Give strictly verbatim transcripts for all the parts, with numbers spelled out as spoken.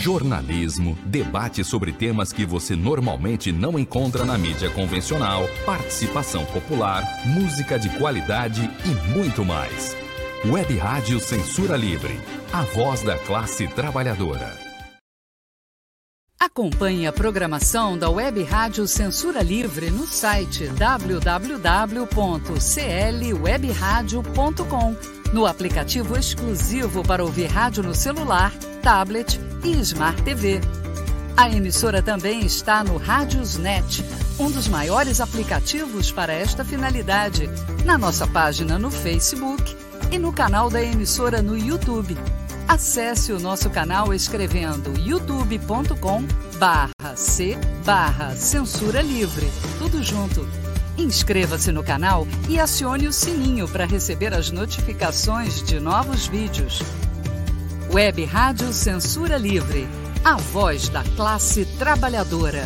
jornalismo, debate sobre temas que você normalmente não encontra na mídia convencional, participação popular, música de qualidade e muito mais. Web Rádio Censura Livre, a voz da classe trabalhadora. Acompanhe a programação da Web Rádio Censura Livre no site w w w ponto c l web radio ponto com, no aplicativo exclusivo para ouvir rádio no celular, tablet e Smart T V. A emissora também está no Radiosnet, um dos maiores aplicativos para esta finalidade, na nossa página no Facebook e no canal da emissora no YouTube. Acesse o nosso canal escrevendo youtube ponto com barra c barra censura livre, tudo junto. Inscreva-se no canal e acione o sininho para receber as notificações de novos vídeos. Web Rádio Censura Livre, a voz da classe trabalhadora.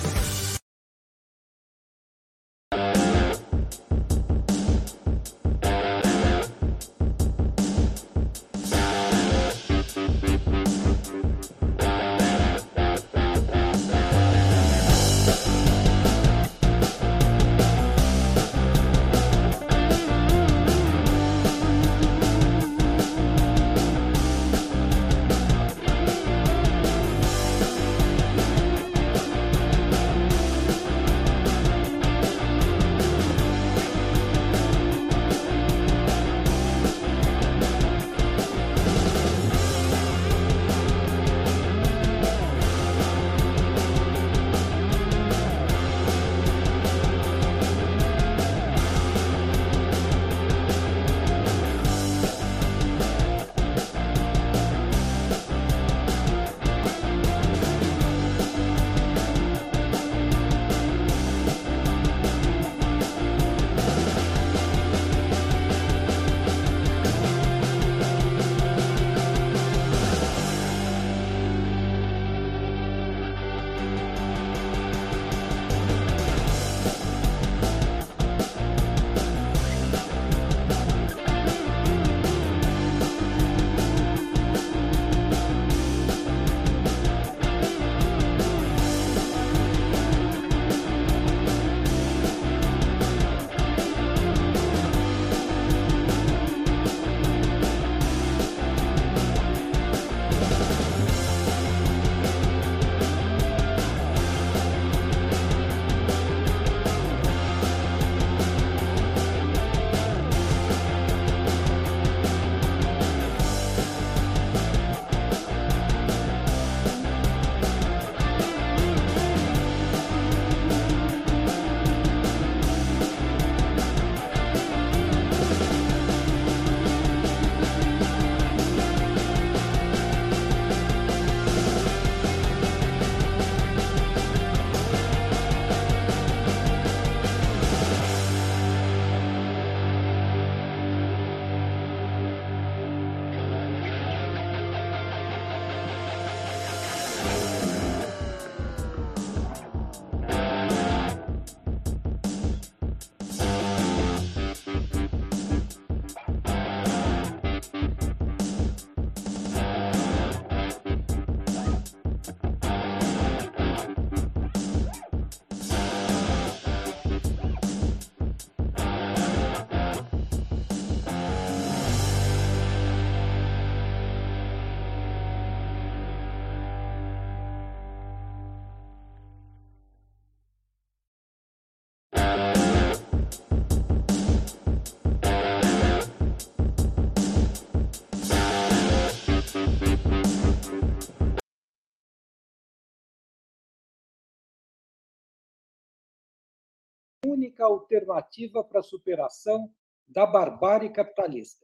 Única alternativa para a superação da barbárie capitalista.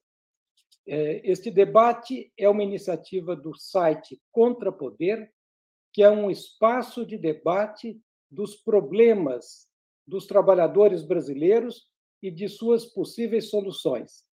Este debate é uma iniciativa do site Contra Poder, que é um espaço de debate dos problemas dos trabalhadores brasileiros e de suas possíveis soluções.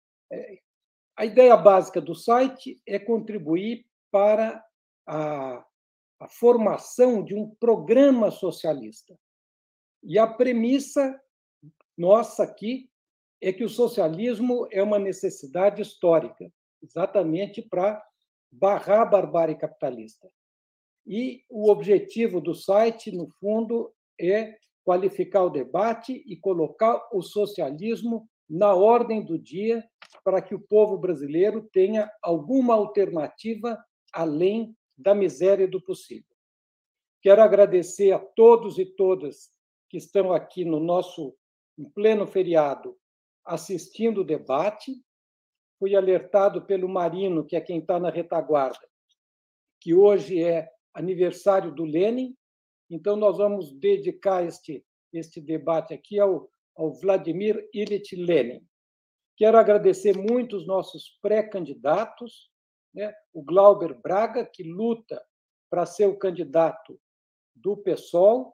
A ideia básica do site é contribuir para a, a formação de um programa socialista. E a premissa nossa aqui é que o socialismo é uma necessidade histórica, exatamente para barrar a barbárie capitalista. E o objetivo do site, no fundo, é qualificar o debate e colocar o socialismo na ordem do dia para que o povo brasileiro tenha alguma alternativa além da miséria do possível. Quero agradecer a todos e todas que estão aqui no nosso em pleno feriado assistindo o debate. Fui alertado pelo Marino, que é quem está na retaguarda, que hoje é aniversário do Lenin, então nós vamos dedicar este, este debate aqui ao, ao Vladimir Ilyich Lenin. Quero agradecer muito os nossos pré-candidatos, né? O Glauber Braga, que luta para ser o candidato do PSOL,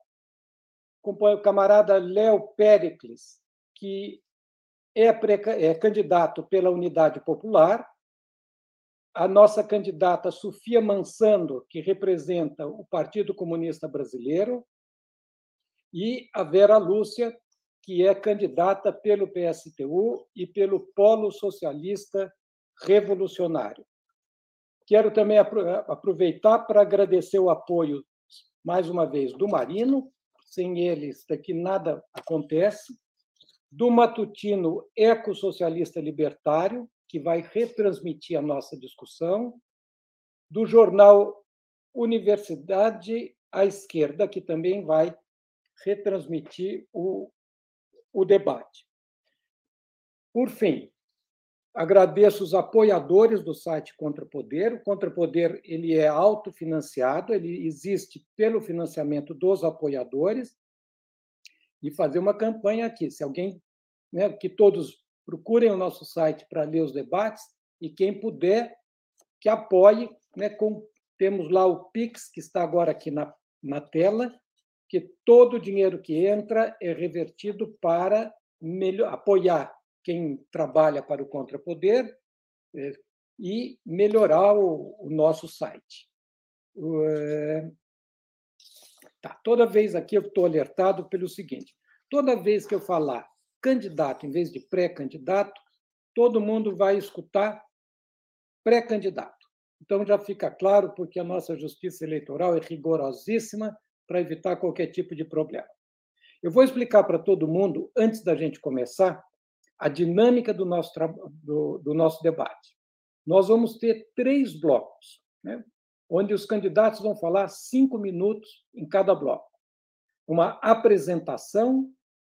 o camarada Léo Péricles, que é, pré, é candidato pela Unidade Popular, a nossa candidata Sofia Mansando, que representa o Partido Comunista Brasileiro, e a Vera Lúcia, que é candidata pelo P S T U e pelo Polo Socialista Revolucionário. Quero também aproveitar para agradecer o apoio, mais uma vez, do Marino, sem eles daqui nada acontece, do Matutino Ecossocialista Libertário, que vai retransmitir a nossa discussão, do jornal Universidade à Esquerda, que também vai retransmitir o, o debate. Por fim, agradeço os apoiadores do site Contra Poder. O Contra Poder ele é autofinanciado, ele existe pelo financiamento dos apoiadores, e fazer uma campanha aqui. Se alguém, né, que todos procurem o nosso site para ler os debates, e quem puder, que apoie. Né, com, temos lá o Pix, que está agora aqui na, na tela, que todo o dinheiro que entra é revertido para melhor, apoiar quem trabalha para o Contrapoder é, e melhorar o, o nosso site. É, tá, toda vez aqui eu estou alertado pelo seguinte, toda vez que eu falar candidato em vez de pré-candidato, todo mundo vai escutar pré-candidato. Então, já fica claro, porque a nossa justiça eleitoral é rigorosíssima para evitar qualquer tipo de problema. Eu vou explicar para todo mundo, antes da gente começar, a dinâmica do nosso, do, do nosso debate. Nós vamos ter três blocos, né, onde os candidatos vão falar cinco minutos em cada bloco. Uma apresentação,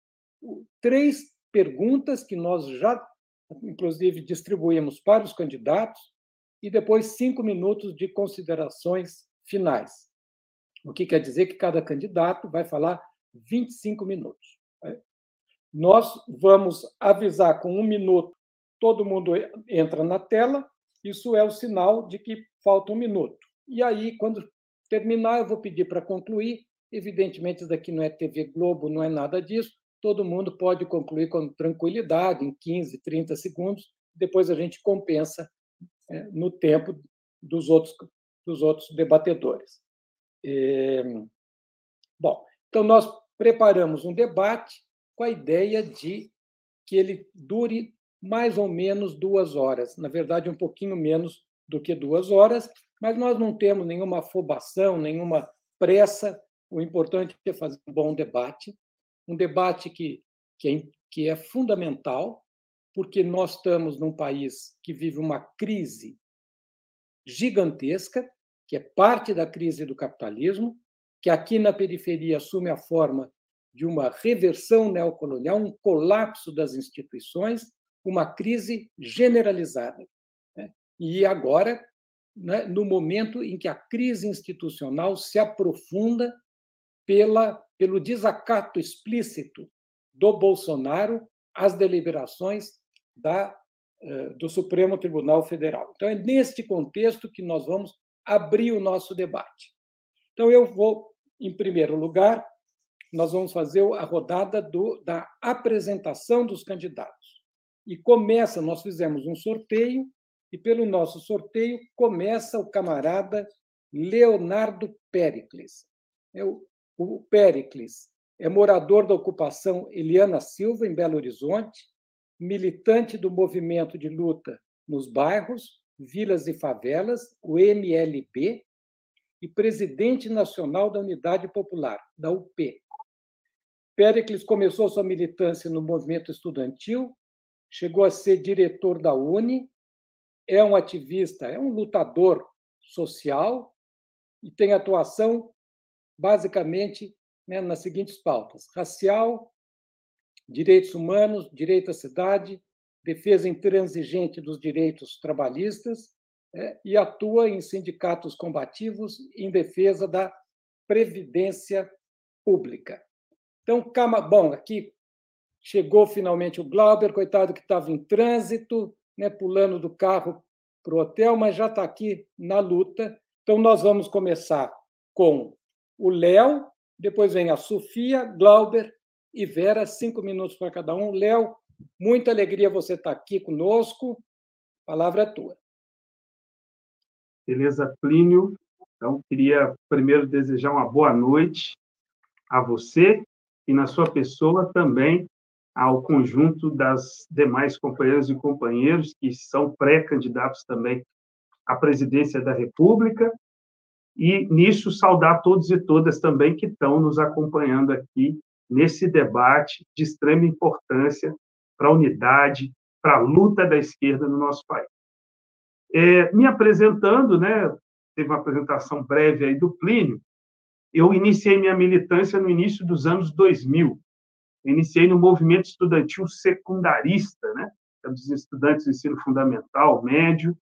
três perguntas que nós já, inclusive, distribuímos para os candidatos, e depois cinco minutos de considerações finais. O que quer dizer que cada candidato vai falar vinte e cinco minutos. Nós vamos avisar com um minuto, todo mundo entra na tela, isso é o sinal de que falta um minuto. E aí, quando terminar, eu vou pedir para concluir. Evidentemente, isso daqui não é T V Globo, não é nada disso. Todo mundo pode concluir com tranquilidade, em quinze, trinta segundos. Depois a gente compensa é, no tempo dos outros, dos outros debatedores. É... Bom, então nós preparamos um debate com a ideia de que ele dure mais ou menos duas horas. Na verdade, um pouquinho menos do que duas horas, mas nós não temos nenhuma afobação, nenhuma pressa. O importante é fazer um bom debate, um debate que, que, é, que é fundamental, porque nós estamos num país que vive uma crise gigantesca, que é parte da crise do capitalismo, que aqui na periferia assume a forma de uma reversão neocolonial, um colapso das instituições, uma crise generalizada. Né? E agora, né, no momento em que a crise institucional se aprofunda pela, pelo desacato explícito do Bolsonaro às deliberações da, do Supremo Tribunal Federal. Então, é neste contexto que nós vamos abrir o nosso debate. Então, eu vou, em primeiro lugar, nós vamos fazer a rodada do, da apresentação dos candidatos. E começa, nós fizemos um sorteio, e pelo nosso sorteio começa o camarada Leonardo Péricles. O, o Péricles é morador da ocupação Eliana Silva, em Belo Horizonte, militante do movimento de luta nos bairros, Vilas e Favelas, o M L B, e presidente nacional da Unidade Popular, da U P. Péricles começou sua militância no movimento estudantil, chegou a ser diretor da UNE, é um ativista, é um lutador social e tem atuação basicamente, né, nas seguintes pautas: racial, direitos humanos, direito à cidade, defesa intransigente dos direitos trabalhistas, é, e atua em sindicatos combativos em defesa da previdência pública. Então, calma, bom, aqui chegou finalmente o Glauber, coitado que estava em trânsito, né, pulando do carro para o hotel, mas já está aqui na luta. Então, nós vamos começar com o Léo, depois vem a Sofia, Glauber e Vera, cinco minutos para cada um. Léo, muita alegria você estar aqui conosco. A palavra é tua. Beleza, Plínio. Então, queria primeiro desejar uma boa noite a você e, na sua pessoa, também ao conjunto das demais companheiras e companheiros que são pré-candidatos também à presidência da República. E, nisso, saudar todos e todas também que estão nos acompanhando aqui nesse debate de extrema importância para a unidade, para a luta da esquerda no nosso país. É, me apresentando, né, teve uma apresentação breve aí do Plínio, eu iniciei minha militância no início dos anos dois mil. Eu iniciei no movimento estudantil secundarista, né, dos estudantes do ensino fundamental, médio,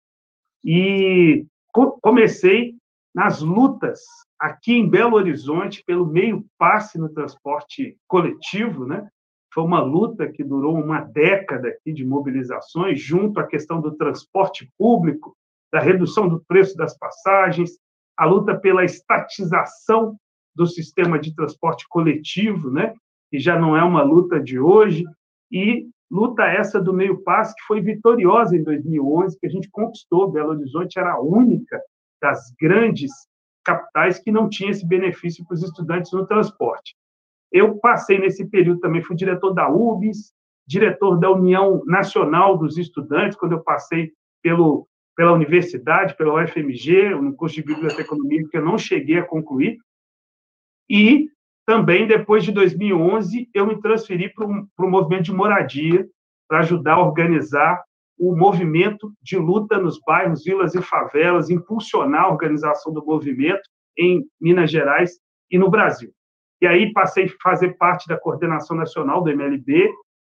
e co- comecei nas lutas aqui em Belo Horizonte pelo meio passe no transporte coletivo, né? Foi uma luta que durou uma década aqui de mobilizações, junto à questão do transporte público, da redução do preço das passagens, a luta pela estatização do sistema de transporte coletivo, né? Que já não é uma luta de hoje, e luta essa do meio passe que foi vitoriosa em dois mil e onze, que a gente conquistou. Belo Horizonte era a única das grandes capitais que não tinha esse benefício para os estudantes no transporte. Eu passei nesse período também, fui diretor da U B S, diretor da União Nacional dos Estudantes, quando eu passei pelo, pela universidade, pela U F M G, no curso de Biblioteconomia, que eu não cheguei a concluir. E também, depois de dois mil e onze, eu me transferi para o movimento de moradia, para ajudar a organizar o movimento de luta nos bairros, vilas e favelas, impulsionar a organização do movimento em Minas Gerais e no Brasil. E aí passei a fazer parte da coordenação nacional do M L B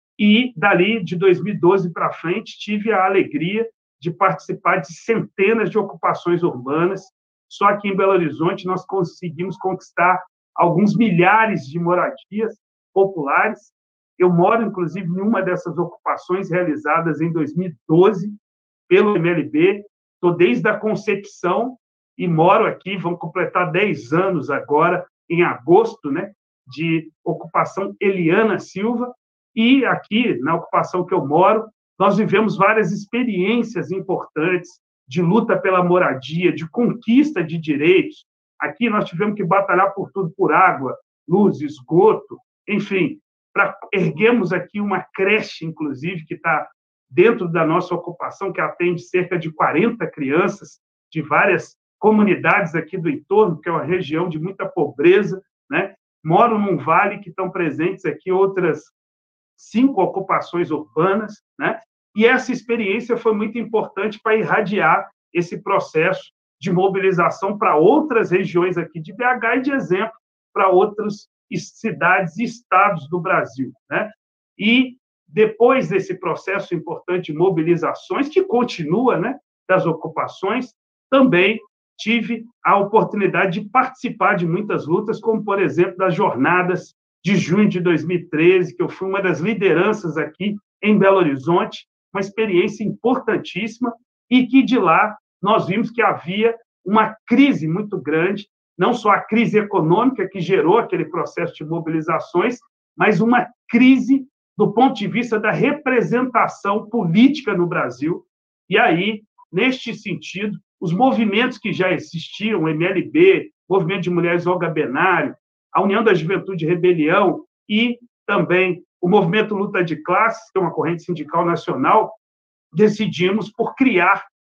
e, dali, de dois mil e doze para frente, tive a alegria de participar de centenas de ocupações urbanas. Só aqui em Belo Horizonte nós conseguimos conquistar alguns milhares de moradias populares. Eu moro, inclusive, em uma dessas ocupações realizadas em dois mil e doze pelo M L B. Estou desde a concepção e moro aqui, vamos completar dez anos agora, em agosto, né, de ocupação Eliana Silva. E aqui, na ocupação que eu moro, nós vivemos várias experiências importantes de luta pela moradia, de conquista de direitos. Aqui nós tivemos que batalhar por tudo, por água, luz, esgoto, enfim, para erguermos aqui uma creche, inclusive, que está dentro da nossa ocupação, que atende cerca de quarenta crianças de várias comunidades aqui do entorno, que é uma região de muita pobreza, né? Moro num vale que estão presentes aqui outras cinco ocupações urbanas, né? E essa experiência foi muito importante para irradiar esse processo de mobilização para outras regiões aqui de B H e de exemplo para outras cidades e estados do Brasil, né? E depois desse processo importante de mobilizações, que continua, né, das ocupações, também tive a oportunidade de participar de muitas lutas, como, por exemplo, das jornadas de junho de dois mil e treze, que eu fui uma das lideranças aqui em Belo Horizonte, uma experiência importantíssima, e que de lá nós vimos que havia uma crise muito grande, não só a crise econômica que gerou aquele processo de mobilizações, mas uma crise do ponto de vista da representação política no Brasil. E aí, neste sentido, os movimentos que já existiam, o M L B, Movimento de Mulheres Olga Benário, a União da Juventude Rebelião e também o Movimento Luta de Classes, que é uma corrente sindical nacional, decidimos por criar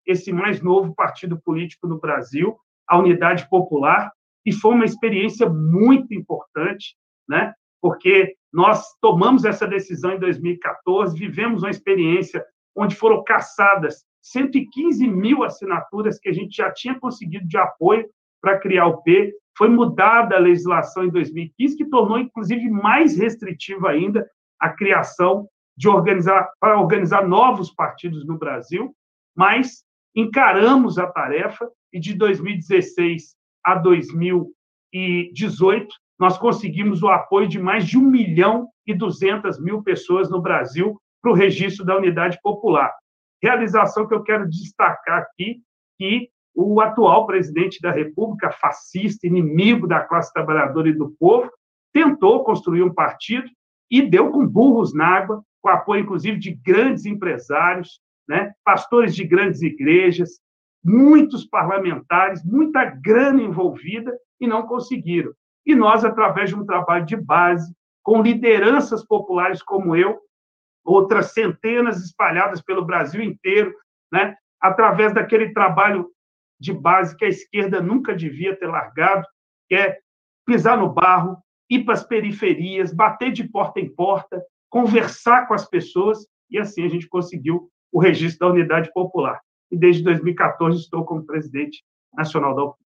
esse mais novo partido político no Brasil, a Unidade Popular, e foi uma experiência muito importante, né? Porque nós tomamos essa decisão em dois mil e quatorze, vivemos uma experiência onde foram caçadas cento e quinze mil assinaturas que a gente já tinha conseguido de apoio para criar o P. Foi mudada a legislação em dois mil e quinze, que tornou, inclusive, mais restritiva ainda a criação de organizar, para organizar novos partidos no Brasil, mas encaramos a tarefa e de dois mil e dezesseis a dois mil e dezoito nós conseguimos o apoio de mais de um milhão e duzentas mil pessoas no Brasil para o registro da Unidade Popular. Realização que eu quero destacar aqui, que o atual presidente da República, fascista, inimigo da classe trabalhadora e do povo, tentou construir um partido e deu com burros na água, com apoio, inclusive, de grandes empresários, né, pastores de grandes igrejas, muitos parlamentares, muita grana envolvida, e não conseguiram. E nós, através de um trabalho de base, com lideranças populares como eu, outras centenas espalhadas pelo Brasil inteiro, né, através daquele trabalho de base que a esquerda nunca devia ter largado, que é pisar no barro, ir para as periferias, bater de porta em porta, conversar com as pessoas, e assim a gente conseguiu o registro da Unidade Popular. E desde dois mil e quatorze estou como presidente nacional da U P.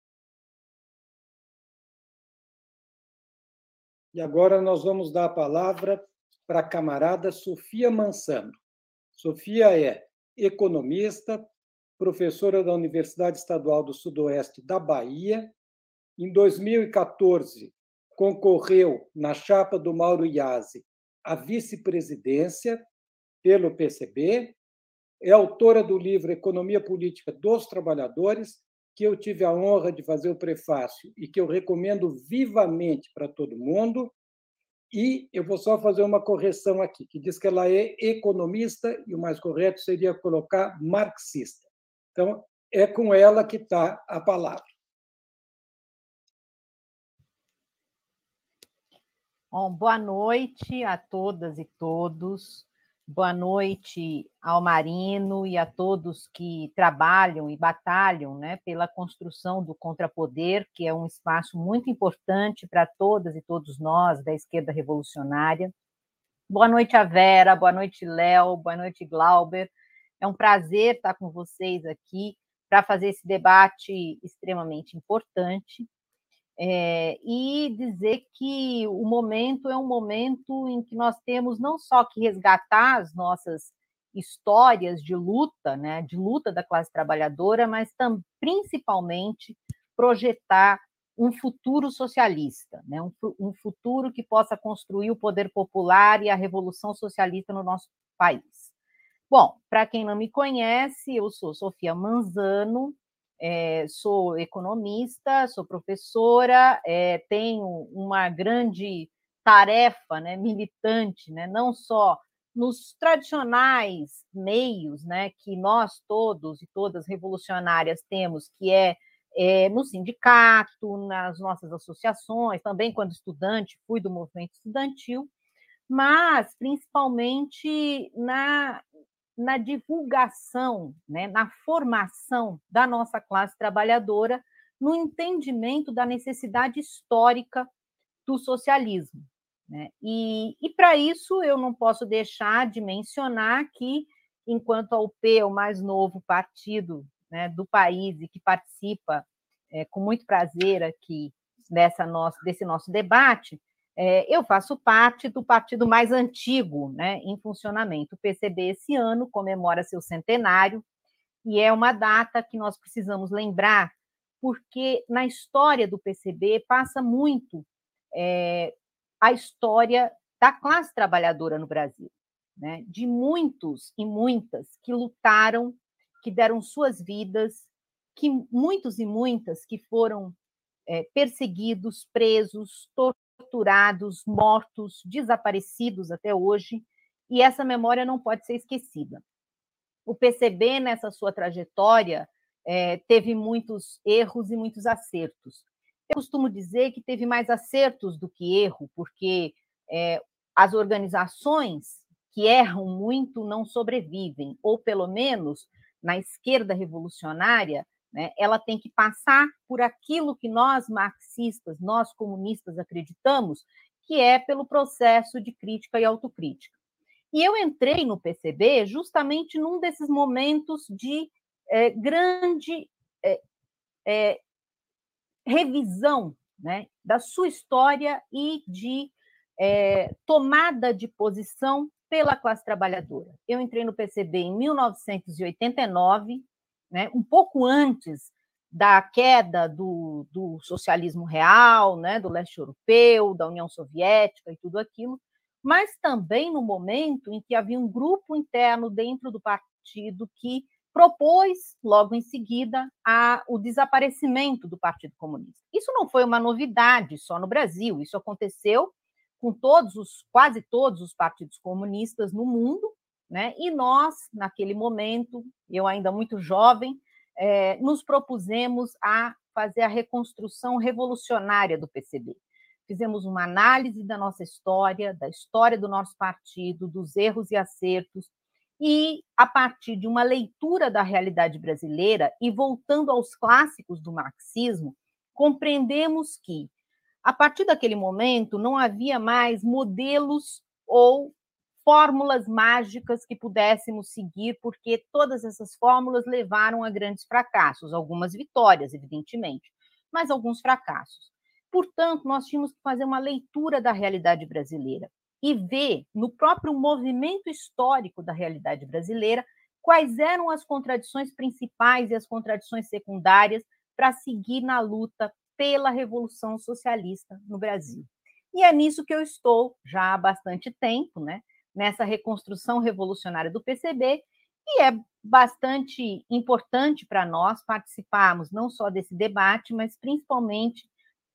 E agora nós vamos dar a palavra para a camarada Sofia Mansano. Sofia é economista, professora da Universidade Estadual do Sudoeste da Bahia. Em dois mil e quatorze, concorreu na chapa do Mauro Iasi à vice-presidência pelo P C B. É autora do livro Economia Política dos Trabalhadores, que eu tive a honra de fazer o prefácio e que eu recomendo vivamente para todo mundo. E eu vou só fazer uma correção aqui, que diz que ela é economista, e o mais correto seria colocar marxista. Então, é com ela que está a palavra. Bom, boa noite a todas e todos. Boa noite ao Marino e a todos que trabalham e batalham, né, pela construção do contrapoder, que é um espaço muito importante para todas e todos nós da esquerda revolucionária. Boa noite a Vera, boa noite Léo, boa noite Glauber. É um prazer estar com vocês aqui para fazer esse debate extremamente importante. É, e dizer que o momento é um momento em que nós temos não só que resgatar as nossas histórias de luta, né, de luta da classe trabalhadora, mas tam, principalmente projetar um futuro socialista, né, um, um futuro que possa construir o poder popular e a revolução socialista no nosso país. Bom, para quem não me conhece, eu sou Sofia Manzano. É, sou economista, sou professora, é, tenho uma grande tarefa, né, militante, né, não só nos tradicionais meios, né, que nós todos e todas revolucionárias temos, que é, é no sindicato, nas nossas associações, também quando estudante fui do movimento estudantil, mas principalmente na na divulgação, né, na formação da nossa classe trabalhadora, no entendimento da necessidade histórica do socialismo, né? E, e para isso eu não posso deixar de mencionar que, enquanto a U P é o mais novo partido, né, do país e que participa é, com muito prazer aqui dessa nossa, desse nosso debate, É, eu faço parte do partido mais antigo, né, em funcionamento. O P C B, esse ano, comemora seu centenário, e é uma data que nós precisamos lembrar, porque na história do P C B passa muito é, a história da classe trabalhadora no Brasil, né, de muitos e muitas que lutaram, que deram suas vidas, que muitos e muitas que foram é, perseguidos, presos, torturados, torturados, mortos, desaparecidos até hoje, e essa memória não pode ser esquecida. O P C B, nessa sua trajetória, é, teve muitos erros e muitos acertos. Eu costumo dizer que teve mais acertos do que erro, porque é, as organizações que erram muito não sobrevivem, ou pelo menos na esquerda revolucionária, né, ela tem que passar por aquilo que nós marxistas, nós comunistas acreditamos, que é pelo processo de crítica e autocrítica. E eu entrei no P C B justamente num desses momentos de é, grande é, é, revisão, né, da sua história e de é, tomada de posição pela classe trabalhadora. Eu entrei no P C B em mil novecentos e oitenta e nove, né, um pouco antes da queda do, do socialismo real, né, do leste europeu, da União Soviética e tudo aquilo, mas também no momento em que havia um grupo interno dentro do partido que propôs, logo em seguida, a, o desaparecimento do Partido Comunista. Isso não foi uma novidade só no Brasil, isso aconteceu com todos os, quase todos os partidos comunistas no mundo, né? E nós, naquele momento, eu ainda muito jovem, é, nos propusemos a fazer a reconstrução revolucionária do P C B. Fizemos uma análise da nossa história, da história do nosso partido, dos erros e acertos, e, a partir de uma leitura da realidade brasileira e voltando aos clássicos do marxismo, compreendemos que, a partir daquele momento, não havia mais modelos ou fórmulas mágicas que pudéssemos seguir, porque todas essas fórmulas levaram a grandes fracassos, algumas vitórias, evidentemente, mas alguns fracassos. Portanto, nós tínhamos que fazer uma leitura da realidade brasileira e ver, no próprio movimento histórico da realidade brasileira, quais eram as contradições principais e as contradições secundárias para seguir na luta pela Revolução Socialista no Brasil. E é nisso que eu estou já há bastante tempo, né? Nessa reconstrução revolucionária do P C B, e é bastante importante para nós participarmos não só desse debate, mas principalmente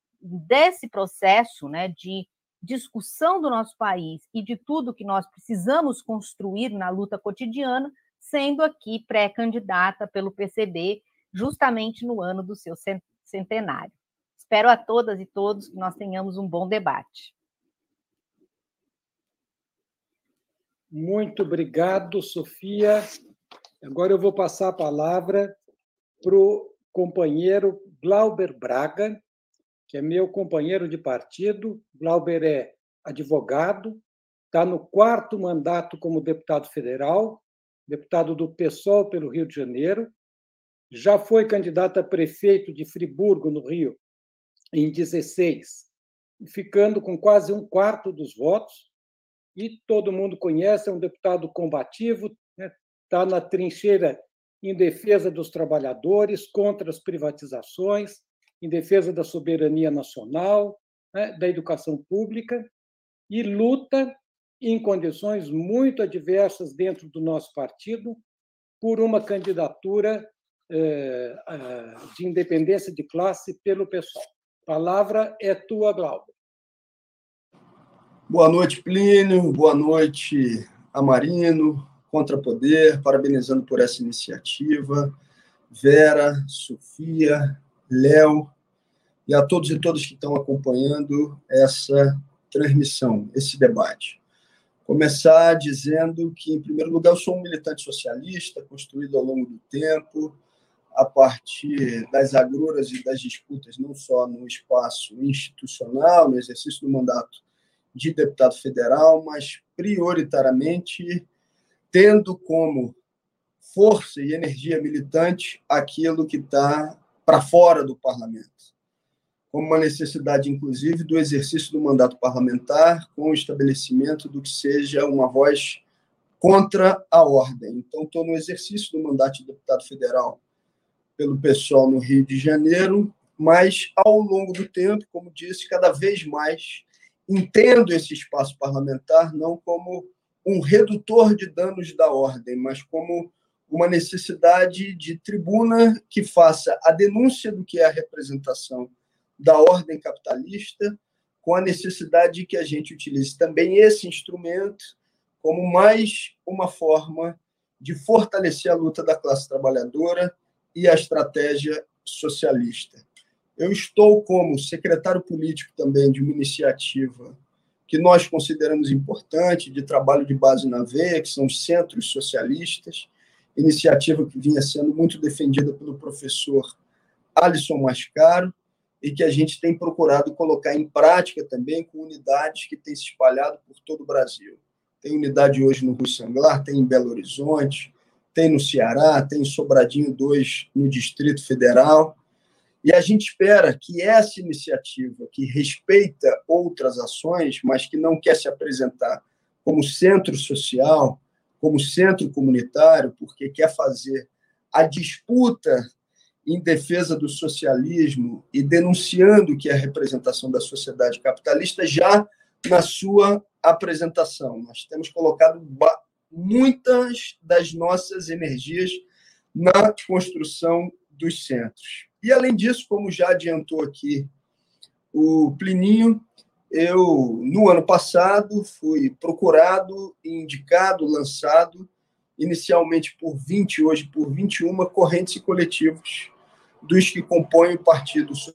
desse processo, né, de discussão do nosso país e de tudo que nós precisamos construir na luta cotidiana, sendo aqui pré-candidata pelo P C B, justamente no ano do seu centenário. Espero a todas e todos que nós tenhamos um bom debate. Muito obrigado, Sofia. Agora eu vou passar a palavra para o companheiro Glauber Braga, que é meu companheiro de partido. Glauber é advogado, está no quarto mandato como deputado federal, deputado do PSOL pelo Rio de Janeiro, já foi candidato a prefeito de Friburgo, no Rio, em dezesseis, ficando com quase um quarto dos votos, e todo mundo conhece, é um deputado combativo, né? Está na trincheira em defesa dos trabalhadores, contra as privatizações, em defesa da soberania nacional, né? Da educação pública, e luta em condições muito adversas dentro do nosso partido por uma candidatura eh, de independência de classe pelo PSOL. A palavra é tua, Glauber. Boa noite, Plínio. Boa noite, Amarino, Contrapoder, parabenizando por essa iniciativa. Vera, Sofia, Léo, e a todos e todas que estão acompanhando essa transmissão, esse debate. Começar dizendo que, em primeiro lugar, eu sou um militante socialista, construído ao longo do tempo, a partir das agruras e das disputas, não só no espaço institucional, no exercício do mandato de deputado federal, mas prioritariamente tendo como força e energia militante aquilo que está para fora do parlamento, como uma necessidade, inclusive, do exercício do mandato parlamentar com o estabelecimento do que seja uma voz contra a ordem. Então, estou no exercício do mandato de deputado federal pelo PSOL no Rio de Janeiro, mas, ao longo do tempo, como disse, cada vez mais entendo esse espaço parlamentar não como um redutor de danos da ordem, mas como uma necessidade de tribuna que faça a denúncia do que é a representação da ordem capitalista, com a necessidade de que a gente utilize também esse instrumento como mais uma forma de fortalecer a luta da classe trabalhadora e a estratégia socialista. Eu estou como secretário político também de uma iniciativa que nós consideramos importante, de trabalho de base na veia, que são os centros socialistas, iniciativa que vinha sendo muito defendida pelo professor Alisson Mascaro e que a gente tem procurado colocar em prática também com unidades que têm se espalhado por todo o Brasil. Tem unidade hoje no Rui Sanglar, tem em Belo Horizonte, tem no Ceará, tem em Sobradinho dois no Distrito Federal. E a gente espera que essa iniciativa, que respeita outras ações, mas que não quer se apresentar como centro social, como centro comunitário, porque quer fazer a disputa em defesa do socialismo e denunciando que é a representação da sociedade capitalista já na sua apresentação. Nós temos colocado muitas das nossas energias na construção dos centros. E, além disso, como já adiantou aqui o Plininho, eu, no ano passado, fui procurado, indicado, lançado, inicialmente por vinte, hoje por vinte e uma correntes e coletivos dos que compõem o Partido Socialista,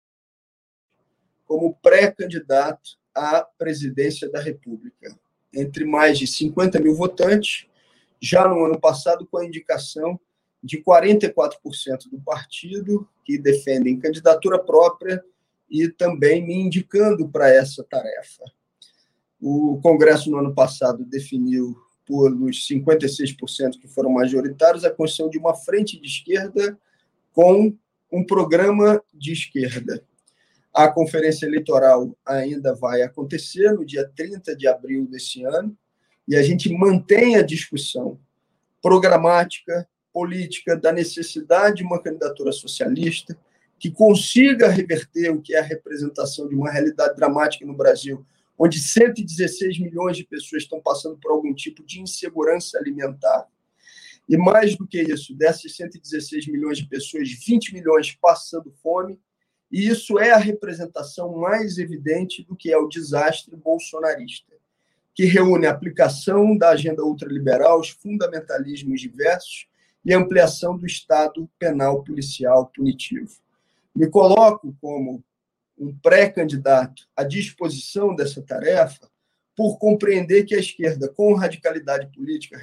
como pré-candidato à presidência da República, entre mais de cinquenta mil votantes, já no ano passado, com a indicação de quarenta e quatro por cento do partido, que defendem candidatura própria, e também me indicando para essa tarefa. O Congresso, no ano passado, definiu, pelos cinquenta e seis por cento que foram majoritários, a construção de uma frente de esquerda com um programa de esquerda. A conferência eleitoral ainda vai acontecer no dia trinta de abril desse ano, e a gente mantém a discussão programática, política, da necessidade de uma candidatura socialista que consiga reverter o que é a representação de uma realidade dramática no Brasil, onde cento e dezesseis milhões de pessoas estão passando por algum tipo de insegurança alimentar. E mais do que isso, dessas cento e dezesseis milhões de pessoas, vinte milhões passando fome, e isso é a representação mais evidente do que é o desastre bolsonarista, que reúne a aplicação da agenda ultraliberal, os fundamentalismos diversos e a ampliação do Estado penal policial punitivo. Me coloco como um pré-candidato à disposição dessa tarefa por compreender que a esquerda, com radicalidade política,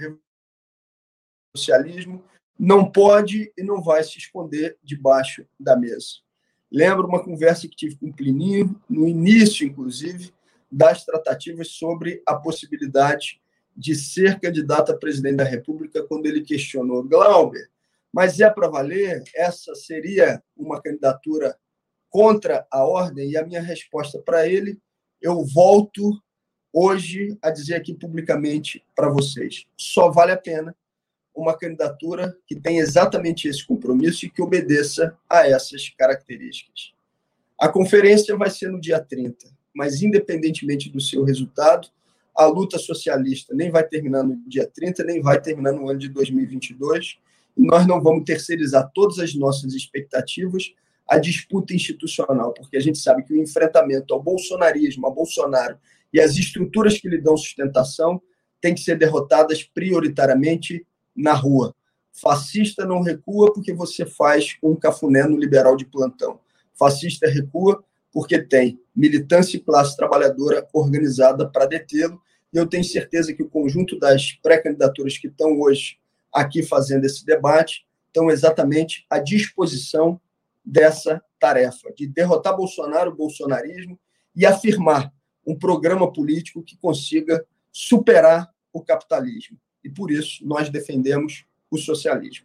socialismo, não pode e não vai se esconder debaixo da mesa. Lembro uma conversa que tive com o Plininho, no início, inclusive, das tratativas sobre a possibilidade de ser candidato a presidente da República, quando ele questionou: Glauber, mas é para valer? Essa seria uma candidatura contra a ordem? E a minha resposta para ele, eu volto hoje a dizer aqui publicamente para vocês: só vale a pena uma candidatura que tenha exatamente esse compromisso e que obedeça a essas características. A conferência vai ser no dia trinta, mas, independentemente do seu resultado, a luta socialista nem vai terminar no dia trinta, nem vai terminar no ano de dois mil e vinte e dois, e nós não vamos terceirizar todas as nossas expectativas à disputa institucional, porque a gente sabe que o enfrentamento ao bolsonarismo, a Bolsonaro e as estruturas que lhe dão sustentação tem que ser derrotadas prioritariamente na rua. Fascista não recua porque você faz um cafuné no liberal de plantão. Fascista recua porque tem militância e classe trabalhadora organizada para detê-lo, e eu tenho certeza que o conjunto das pré-candidaturas que estão hoje aqui fazendo esse debate estão exatamente à disposição dessa tarefa, de derrotar Bolsonaro, o bolsonarismo, e afirmar um programa político que consiga superar o capitalismo. E, por isso, nós defendemos o socialismo.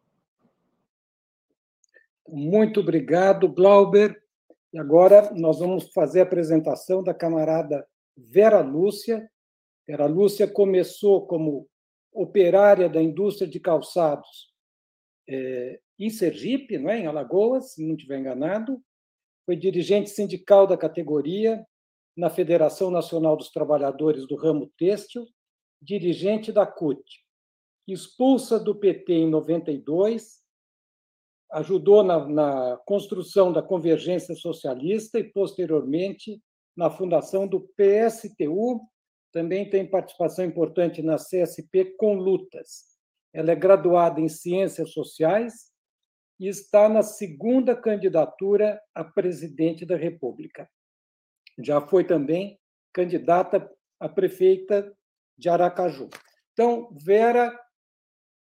Muito obrigado, Glauber. E agora nós vamos fazer a apresentação da camarada Vera Lúcia. Vera Lúcia começou como operária da indústria de calçados é, em Sergipe, não é? Em Alagoas, se não estiver enganado. Foi dirigente sindical da categoria na Federação Nacional dos Trabalhadores do Ramo Têxtil, dirigente da C U T. Expulsa do P T em noventa e dois, ajudou na, na construção da Convergência Socialista e, posteriormente, na fundação do P S T U. Também tem participação importante na C S P com Lutas. Ela é graduada em Ciências Sociais e está na segunda candidatura a presidente da República. Já foi também candidata a prefeita de Aracaju. Então, Vera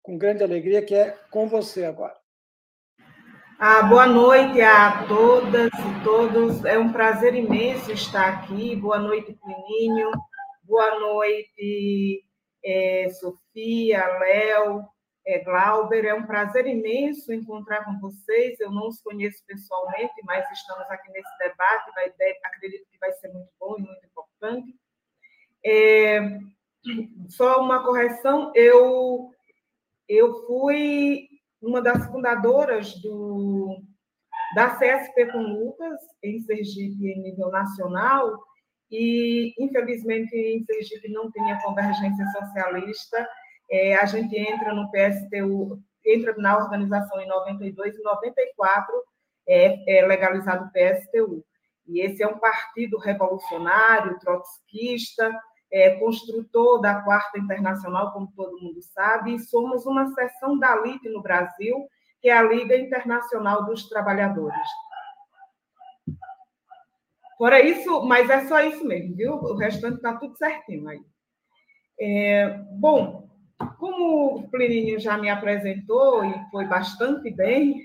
com grande alegria, que é com você agora. Ah, boa noite a todas e todos. É um prazer imenso estar aqui. Boa noite, Plininho. Boa noite, é, Sofia, Léo, é, Glauber. É um prazer imenso encontrar com vocês. Eu não os conheço pessoalmente, mas estamos aqui nesse debate. Vai, acredito que vai ser muito bom e muito importante. É, só uma correção. Eu, eu fui uma das fundadoras do, da C S P com Lucas, em Sergipe, em nível nacional, e, infelizmente, em Sergipe não tinha convergência socialista. É, a gente entra no P S T U, entra na organização em noventa e dois, em noventa e quatro é, é legalizado o P S T U. E esse é um partido revolucionário, trotskista, É, construtor da Quarta Internacional, como todo mundo sabe, e somos uma seção da L I T no Brasil, que é a Liga Internacional dos Trabalhadores. Fora isso, mas é só isso mesmo, viu? O restante está tudo certinho aí. É, bom, como o Plininho já me apresentou, e foi bastante bem,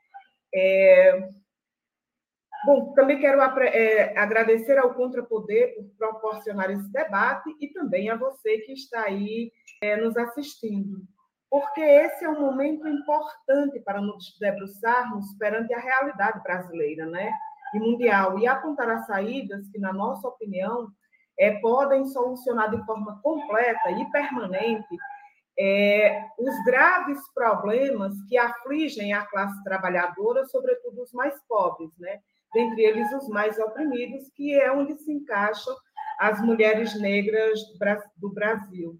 é, Bom, também quero é, agradecer ao Contrapoder por proporcionar esse debate e também a você que está aí é, nos assistindo, porque esse é um momento importante para nos debruçarmos perante a realidade brasileira, né, e mundial, e apontar as saídas que, na nossa opinião, é, podem solucionar de forma completa e permanente é, os graves problemas que afligem a classe trabalhadora, sobretudo os mais pobres, né? Dentre eles os mais oprimidos, que é onde se encaixam as mulheres negras do Brasil.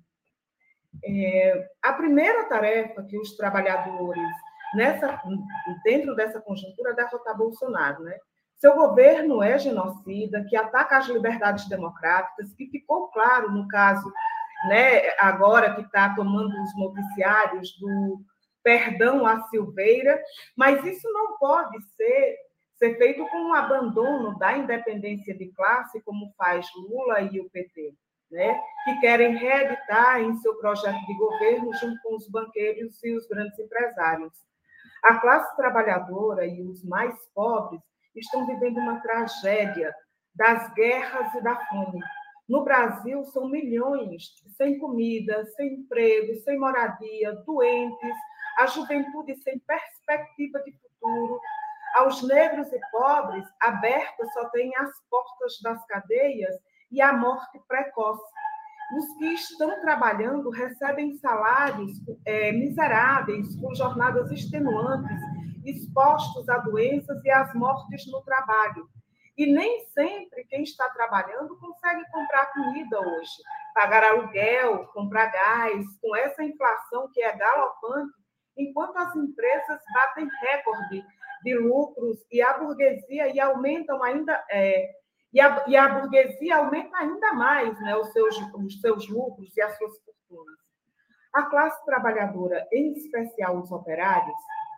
É, a primeira tarefa que os trabalhadores, nessa, dentro dessa conjuntura, é derrotar Bolsonaro, né? Seu governo é genocida, que ataca as liberdades democráticas, que ficou claro no caso, né, agora que está tomando os noticiários do perdão à Silveira, mas isso não pode ser ser feito com um abandono da independência de classe, como faz Lula e o P T, né? Que querem reeditar em seu projeto de governo junto com os banqueiros e os grandes empresários. A classe trabalhadora e os mais pobres estão vivendo uma tragédia das guerras e da fome. No Brasil, são milhões sem comida, sem emprego, sem moradia, doentes, a juventude sem perspectiva de futuro. Aos negros e pobres, abertas só têm as portas das cadeias e a morte precoce. Os que estão trabalhando recebem salários é, miseráveis, com jornadas extenuantes, expostos a doenças e às mortes no trabalho. E nem sempre quem está trabalhando consegue comprar comida hoje, pagar aluguel, comprar gás, com essa inflação que é galopante, enquanto as empresas batem recorde de lucros e a burguesia e aumentam ainda é, e, a, e a burguesia aumenta ainda mais, né, os seus os seus lucros e as suas fortunas. A classe trabalhadora, em especial os operários,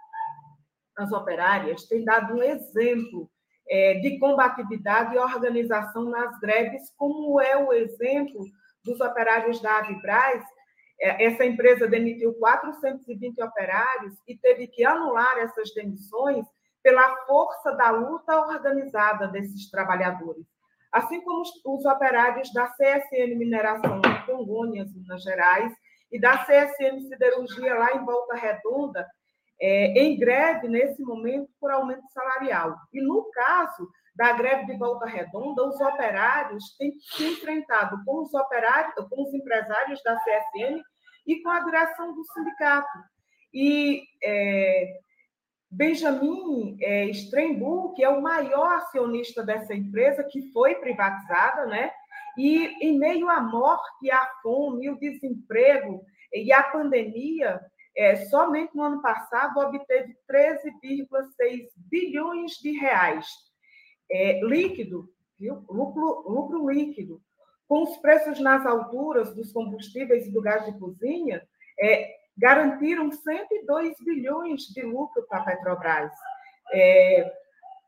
as operárias, tem dado um exemplo é, de combatividade e organização nas greves, como é o exemplo dos operários da Avibraz. Essa empresa demitiu quatrocentos e vinte operários e teve que anular essas demissões pela força da luta organizada desses trabalhadores. Assim como os, os operários da C S N Mineração em Congonhas, Minas Gerais, e da C S N Siderurgia lá em Volta Redonda, é, em greve nesse momento por aumento salarial. E no caso da greve de Volta Redonda, os operários têm se enfrentado com os operários, com os empresários da C S N e com a direção do sindicato. E é, Benjamin é, Strenburg, que é o maior acionista dessa empresa, que foi privatizada, né? E em meio à morte, à fome, o desemprego e à pandemia, é, somente no ano passado obteve treze vírgula seis bilhões de reais é, líquido, viu? Lucro, lucro líquido. Com os preços nas alturas dos combustíveis e do gás de cozinha, é, garantiram cento e dois bilhões de lucro para a Petrobras. É,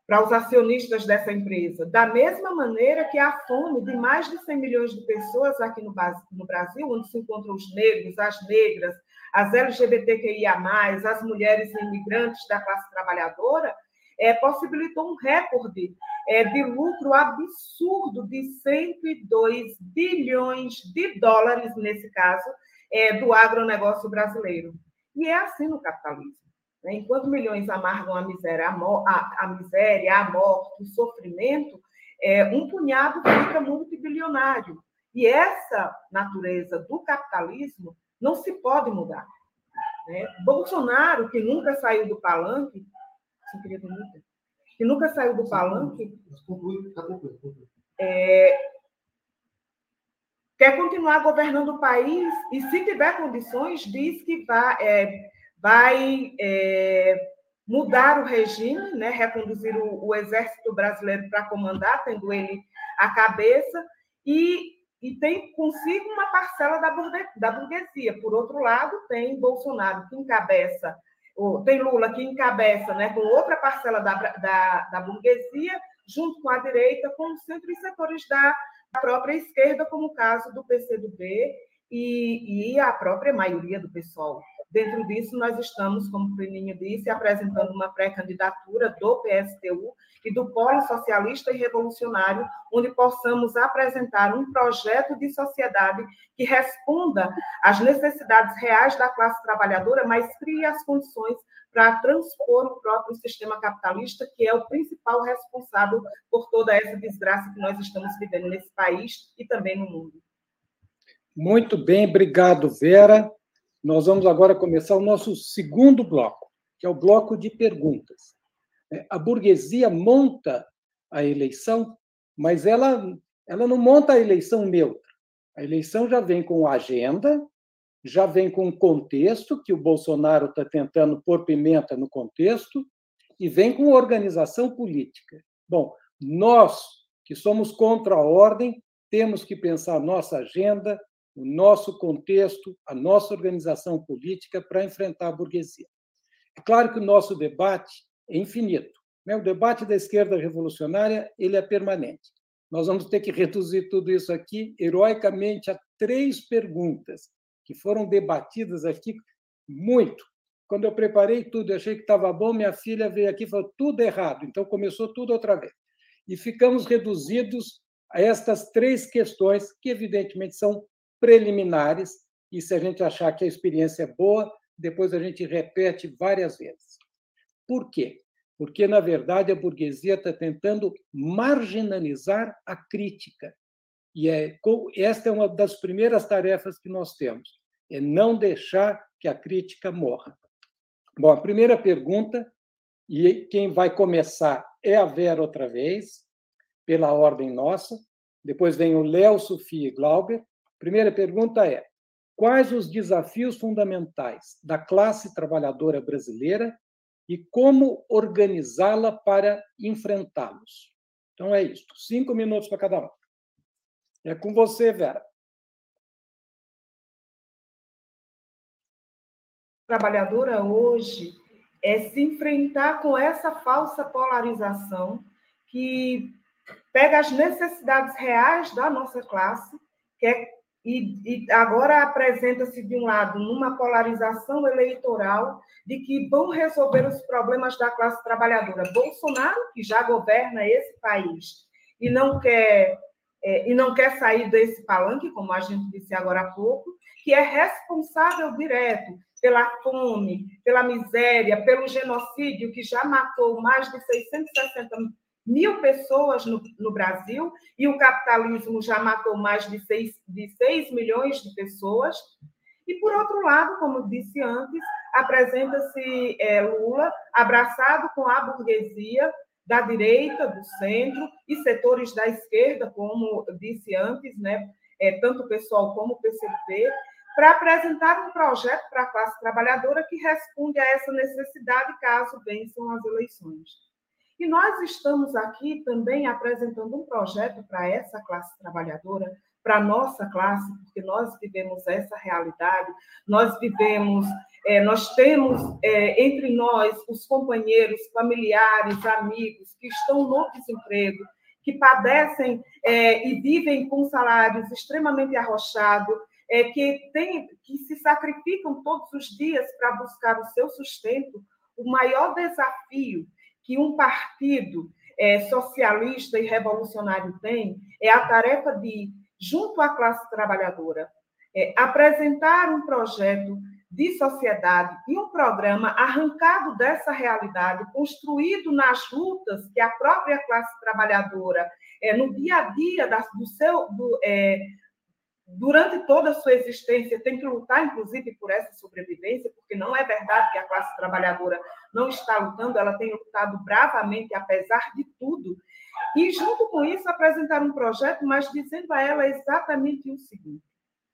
para os acionistas dessa empresa, da mesma maneira que a fome de mais de cem milhões de pessoas aqui no Brasil, onde se encontram os negros, as negras, as L G B T Q I A mais, as mulheres imigrantes da classe trabalhadora, é, possibilitou um recorde é, de lucro absurdo de cento e dois bilhões de dólares, nesse caso, é, do agronegócio brasileiro. E é assim no capitalismo. Enquanto milhões amargam a miséria, a, a, a, miséria, a morte, o sofrimento, é, um punhado fica multibilionário. E essa natureza do capitalismo não se pode mudar. Né? Bolsonaro, que nunca saiu do palanque, que nunca saiu do palanque, é, quer continuar governando o país e, se tiver condições, diz que vai... É, vai é, mudar o regime, né, reconduzir o, o exército brasileiro para comandar, tendo ele a cabeça, e, e tem consigo uma parcela da, burgue, da burguesia. Por outro lado, tem Bolsonaro, que encabeça, ou, tem Lula, que encabeça, né, com outra parcela da, da, da burguesia, junto com a direita, com o centro e setores da própria esquerda, como o caso do P C do B e, e a própria maioria do PSOL. Dentro disso, nós estamos, como o Plininho disse, apresentando uma pré-candidatura do P S T U e do Polo Socialista e Revolucionário, onde possamos apresentar um projeto de sociedade que responda às necessidades reais da classe trabalhadora, mas crie as condições para transpor o próprio sistema capitalista, que é o principal responsável por toda essa desgraça que nós estamos vivendo nesse país e também no mundo. Muito bem, obrigado, Vera. Nós vamos agora começar o nosso segundo bloco, que é o bloco de perguntas. A burguesia monta a eleição, mas ela, ela não monta a eleição neutra. A eleição já vem com agenda, já vem com contexto, que o Bolsonaro está tentando pôr pimenta no contexto, e vem com organização política. Bom, nós, que somos contra a ordem, temos que pensar a nossa agenda, o nosso contexto, a nossa organização política para enfrentar a burguesia. É claro que o nosso debate é infinito. Né? O debate da esquerda revolucionária ele é permanente. Nós vamos ter que reduzir tudo isso aqui, heroicamente, a três perguntas que foram debatidas aqui muito. Quando eu preparei tudo, eu achei que estava bom, minha filha veio aqui e falou tudo errado, então começou tudo outra vez. E ficamos reduzidos a estas três questões, que evidentemente são preliminares, e se a gente achar que a experiência é boa, depois a gente repete várias vezes. Por quê? Porque, na verdade, a burguesia está tentando marginalizar a crítica. E é, esta é uma das primeiras tarefas que nós temos, é não deixar que a crítica morra. Bom, a primeira pergunta, e quem vai começar é a Vera outra vez, pela ordem nossa, depois vem o Léo, Sofia e Glauber. Primeira pergunta é: quais os desafios fundamentais da classe trabalhadora brasileira e como organizá-la para enfrentá-los? Então é isso. Cinco minutos para cada um. É com você, Vera. A trabalhadora hoje é se enfrentar com essa falsa polarização que pega as necessidades reais da nossa classe, que é E, e agora apresenta-se, de um lado, numa polarização eleitoral de que vão resolver os problemas da classe trabalhadora. Bolsonaro, que já governa esse país e não quer, é, e não quer sair desse palanque, como a gente disse agora há pouco, que é responsável direto pela fome, pela miséria, pelo genocídio, que já matou mais de seiscentos e sessenta mil pessoas no, no Brasil, e o capitalismo já matou mais de seis, de seis milhões de pessoas. E, por outro lado, como disse antes, apresenta-se é, Lula abraçado com a burguesia da direita, do centro e setores da esquerda, como disse antes, né, é, tanto o PSOL como o P C P, para apresentar um projeto para a classe trabalhadora que responde a essa necessidade caso vençam as eleições. E nós estamos aqui também apresentando um projeto para essa classe trabalhadora, para a nossa classe, porque nós vivemos essa realidade, nós vivemos É, nós temos é, entre nós os companheiros, familiares, amigos que estão no desemprego, que padecem é, e vivem com salários extremamente arrochados, é, que, tem, que se sacrificam todos os dias para buscar o seu sustento. O maior desafio que um partido é, socialista e revolucionário tem é a tarefa de, junto à classe trabalhadora, é, apresentar um projeto de sociedade e um programa arrancado dessa realidade, construído nas lutas que a própria classe trabalhadora, é, no dia a dia da, do seu, do, é, durante toda a sua existência, tem que lutar, inclusive, por essa sobrevivência, porque não é verdade que a classe trabalhadora não está lutando, ela tem lutado bravamente, apesar de tudo. E, junto com isso, apresentar um projeto, mas dizendo a ela exatamente o seguinte: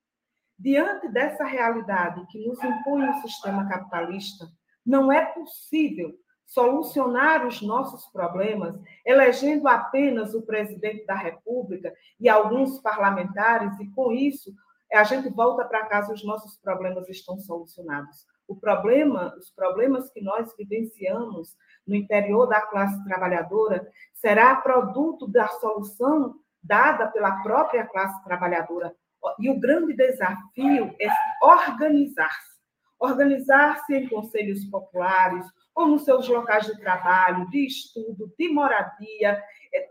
diante dessa realidade que nos impõe o sistema capitalista, não é possível solucionar os nossos problemas elegendo apenas o presidente da República e alguns parlamentares, e com isso a gente volta para casa e os nossos problemas estão solucionados. O problema, os problemas que nós vivenciamos no interior da classe trabalhadora será produto da solução dada pela própria classe trabalhadora. E o grande desafio é organizar-se. Organizar-se em conselhos populares, ou nos seus locais de trabalho, de estudo, de moradia,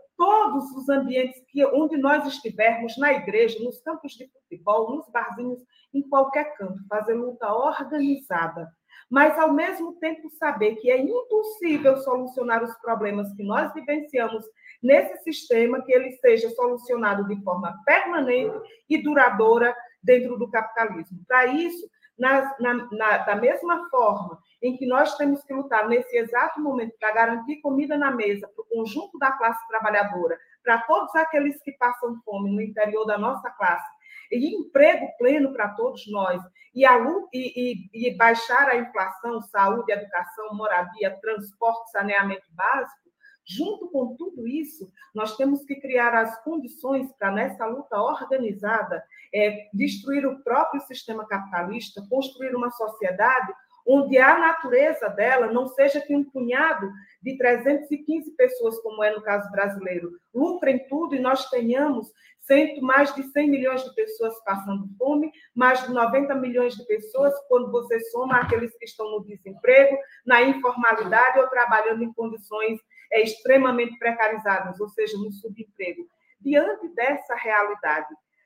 todos os ambientes que, onde nós estivermos, na igreja, nos campos de futebol, nos barzinhos, em qualquer canto, fazer luta organizada. Mas, ao mesmo tempo, saber que é impossível solucionar os problemas que nós vivenciamos nesse sistema, que ele seja solucionado de forma permanente e duradoura dentro do capitalismo. Para isso, na, na, na, da mesma forma em que nós temos que lutar nesse exato momento para garantir comida na mesa para o conjunto da classe trabalhadora, para todos aqueles que passam fome no interior da nossa classe, e emprego pleno para todos nós, e, a, e, e, e baixar a inflação, saúde, educação, moradia, transporte, saneamento básico, junto com tudo isso, nós temos que criar as condições para, nessa luta organizada, é, destruir o próprio sistema capitalista, construir uma sociedade onde a natureza dela não seja que um punhado de trezentas e quinze pessoas, como é no caso brasileiro, lucrem tudo e nós tenhamos cento, mais de cem milhões de pessoas passando fome, mais de noventa milhões de pessoas, quando você soma aqueles que estão no desemprego, na informalidade ou trabalhando em condições é, extremamente precarizadas, ou seja, no subemprego. Diante dessa realidade,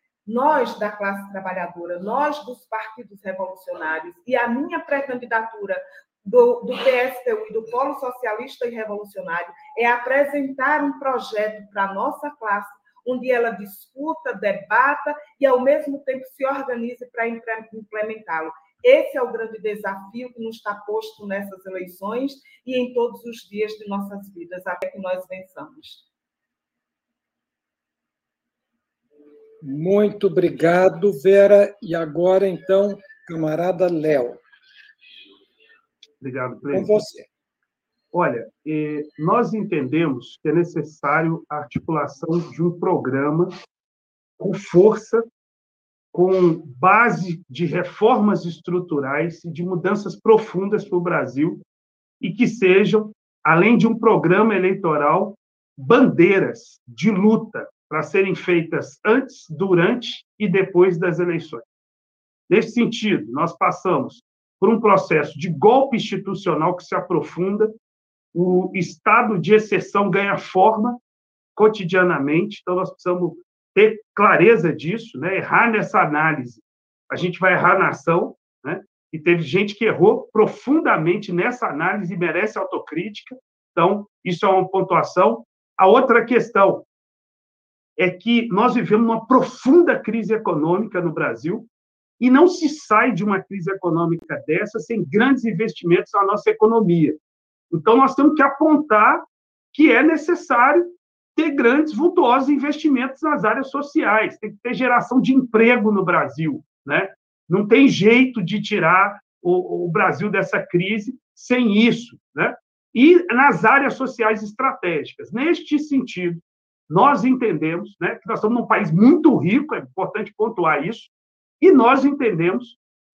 nós da classe trabalhadora, nós dos partidos revolucionários e a minha pré-candidatura do, do P S T U e do Polo Socialista e Revolucionário é apresentar um projeto para a nossa classe, onde ela discuta, debata e, ao mesmo tempo, se organize para implementá-lo. Esse é o grande desafio que nos está posto nessas eleições e em todos os dias de nossas vidas, até que nós vençamos. Muito obrigado, Vera. E agora, então, camarada Léo. Obrigado, presidente. Com você. Olha, nós entendemos que é necessário a articulação de um programa com força, com base de reformas estruturais e de mudanças profundas para o Brasil, e que sejam, além de um programa eleitoral, bandeiras de luta para serem feitas antes, durante e depois das eleições. Nesse sentido, nós passamos por um processo de golpe institucional que se aprofunda, o estado de exceção ganha forma cotidianamente, então nós precisamos ter clareza disso, né? Errar nessa análise. A gente vai errar na ação, né? E teve gente que errou profundamente nessa análise e merece autocrítica, então isso é uma pontuação. A outra questão é que nós vivemos uma profunda crise econômica no Brasil e não se sai de uma crise econômica dessa sem grandes investimentos na nossa economia. Então, nós temos que apontar que é necessário ter grandes, vultuosos investimentos nas áreas sociais, tem que ter geração de emprego no Brasil, né? Não tem jeito de tirar o, o Brasil dessa crise sem isso, né? E nas áreas sociais estratégicas. Neste sentido, nós entendemos, né, que nós estamos num país muito rico, é importante pontuar isso, e nós entendemos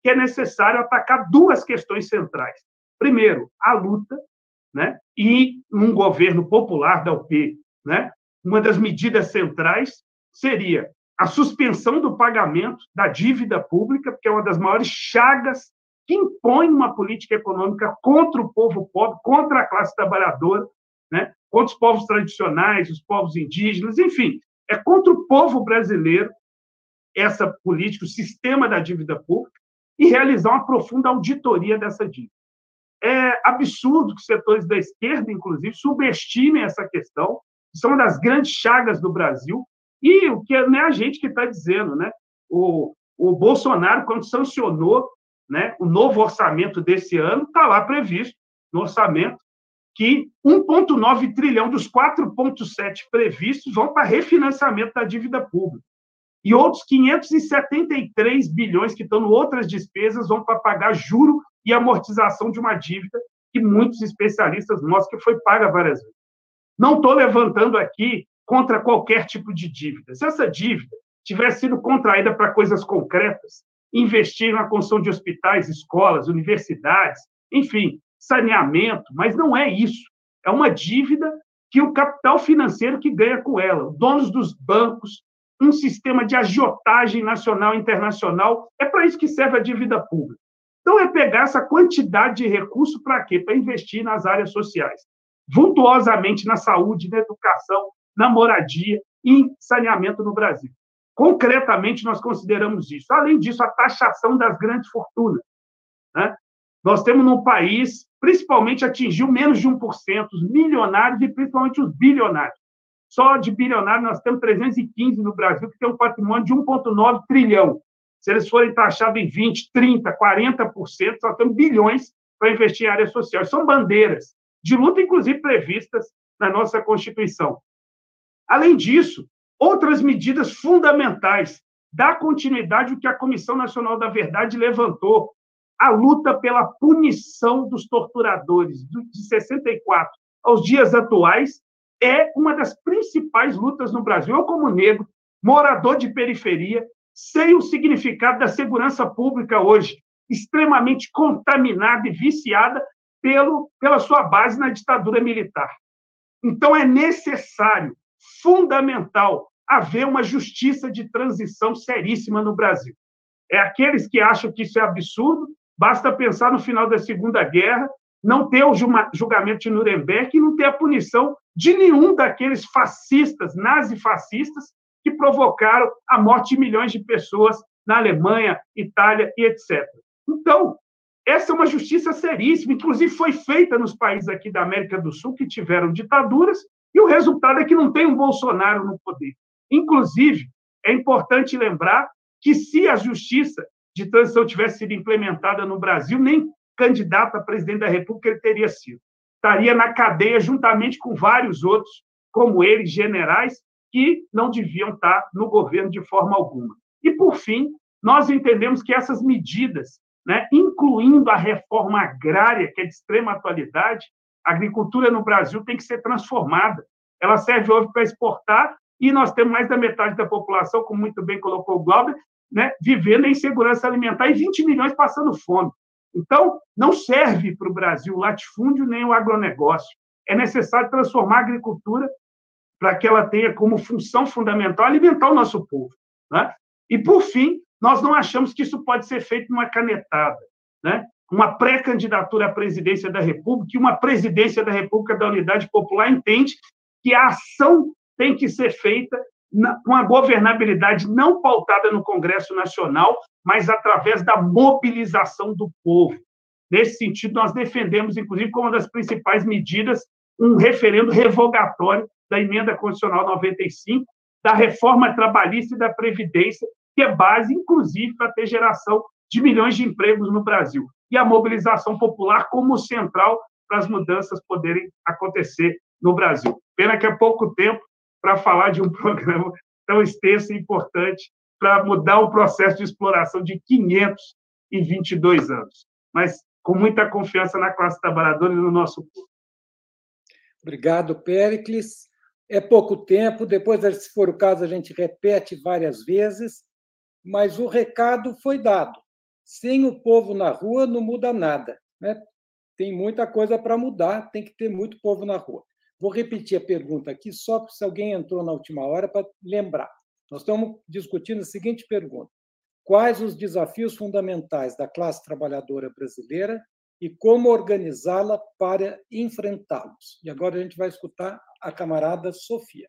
que é necessário atacar duas questões centrais. Primeiro, a luta, né? E um governo popular da U P, né? Uma das medidas centrais seria a suspensão do pagamento da dívida pública, que é uma das maiores chagas que impõe uma política econômica contra o povo pobre, contra a classe trabalhadora, né? Contra os povos tradicionais, os povos indígenas, enfim, é contra o povo brasileiro essa política, o sistema da dívida pública, e realizar uma profunda auditoria dessa dívida. É absurdo que setores da esquerda, inclusive, subestimem essa questão, que são uma das grandes chagas do Brasil, e o que não é a gente que está dizendo, né? O, o Bolsonaro, quando sancionou, né, o novo orçamento desse ano, está lá previsto no orçamento que um vírgula nove trilhão dos quatro vírgula sete previstos vão para refinanciamento da dívida pública. E outros quinhentos e setenta e três bilhões que estão em outras despesas vão para pagar juro e amortização de uma dívida que muitos especialistas mostram que foi paga várias vezes. Não estou levantando aqui contra qualquer tipo de dívida. Se essa dívida tivesse sido contraída para coisas concretas, investir na construção de hospitais, escolas, universidades, enfim, saneamento, mas não é isso. É uma dívida que o capital financeiro que ganha com ela, donos dos bancos, um sistema de agiotagem nacional e internacional, é para isso que serve a dívida pública. Então, é pegar essa quantidade de recurso para quê? Para investir nas áreas sociais, vultuosamente na saúde, na educação, na moradia e em saneamento no Brasil. Concretamente, nós consideramos isso. Além disso, a taxação das grandes fortunas, né? Nós temos no país, principalmente, atingiu menos de um por cento, os milionários e principalmente os bilionários. Só de bilionários nós temos trezentos e quinze no Brasil, que tem um patrimônio de um vírgula nove trilhão. Se eles forem taxados em vinte por cento, trinta por cento, quarenta por cento, só temos bilhões para investir em áreas sociais. São bandeiras de luta, inclusive, previstas na nossa Constituição. Além disso, outras medidas fundamentais dá continuidade ao que a Comissão Nacional da Verdade levantou, a luta pela punição dos torturadores de sessenta e quatro aos dias atuais é uma das principais lutas no Brasil. Eu, como negro, morador de periferia, sei o significado da segurança pública hoje, extremamente contaminada e viciada pelo, pela sua base na ditadura militar. Então, é necessário, fundamental, haver uma justiça de transição seríssima no Brasil. É aqueles que acham que isso é absurdo, basta pensar no final da Segunda Guerra, não ter o julgamento de Nuremberg e não ter a punição de nenhum daqueles fascistas, nazifascistas, que provocaram a morte de milhões de pessoas na Alemanha, Itália e etcétera. Então, essa é uma justiça seríssima, inclusive foi feita nos países aqui da América do Sul que tiveram ditaduras, e o resultado é que não tem um Bolsonaro no poder. Inclusive, é importante lembrar que se a justiça de transição tivesse sido implementada no Brasil, nem candidato a presidente da República ele teria sido. Estaria na cadeia juntamente com vários outros, como ele, generais, que não deviam estar no governo de forma alguma. E, por fim, nós entendemos que essas medidas, né, incluindo a reforma agrária, que é de extrema atualidade, a agricultura no Brasil tem que ser transformada. Ela serve hoje para exportar e nós temos mais da metade da população, como muito bem colocou o Glauber, né, vivendo em insegurança alimentar e vinte milhões passando fome. Então, não serve para o Brasil o latifúndio nem o agronegócio. É necessário transformar a agricultura para que ela tenha como função fundamental alimentar o nosso povo, né? E, por fim, nós não achamos que isso pode ser feito numa canetada, né? Uma pré-candidatura à presidência da República e uma presidência da República da Unidade Popular entende que a ação tem que ser feita com a governabilidade não pautada no Congresso Nacional, mas através da mobilização do povo. Nesse sentido, nós defendemos, inclusive, como uma das principais medidas, um referendo revogatório da Emenda Constitucional noventa e cinco, da reforma trabalhista e da Previdência, que é base, inclusive, para ter geração de milhões de empregos no Brasil. E a mobilização popular como central para as mudanças poderem acontecer no Brasil. Pena que é pouco tempo para falar de um programa tão extenso e importante para mudar o processo de exploração de quinhentos e vinte e dois anos. Mas com muita confiança na classe trabalhadora e no nosso povo. Obrigado, Péricles. É pouco tempo, depois, se for o caso, a gente repete várias vezes, mas o recado foi dado. Sem o povo na rua não muda nada, né? Tem muita coisa para mudar, tem que ter muito povo na rua. Vou repetir a pergunta aqui, só se alguém entrou na última hora para lembrar. Nós estamos discutindo a seguinte pergunta: quais os desafios fundamentais da classe trabalhadora brasileira e como organizá-la para enfrentá-los? E agora a gente vai escutar a camarada Sofia.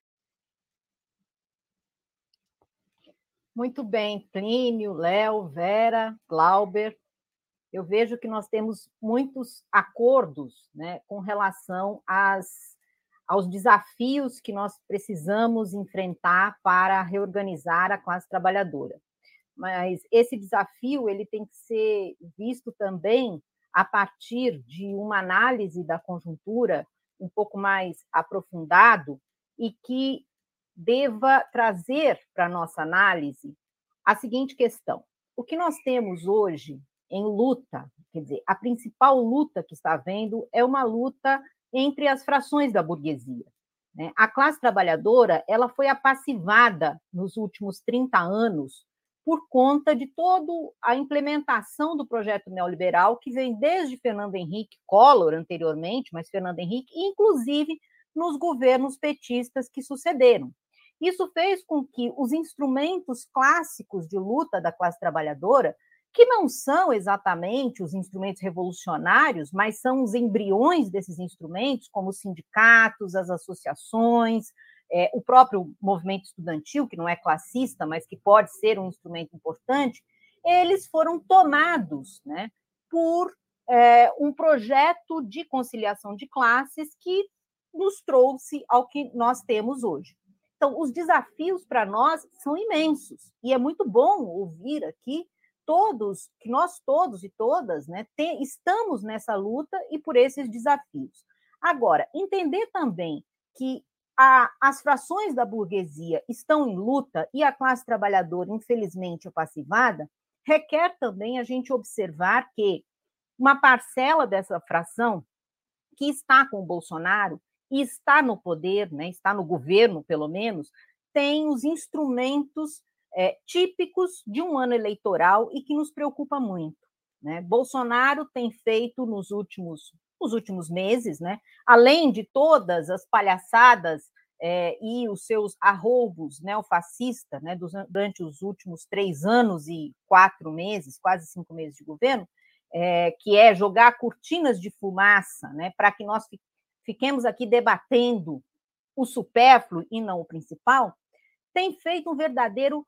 Muito bem, Plínio, Léo, Vera, Glauber. Eu vejo que nós temos muitos acordos, né, com relação às, aos desafios que nós precisamos enfrentar para reorganizar a classe trabalhadora. Mas esse desafio ele tem que ser visto também a partir de uma análise da conjuntura um pouco mais aprofundado e que deva trazer para a nossa análise a seguinte questão: o que nós temos hoje em luta, quer dizer, a principal luta que está havendo é uma luta entre as frações da burguesia. Né? A classe trabalhadora ela foi apassivada nos últimos trinta anos por conta de toda a implementação do projeto neoliberal que vem desde Fernando Henrique Collor anteriormente, mas Fernando Henrique, inclusive nos governos petistas que sucederam. Isso fez com que os instrumentos clássicos de luta da classe trabalhadora, que não são exatamente os instrumentos revolucionários, mas são os embriões desses instrumentos, como os sindicatos, as associações, é, o próprio movimento estudantil, que não é classista, mas que pode ser um instrumento importante, eles foram tomados, né, por é, um projeto de conciliação de classes que nos trouxe ao que nós temos hoje. Então, os desafios para nós são imensos, e é muito bom ouvir aqui todos, que nós todos e todas, né, te, estamos nessa luta e por esses desafios. Agora, entender também que a, as frações da burguesia estão em luta e a classe trabalhadora, infelizmente, apassivada, requer também a gente observar que uma parcela dessa fração que está com o Bolsonaro e está no poder, né, está no governo, pelo menos, tem os instrumentos é, típicos de um ano eleitoral e que nos preocupa muito. Né? Bolsonaro tem feito nos últimos, nos últimos meses, né, além de todas as palhaçadas é, e os seus arroubos neofascistas, né, durante os últimos três anos e quatro meses, quase cinco meses de governo, é, que é jogar cortinas de fumaça, né, para que nós fiquemos aqui debatendo o supérfluo e não o principal, tem feito um verdadeiro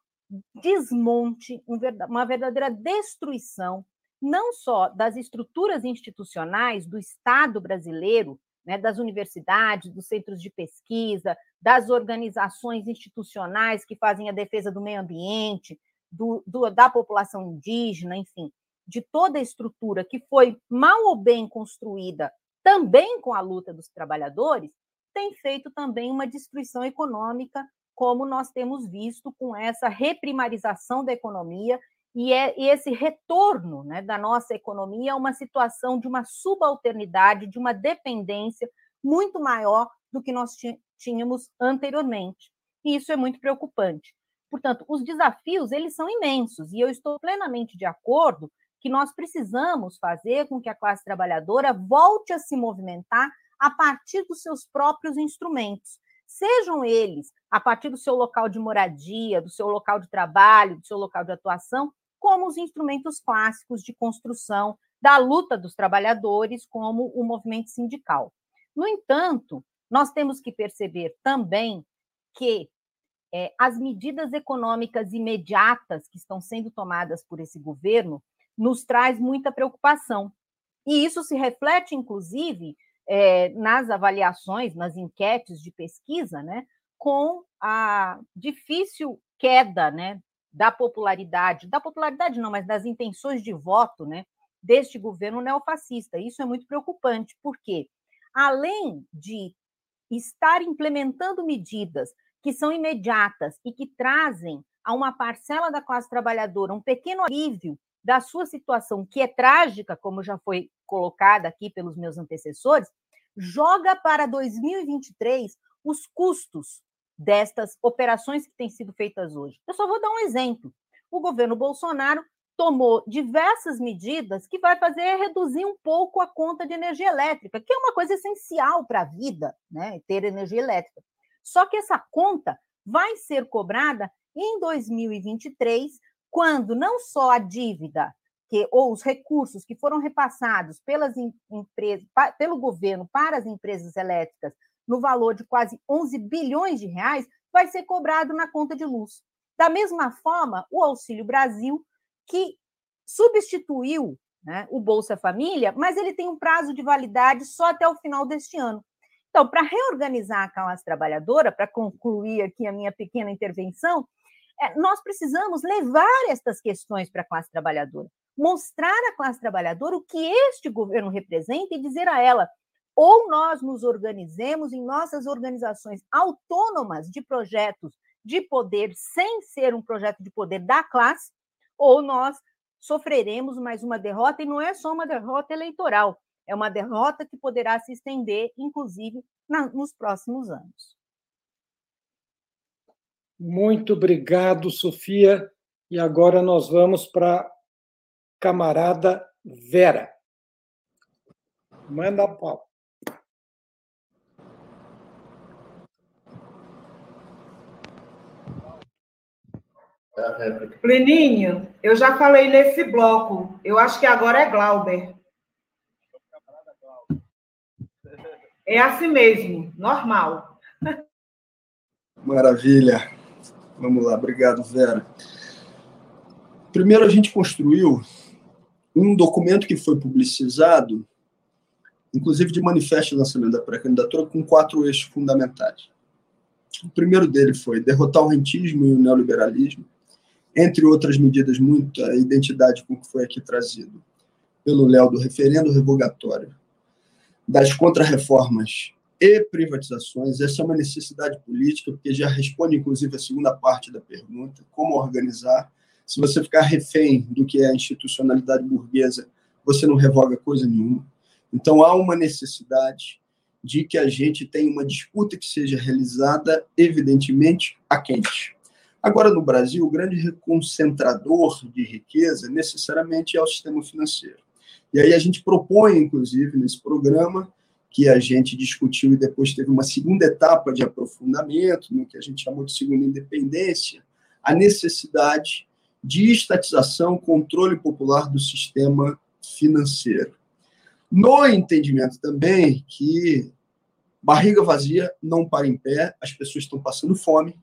desmonte, uma verdadeira destruição, não só das estruturas institucionais do Estado brasileiro, né, das universidades, dos centros de pesquisa, das organizações institucionais que fazem a defesa do meio ambiente, do, do, da população indígena, enfim, de toda a estrutura que foi mal ou bem construída também com a luta dos trabalhadores, tem feito também uma destruição econômica, como nós temos visto com essa reprimarização da economia e, é, e esse retorno, né, da nossa economia a uma situação de uma subalternidade, de uma dependência muito maior do que nós tínhamos anteriormente. E isso é muito preocupante. Portanto, os desafios, eles são imensos, e eu estou plenamente de acordo que nós precisamos fazer com que a classe trabalhadora volte a se movimentar a partir dos seus próprios instrumentos, sejam eles a partir do seu local de moradia, do seu local de trabalho, do seu local de atuação, como os instrumentos clássicos de construção da luta dos trabalhadores, como o movimento sindical. No entanto, nós temos que perceber também que é, as medidas econômicas imediatas que estão sendo tomadas por esse governo nos traz muita preocupação. E isso se reflete, inclusive, é, nas avaliações, nas enquetes de pesquisa, né, com a difícil queda, né, da popularidade, da popularidade não, mas das intenções de voto, né, deste governo neofascista. Isso é muito preocupante, porque, além de estar implementando medidas que são imediatas e que trazem a uma parcela da classe trabalhadora um pequeno alívio da sua situação, que é trágica, como já foi colocada aqui pelos meus antecessores, joga para dois mil e vinte e três os custos destas operações que têm sido feitas hoje. Eu só vou dar um exemplo. O governo Bolsonaro tomou diversas medidas que vai fazer reduzir um pouco a conta de energia elétrica, que é uma coisa essencial para a vida, né? Ter energia elétrica. Só que essa conta vai ser cobrada em dois mil e vinte e três, quando não só a dívida que, ou os recursos que foram repassados pelas empresas, pelo governo para as empresas elétricas no valor de quase onze bilhões de reais, vai ser cobrado na conta de luz. Da mesma forma, o Auxílio Brasil, que substituiu, né, o Bolsa Família, mas ele tem um prazo de validade só até o final deste ano. Então, para reorganizar a classe trabalhadora, para concluir aqui a minha pequena intervenção, é, nós precisamos levar estas questões para a classe trabalhadora, mostrar à classe trabalhadora o que este governo representa e dizer a ela: ou nós nos organizemos em nossas organizações autônomas de projetos de poder, sem ser um projeto de poder da classe, ou nós sofreremos mais uma derrota, e não é só uma derrota eleitoral, é uma derrota que poderá se estender, inclusive, na, nos próximos anos. Muito obrigado, Sofia. E agora nós vamos para a camarada Vera. Manda a pau. Pleninho, eu já falei nesse bloco. Eu acho que agora é Glauber. É assim mesmo, normal. Maravilha. Vamos lá, obrigado, Vera. Primeiro, a gente construiu um documento que foi publicizado, inclusive de manifesto de lançamento da pré-candidatura, com quatro eixos fundamentais. O primeiro dele foi derrotar o rentismo e o neoliberalismo, entre outras medidas, muita identidade com o que foi aqui trazido pelo Léo, do referendo revogatório, das contrarreformas e privatizações. Essa é uma necessidade política, porque já responde, inclusive, a segunda parte da pergunta: como organizar. Se você ficar refém do que é a institucionalidade burguesa, você não revoga coisa nenhuma. Então, há uma necessidade de que a gente tenha uma disputa que seja realizada, evidentemente, a quente. Agora, no Brasil, o grande reconcentrador de riqueza, necessariamente, é o sistema financeiro. E aí a gente propõe, inclusive, nesse programa, que a gente discutiu e depois teve uma segunda etapa de aprofundamento, no que a gente chamou de segunda independência, a necessidade de estatização, controle popular do sistema financeiro. No entendimento também que barriga vazia não para em pé, as pessoas estão passando fome,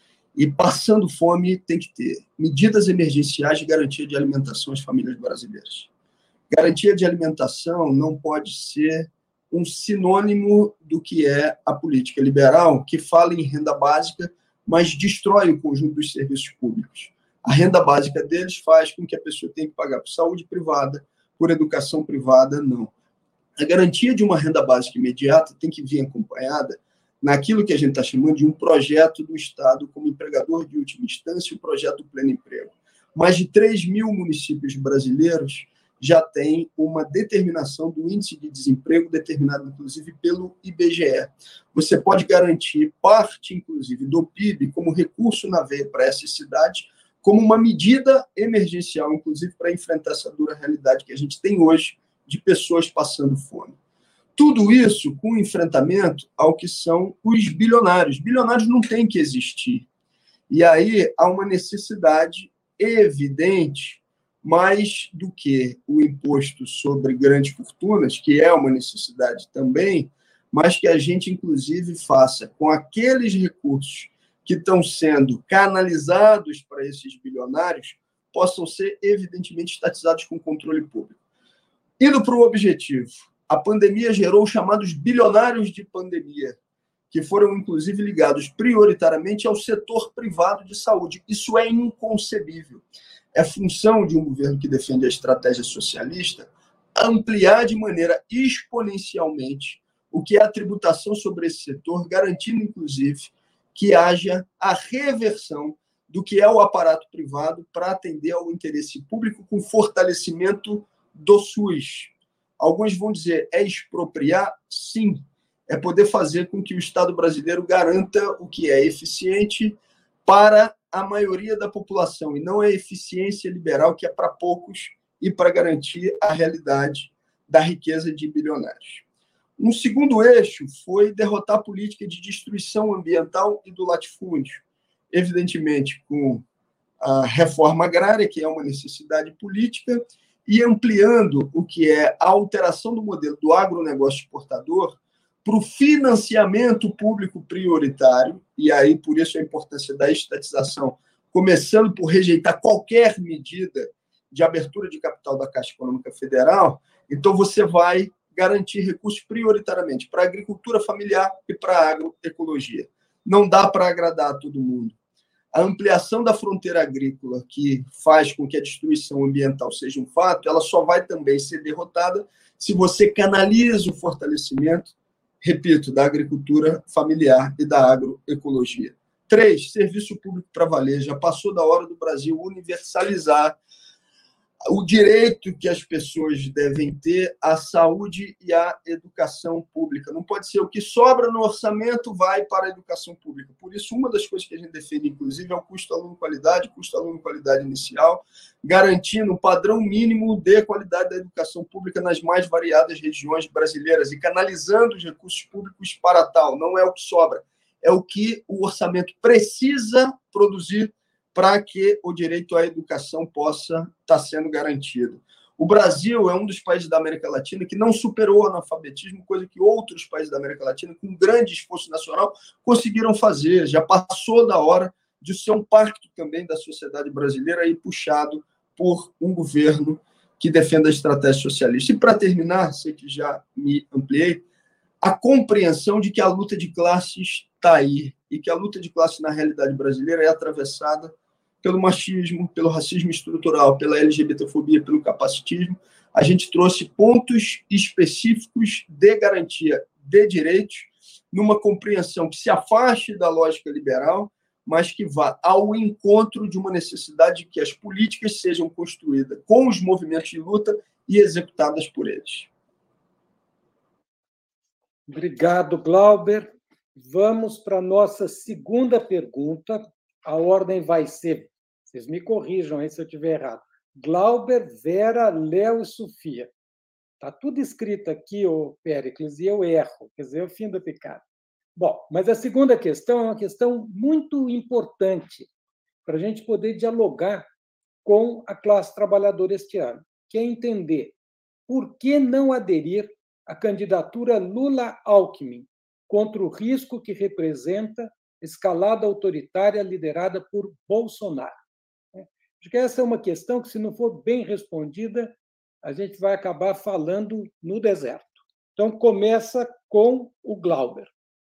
e passando fome tem que ter medidas emergenciais de garantia de alimentação às famílias brasileiras. Garantia de alimentação não pode ser um sinônimo do que é a política liberal, que fala em renda básica, mas destrói o conjunto dos serviços públicos. A renda básica deles faz com que a pessoa tenha que pagar por saúde privada, por educação privada, não. A garantia de uma renda básica imediata tem que vir acompanhada naquilo que a gente está chamando de um projeto do Estado como empregador de última instância, o projeto do pleno emprego. Mais de três mil municípios brasileiros já têm uma determinação do índice de desemprego, determinado, inclusive, pelo I B G E. Você pode garantir parte, inclusive, do P I B como recurso na veia para essas cidades, como uma medida emergencial, inclusive, para enfrentar essa dura realidade que a gente tem hoje de pessoas passando fome. Tudo isso com enfrentamento ao que são os bilionários. Bilionários não têm que existir. E aí há uma necessidade evidente, mais do que o imposto sobre grandes fortunas, que é uma necessidade também, mas que a gente, inclusive, faça com aqueles recursos que estão sendo canalizados para esses bilionários, possam ser, evidentemente, estatizados com controle público. Indo para o objetivo, a pandemia gerou os chamados bilionários de pandemia, que foram, inclusive, ligados prioritariamente ao setor privado de saúde. Isso é inconcebível. É função de um governo que defende a estratégia socialista ampliar de maneira exponencialmente o que é a tributação sobre esse setor, garantindo, inclusive, que haja a reversão do que é o aparato privado para atender ao interesse público com fortalecimento do SUS. Alguns vão dizer, é expropriar? Sim. É poder fazer com que o Estado brasileiro garanta o que é eficiente para a maioria da população, e não a eficiência liberal, que é para poucos e para garantir a realidade da riqueza de bilionários. Um segundo eixo foi derrotar a política de destruição ambiental e do latifúndio, evidentemente com a reforma agrária, que é uma necessidade política, e ampliando o que é a alteração do modelo do agronegócio exportador para o financiamento público prioritário, e aí por isso a importância da estatização, começando por rejeitar qualquer medida de abertura de capital da Caixa Econômica Federal. Então você vai garantir recursos prioritariamente para a agricultura familiar e para a agroecologia. Não dá para agradar a todo mundo. A ampliação da fronteira agrícola, que faz com que a destruição ambiental seja um fato, ela só vai também ser derrotada se você canaliza o fortalecimento, repito, da agricultura familiar e da agroecologia. Três, serviço público para valer. Já passou da hora do Brasil universalizar o direito que as pessoas devem ter à saúde e à educação pública. Não pode ser o que sobra no orçamento vai para a educação pública. Por isso, uma das coisas que a gente defende, inclusive, é o custo aluno-qualidade, custo aluno-qualidade inicial, garantindo um padrão mínimo de qualidade da educação pública nas mais variadas regiões brasileiras e canalizando os recursos públicos para tal. Não é o que sobra, é o que o orçamento precisa produzir para que o direito à educação possa estar sendo garantido. O Brasil é um dos países da América Latina que não superou o analfabetismo, coisa que outros países da América Latina, com grande esforço nacional, conseguiram fazer. Já passou da hora de ser um pacto também da sociedade brasileira e puxado por um governo que defenda a estratégia socialista. E, para terminar, sei que já me ampliei, a compreensão de que a luta de classes está aí e que a luta de classes na realidade brasileira é atravessada pelo machismo, pelo racismo estrutural, pela LGBTfobia, pelo capacitismo. A gente trouxe pontos específicos de garantia de direitos numa compreensão que se afaste da lógica liberal, mas que vá ao encontro de uma necessidade de que as políticas sejam construídas com os movimentos de luta e executadas por eles. Obrigado, Glauber. Vamos para a nossa segunda pergunta. A ordem vai ser, vocês me corrijam aí se eu estiver errado, Glauber, Vera, Léo e Sofia. Está tudo escrito aqui, ô Péricles, e eu erro, quer dizer, é o fim da picada. Bom, mas a segunda questão é uma questão muito importante para a gente poder dialogar com a classe trabalhadora este ano, que é entender por que não aderir à candidatura Lula-Alckmin contra o risco que representa escalada autoritária liderada por Bolsonaro. Acho que essa é uma questão que, se não for bem respondida, a gente vai acabar falando no deserto. Então, começa com o Glauber.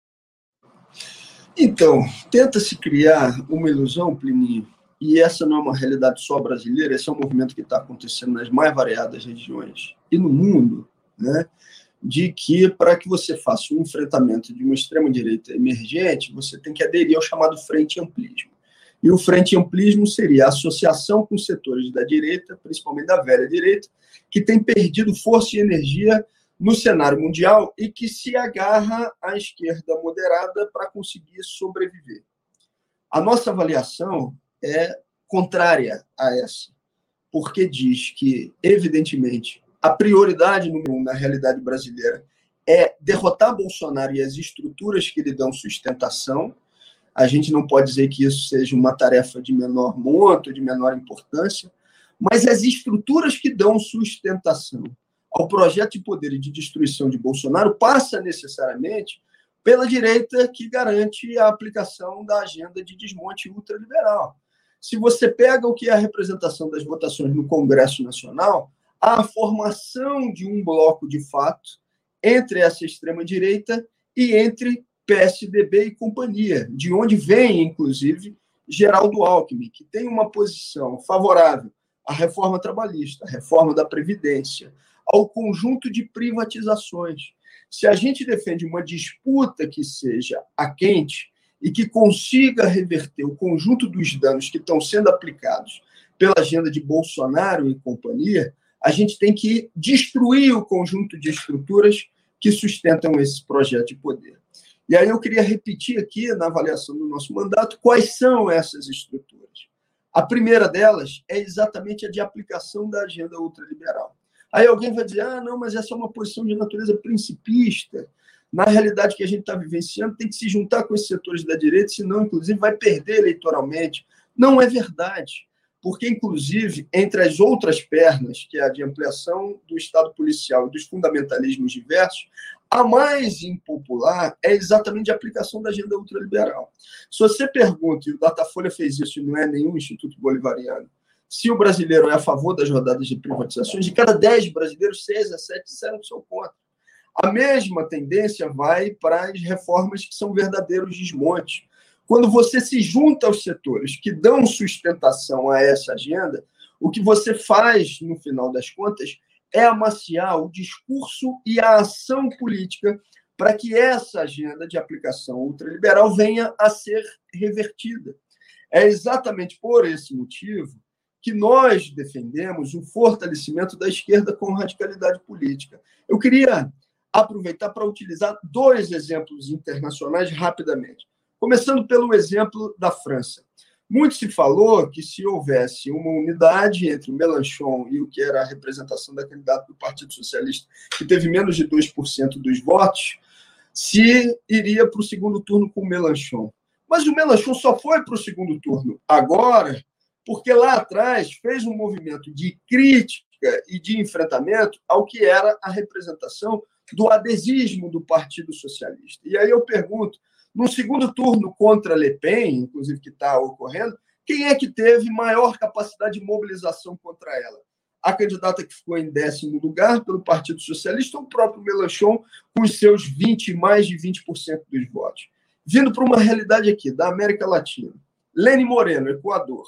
Então, tenta-se criar uma ilusão, Plininho, e essa não é uma realidade só brasileira, esse é um movimento que está acontecendo nas mais variadas regiões e no mundo, né? De que, para que você faça um enfrentamento de uma extrema-direita emergente, você tem que aderir ao chamado frente amplismo. E o frente amplismo seria a associação com setores da direita, principalmente da velha direita, que tem perdido força e energia no cenário mundial e que se agarra à esquerda moderada para conseguir sobreviver. A nossa avaliação é contrária a essa, porque diz que, evidentemente, a prioridade número um na realidade brasileira é derrotar Bolsonaro e as estruturas que lhe dão sustentação. A gente não pode dizer que isso seja uma tarefa de menor monta, de menor importância, mas as estruturas que dão sustentação ao projeto de poder e de destruição de Bolsonaro passa necessariamente pela direita que garante a aplicação da agenda de desmonte ultraliberal. Se você pega o que é a representação das votações no Congresso Nacional, há a formação de um bloco de fato entre essa extrema-direita e entre P S D B e companhia, de onde vem, inclusive, Geraldo Alckmin, que tem uma posição favorável à reforma trabalhista, à reforma da Previdência, ao conjunto de privatizações. Se a gente defende uma disputa que seja a quente e que consiga reverter o conjunto dos danos que estão sendo aplicados pela agenda de Bolsonaro e companhia, a gente tem que destruir o conjunto de estruturas que sustentam esse projeto de poder. E aí eu queria repetir aqui, na avaliação do nosso mandato, quais são essas estruturas. A primeira delas é exatamente a de aplicação da agenda ultraliberal. Aí alguém vai dizer, ah, não, mas essa é uma posição de natureza principista. Na realidade que a gente está vivenciando, tem que se juntar com esses setores da direita, senão, inclusive, vai perder eleitoralmente. Não é verdade, porque, inclusive, entre as outras pernas, que é a de ampliação do Estado policial e dos fundamentalismos diversos, a mais impopular é exatamente a aplicação da agenda ultraliberal. Se você pergunta, e o Datafolha fez isso, e não é nenhum instituto bolivariano, se o brasileiro é a favor das rodadas de privatizações, de cada dez brasileiros, seis a sete disseram que são contra. A mesma tendência vai para as reformas que são verdadeiros desmontes. Quando você se junta aos setores que dão sustentação a essa agenda, o que você faz, no final das contas, é amaciar o discurso e a ação política para que essa agenda de aplicação ultraliberal venha a ser revertida. É exatamente por esse motivo que nós defendemos o fortalecimento da esquerda com radicalidade política. Eu queria aproveitar para utilizar dois exemplos internacionais rapidamente. Começando pelo exemplo da França. Muito se falou que se houvesse uma unidade entre o Mélenchon e o que era a representação da candidata do Partido Socialista, que teve menos de dois por cento dos votos, se iria para o segundo turno com o Mélenchon. Mas o Mélenchon só foi para o segundo turno agora porque lá atrás fez um movimento de crítica e de enfrentamento ao que era a representação do adesismo do Partido Socialista. E aí eu pergunto, no segundo turno contra Le Pen, inclusive que está ocorrendo, quem é que teve maior capacidade de mobilização contra ela? A candidata que ficou em décimo lugar pelo Partido Socialista ou o próprio Mélenchon com os seus vinte, mais de vinte por cento dos votos? Vindo para uma realidade aqui, da América Latina. Lenín Moreno, Equador.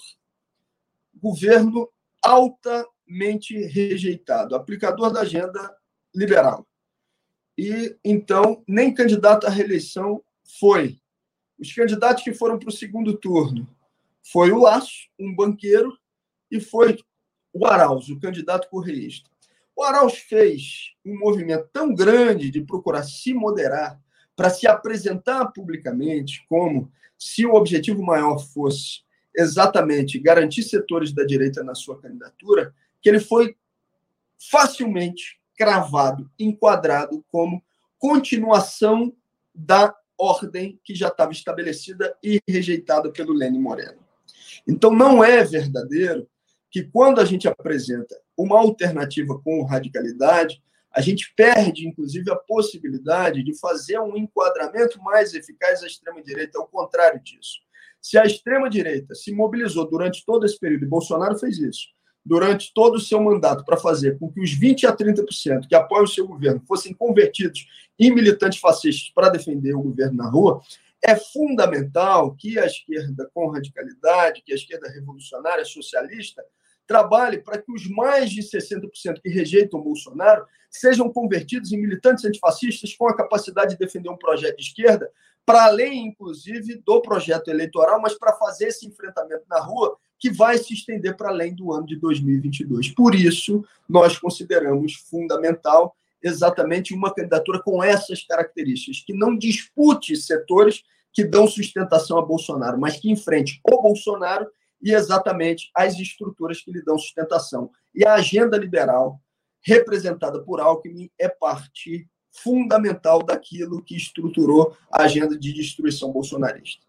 Governo altamente rejeitado, aplicador da agenda liberal. E, então, nem candidato à reeleição foi. Os candidatos que foram para o segundo turno foi o Lasso, um banqueiro, e foi o Arauz, o candidato correísta. O Arauz fez um movimento tão grande de procurar se moderar para se apresentar publicamente como se o objetivo maior fosse exatamente garantir setores da direita na sua candidatura, que ele foi facilmente cravado, enquadrado como continuação da ordem que já estava estabelecida e rejeitada pelo Lenín Moreno. Então, não é verdadeiro que, quando a gente apresenta uma alternativa com radicalidade, a gente perde, inclusive, a possibilidade de fazer um enquadramento mais eficaz à extrema-direita, ao contrário disso. Se a extrema-direita se mobilizou durante todo esse período, e Bolsonaro fez isso, durante todo o seu mandato, para fazer com que os vinte a trinta por cento que apoiam o seu governo fossem convertidos em militantes fascistas para defender o governo na rua, é fundamental que a esquerda com radicalidade, que a esquerda revolucionária, socialista, trabalhe para que os mais de sessenta por cento que rejeitam Bolsonaro sejam convertidos em militantes antifascistas com a capacidade de defender um projeto de esquerda, para além, inclusive, do projeto eleitoral, mas para fazer esse enfrentamento na rua que vai se estender para além do ano de dois mil e vinte e dois. Por isso, nós consideramos fundamental exatamente uma candidatura com essas características, que não dispute setores que dão sustentação a Bolsonaro, mas que enfrente o Bolsonaro e exatamente as estruturas que lhe dão sustentação. E a agenda liberal, representada por Alckmin, é parte fundamental daquilo que estruturou a agenda de destruição bolsonarista.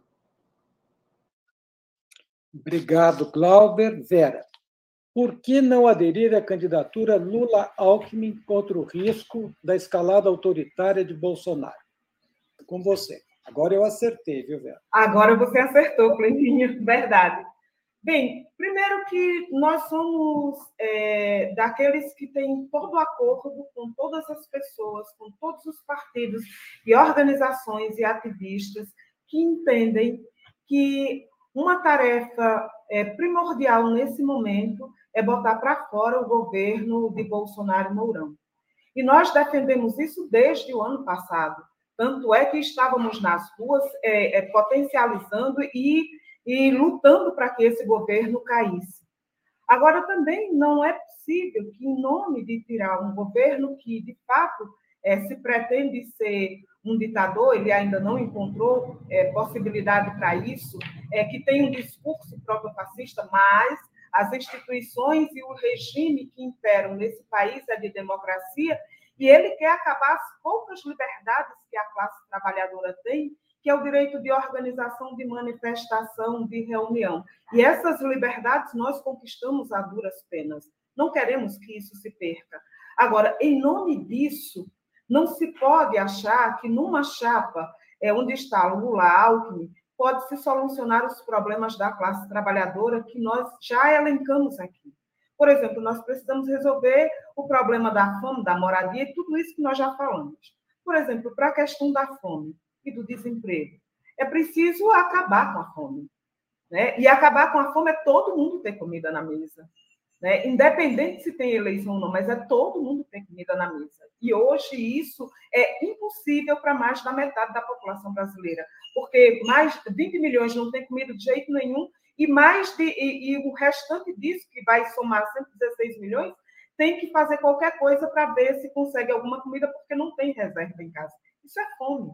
Obrigado, Glauber. Vera, por que não aderir à candidatura Lula-Alckmin contra o risco da escalada autoritária de Bolsonaro? Com você. Agora eu acertei, viu, Vera? Agora você acertou, Cleitinho, verdade. Bem, primeiro que nós somos é, daqueles que têm todo o acordo com todas as pessoas, com todos os partidos e organizações e ativistas que entendem que uma tarefa é, primordial nesse momento é botar para fora o governo de Bolsonaro e Mourão. E nós defendemos isso desde o ano passado. Tanto é que estávamos nas ruas é, é, potencializando e, e lutando para que esse governo caísse. Agora, também não é possível que, em nome de tirar um governo que, de fato, é, se pretende ser um ditador, ele ainda não encontrou é, possibilidade para isso, é, que tem um discurso proto-fascista, mas as instituições e o regime que imperam nesse país é de democracia, e ele quer acabar as poucas liberdades que a classe trabalhadora tem, que é o direito de organização, de manifestação, de reunião. E essas liberdades nós conquistamos a duras penas. Não queremos que isso se perca. Agora, em nome disso, não se pode achar que numa chapa é, onde está Lula, Alckmin, pode se solucionar os problemas da classe trabalhadora que nós já elencamos aqui. Por exemplo, nós precisamos resolver o problema da fome, da moradia e tudo isso que nós já falamos. Por exemplo, para a questão da fome e do desemprego, é preciso acabar com a fome. Né? E acabar com a fome é todo mundo ter comida na mesa. Né? Independente se tem eleição ou não, mas é todo mundo ter comida na mesa. E hoje isso é impossível para mais da metade da população brasileira, porque mais de vinte milhões não tem comida de jeito nenhum, e mais de e, e o restante disso, que vai somar cento e dezesseis milhões, tem que fazer qualquer coisa para ver se consegue alguma comida, porque não tem reserva em casa. Isso é fome.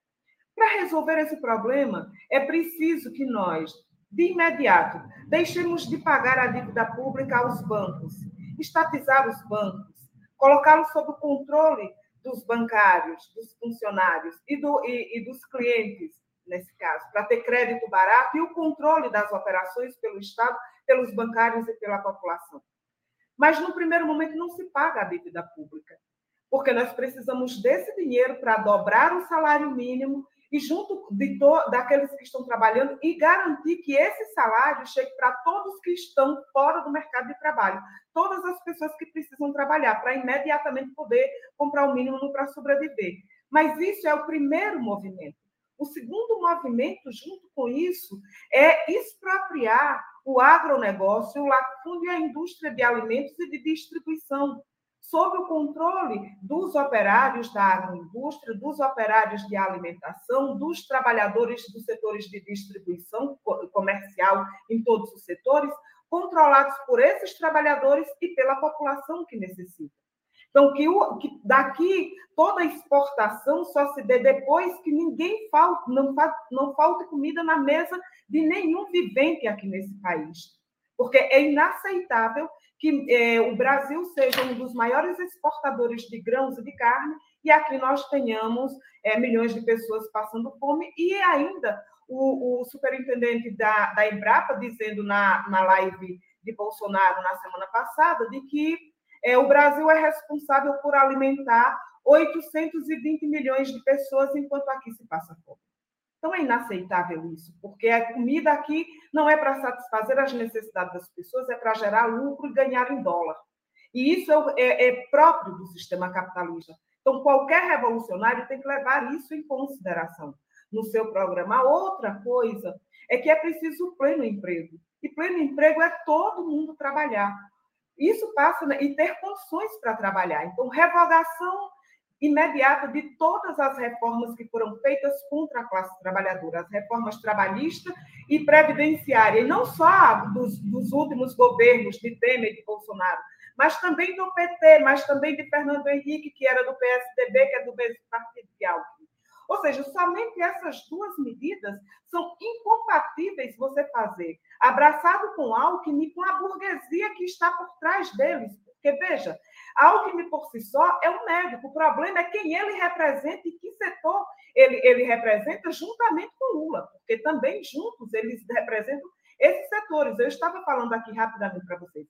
Para resolver esse problema, é preciso que nós, de imediato, deixemos de pagar a dívida pública aos bancos, estatizar os bancos, colocá-los sob o controle dos bancários, dos funcionários e, do, e, e dos clientes, nesse caso, para ter crédito barato e o controle das operações pelo Estado, pelos bancários e pela população. Mas, no primeiro momento, não se paga a dívida pública, porque nós precisamos desse dinheiro para dobrar o salário mínimo e junto de to- daqueles que estão trabalhando e garantir que esse salário chegue para todos que estão fora do mercado de trabalho, todas as pessoas que precisam trabalhar, para imediatamente poder comprar o mínimo para sobreviver. Mas isso é o primeiro movimento. O segundo movimento, junto com isso, é expropriar o agronegócio, o latifúndio e a indústria de alimentos e de distribuição, sob o controle dos operários da agroindústria, dos operários de alimentação, dos trabalhadores dos setores de distribuição comercial em todos os setores, controlados por esses trabalhadores e pela população que necessita. Então, que, o, que daqui toda a exportação só se dê depois que ninguém falte, não, não falte comida na mesa de nenhum vivente aqui nesse país. Porque é inaceitável que eh, o Brasil seja um dos maiores exportadores de grãos e de carne e aqui nós tenhamos eh, milhões de pessoas passando fome e ainda o, o superintendente da, da Embrapa dizendo na, na live de Bolsonaro na semana passada de que eh, o Brasil é responsável por alimentar oitocentos e vinte milhões de pessoas enquanto aqui se passa fome. Então, é inaceitável isso, porque a comida aqui não é para satisfazer as necessidades das pessoas, é para gerar lucro e ganhar em dólar. E isso é, é, é próprio do sistema capitalista. Então, qualquer revolucionário tem que levar isso em consideração no seu programa. Outra coisa é que é preciso pleno emprego. E pleno emprego é todo mundo trabalhar. Isso passa né, e ter condições para trabalhar. Então, revogação imediata de todas as reformas que foram feitas contra a classe trabalhadora, as reformas trabalhista e previdenciária, e não só dos, dos últimos governos de Temer e de Bolsonaro, mas também do P T, mas também de Fernando Henrique, que era do P S D B, que é do mesmo partido de Alckmin. Ou seja, somente essas duas medidas são incompatíveis você fazer, abraçado com Alckmin e com a burguesia que está por trás deles. Porque, veja, Alckmin por si só é um médico, o problema é quem ele representa e que setor ele, ele representa juntamente com Lula, porque também juntos eles representam esses setores. Eu estava falando aqui rapidamente para vocês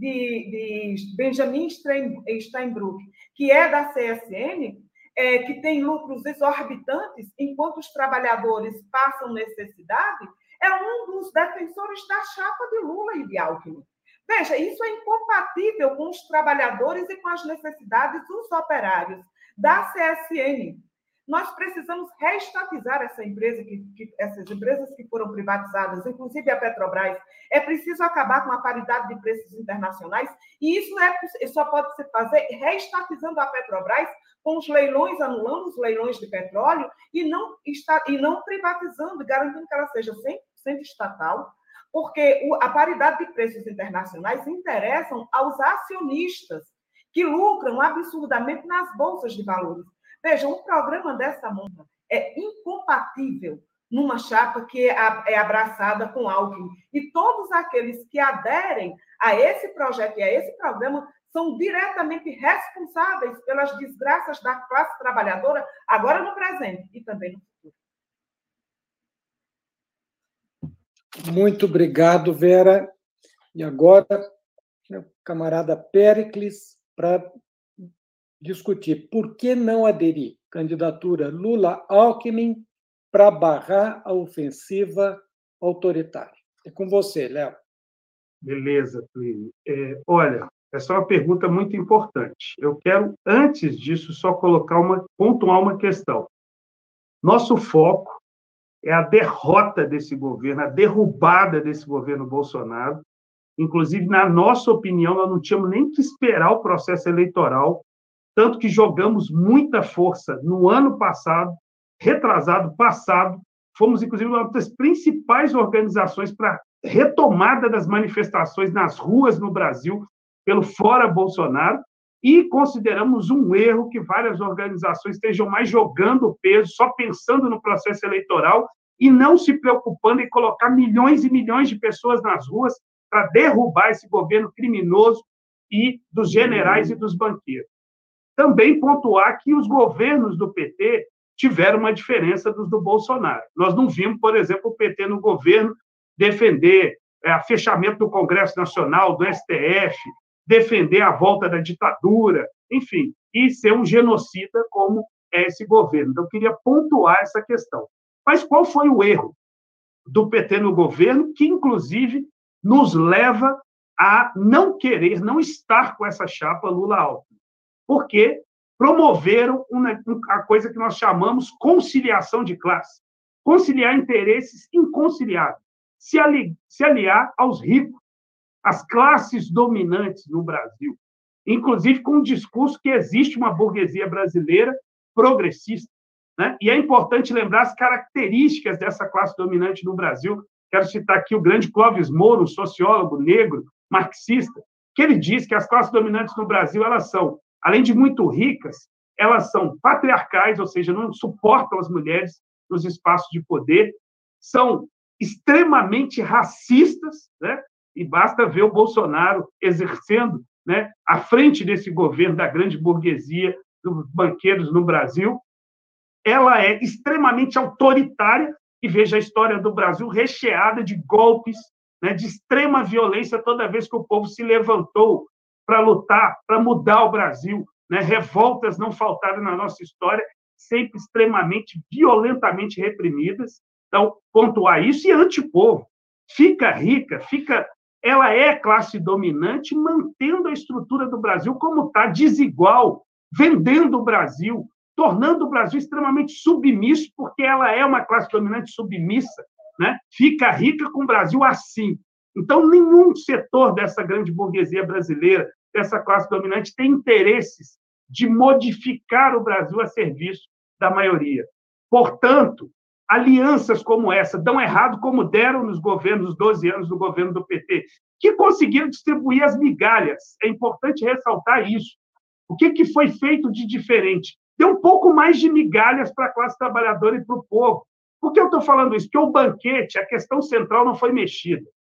de, de Benjamin Steinbrück, que é da C S N, é, que tem lucros exorbitantes enquanto os trabalhadores passam necessidade, é um dos defensores da chapa de Lula e de Alckmin. Veja, isso é incompatível com os trabalhadores e com as necessidades dos operários da C S N. Nós precisamos reestatizar essa empresa, que, que, essas empresas que foram privatizadas, inclusive a Petrobras. É preciso acabar com a paridade de preços internacionais e isso é, só pode se fazer reestatizando a Petrobras com os leilões, anulando os leilões de petróleo e não, está, e não privatizando, garantindo que ela seja cem por cento estatal, porque a paridade de preços internacionais interessam aos acionistas que lucram absurdamente nas bolsas de valores. Veja, um programa dessa monta é incompatível numa chapa que é abraçada com Alckmin. E todos aqueles que aderem a esse projeto e a esse programa são diretamente responsáveis pelas desgraças da classe trabalhadora, agora no presente e também no futuro. Muito obrigado, Vera. E agora, meu camarada Péricles, para discutir por que não aderir candidatura Lula-Alckmin para barrar a ofensiva autoritária. É com você, Léo. Beleza, Plínio. É, olha, essa é uma pergunta muito importante. Eu quero, antes disso, só colocar uma, pontuar uma questão. Nosso foco é a derrota desse governo, a derrubada desse governo Bolsonaro. Inclusive, na nossa opinião, nós não tínhamos nem que esperar o processo eleitoral, tanto que jogamos muita força no ano passado, retrasado, passado, fomos, inclusive, uma das principais organizações para retomada das manifestações nas ruas no Brasil, pelo Fora Bolsonaro, e consideramos um erro que várias organizações estejam mais jogando o peso, só pensando no processo eleitoral e não se preocupando em colocar milhões e milhões de pessoas nas ruas para derrubar esse governo criminoso e dos generais e dos banqueiros. Também pontuar que os governos do P T tiveram uma diferença dos do Bolsonaro. Nós não vimos, por exemplo, o P T no governo defender é, o fechamento do Congresso Nacional, do S T F, defender a volta da ditadura, enfim, e ser um genocida como é esse governo. Então, eu queria pontuar essa questão. Mas qual foi o erro do P T no governo, que, inclusive, nos leva a não querer, não estar com essa chapa Lula-Alckmin? Porque promoveram uma, a coisa que nós chamamos conciliação de classe. Conciliar interesses inconciliáveis. Se, ali, se aliar aos ricos, às classes dominantes no Brasil. Inclusive com o discurso que existe uma burguesia brasileira progressista. Né? E é importante lembrar as características dessa classe dominante no Brasil. Quero citar aqui o grande Clóvis Moura, um sociólogo negro, marxista, que ele diz que as classes dominantes no Brasil, elas são, além de muito ricas, elas são patriarcais, ou seja, não suportam as mulheres nos espaços de poder, são extremamente racistas, né? E basta ver o Bolsonaro exercendo, né, à frente desse governo da grande burguesia, dos banqueiros no Brasil. Ela é extremamente autoritária, e veja a história do Brasil recheada de golpes, né, de extrema violência toda vez que o povo se levantou para lutar, para mudar o Brasil. Né? Revoltas não faltaram na nossa história, sempre extremamente, violentamente reprimidas. Então, pontuar isso, e antipovo. Fica rica, fica... ela é classe dominante, mantendo a estrutura do Brasil como está, desigual, vendendo o Brasil, tornando o Brasil extremamente submisso, porque ela é uma classe dominante submissa, né? Fica rica com o Brasil assim. Então, nenhum setor dessa grande burguesia brasileira, dessa classe dominante, tem interesses de modificar o Brasil a serviço da maioria. Portanto, alianças como essa dão errado, como deram nos governos, nos doze anos do governo do P T, que conseguiram distribuir as migalhas. É importante ressaltar isso. O que, que foi feito de diferente? Deu um pouco mais de migalhas para a classe trabalhadora e para o povo. Por que eu estou falando isso? Porque o banquete, a questão central não foi mexida.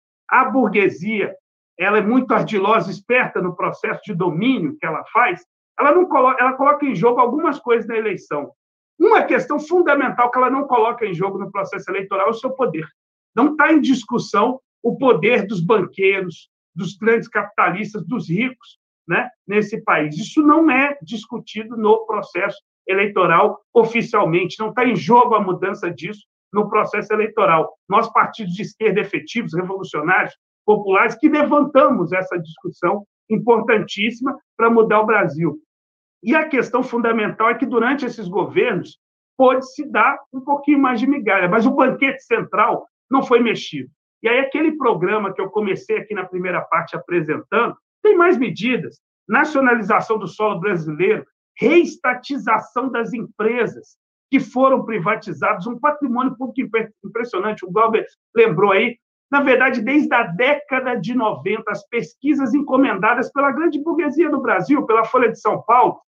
A burguesia, ela é muito ardilosa, esperta no processo de domínio que ela faz, ela, não coloca, ela coloca em jogo algumas coisas na eleição. Uma questão fundamental que ela não coloca em jogo no processo eleitoral é o seu poder. Não está em discussão o poder dos banqueiros, dos grandes capitalistas, dos ricos, né, nesse país. Isso não é discutido no processo eleitoral oficialmente. Não está em jogo a mudança disso no processo eleitoral. Nós, partidos de esquerda efetivos, revolucionários, populares, que levantamos essa discussão importantíssima para mudar o Brasil. E a questão fundamental é que, durante esses governos, pôde-se dar um pouquinho mais de migalha, mas o banquete central não foi mexido. E aí, aquele programa que eu comecei aqui na primeira parte apresentando, tem mais medidas: nacionalização do solo brasileiro, reestatização das empresas que foram privatizadas, um patrimônio público impressionante. O Glauber lembrou aí, na verdade, desde a década de noventa, as pesquisas encomendadas pela grande burguesia do Brasil, pela Folha de São Paulo,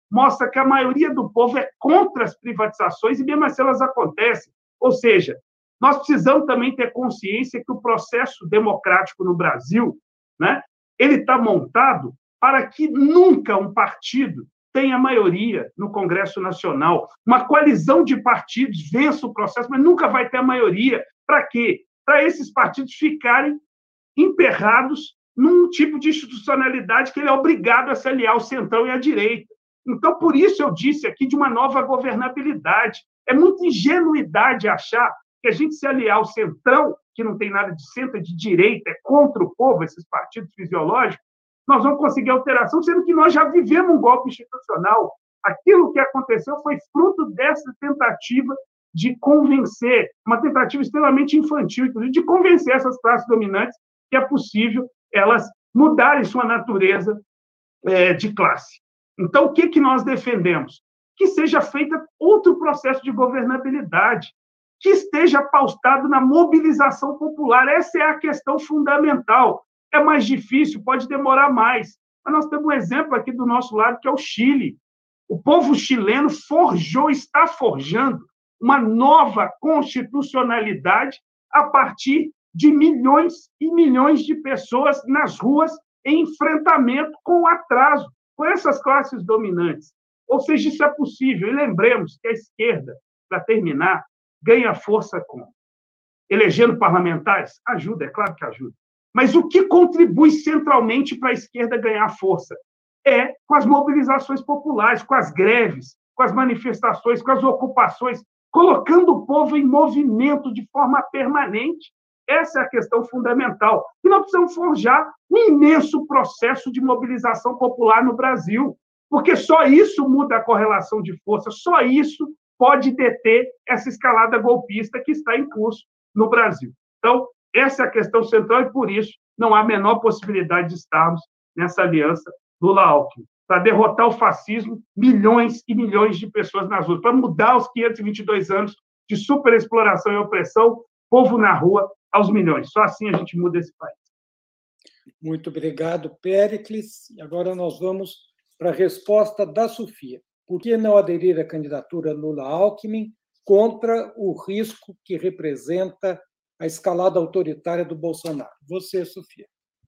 mostra que a maioria do povo é contra as privatizações, e mesmo assim elas acontecem. Ou seja, nós precisamos também ter consciência que o processo democrático no Brasil, né, ele está montado para que nunca um partido tenha maioria no Congresso Nacional. Uma coalizão de partidos vença o processo, mas nunca vai ter a maioria. Para quê? Para esses partidos ficarem emperrados num tipo de institucionalidade que ele é obrigado a se aliar ao centrão e à direita. Então, por isso eu disse aqui de uma nova governabilidade. É muita ingenuidade achar que a gente se aliar ao centrão, que não tem nada de centro, de direita, é contra o povo, esses partidos fisiológicos, nós vamos conseguir alteração, sendo que nós já vivemos um golpe institucional. Aquilo que aconteceu foi fruto dessa tentativa de convencer, uma tentativa extremamente infantil, inclusive, de convencer essas classes dominantes que é possível elas mudarem sua natureza é, de classe. Então, o que, que nós defendemos? Que seja feito outro processo de governabilidade, que esteja pautado na mobilização popular. Essa é a questão fundamental. É mais difícil, pode demorar mais. Mas nós temos um exemplo aqui do nosso lado, que é o Chile. O povo chileno forjou, está forjando uma nova constitucionalidade a partir de milhões e milhões de pessoas nas ruas em enfrentamento com o atraso, com essas classes dominantes. Ou seja, isso é possível. E lembremos que a esquerda, para terminar, ganha força com elegendo parlamentares? Ajuda, é claro que ajuda. Mas o que contribui centralmente para a esquerda ganhar força? É com as mobilizações populares, com as greves, com as manifestações, com as ocupações, colocando o povo em movimento de forma permanente. Essa é a questão fundamental. E nós precisamos forjar um imenso processo de mobilização popular no Brasil, porque só isso muda a correlação de força, só isso pode deter essa escalada golpista que está em curso no Brasil. Então, essa é a questão central e, por isso, não há a menor possibilidade de estarmos nessa aliança Lula-Alckmin. Para derrotar o fascismo, milhões e milhões de pessoas nas ruas. Para mudar os quinhentos e vinte e dois anos de superexploração e opressão, povo na rua aos milhões. Só assim a gente muda esse país. Muito obrigado, Péricles. E agora nós vamos para a resposta da Sofia. Por que não aderir à candidatura Lula-Alckmin contra o risco que representa a escalada autoritária do Bolsonaro? Você, Sofia.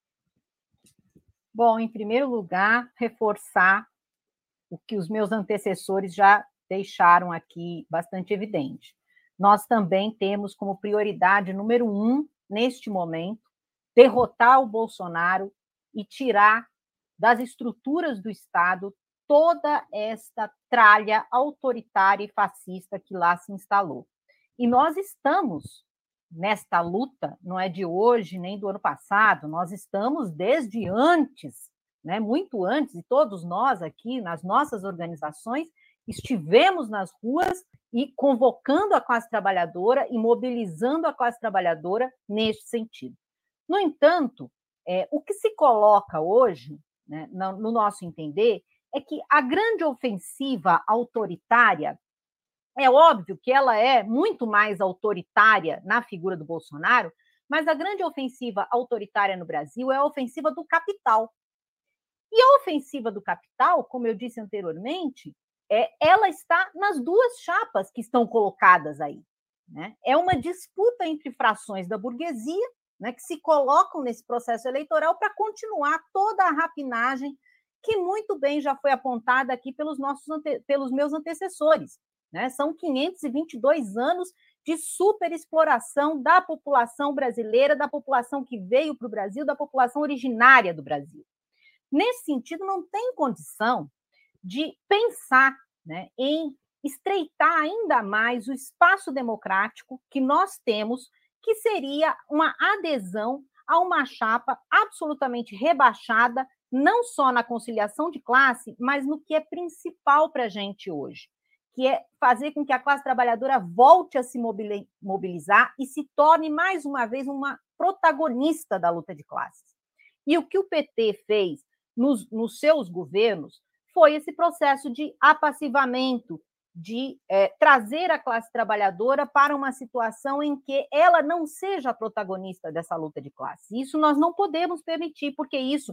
Bom, em primeiro lugar, reforçar o que os meus antecessores já deixaram aqui bastante evidente. Nós também temos como prioridade número um, neste momento, derrotar o Bolsonaro e tirar das estruturas do Estado toda esta tralha autoritária e fascista que lá se instalou. E nós estamos nesta luta, não é de hoje nem do ano passado, nós estamos desde antes, né, muito antes, e todos nós aqui, nas nossas organizações, estivemos nas ruas e convocando a classe trabalhadora e mobilizando a classe trabalhadora neste sentido. No entanto, é, o que se coloca hoje, né, no, no nosso entender, é que a grande ofensiva autoritária, é óbvio que ela é muito mais autoritária na figura do Bolsonaro, mas a grande ofensiva autoritária no Brasil é a ofensiva do capital. E a ofensiva do capital, como eu disse anteriormente, é, ela está nas duas chapas que estão colocadas aí, né? É uma disputa entre frações da burguesia, né, que se colocam nesse processo eleitoral para continuar toda a rapinagem que muito bem já foi apontada aqui pelos, nossos, pelos meus antecessores. Né? São quinhentos e vinte e dois anos de superexploração da população brasileira, da população que veio para o Brasil, da população originária do Brasil. Nesse sentido, não tem condição de pensar, né, em estreitar ainda mais o espaço democrático que nós temos, que seria uma adesão a uma chapa absolutamente rebaixada, não só na conciliação de classe, mas no que é principal para a gente hoje, que é fazer com que a classe trabalhadora volte a se mobilizar e se torne, mais uma vez, uma protagonista da luta de classes. E o que o P T fez nos, nos seus governos foi esse processo de apassivamento, de é, trazer a classe trabalhadora para uma situação em que ela não seja a protagonista dessa luta de classe. Isso nós não podemos permitir, porque isso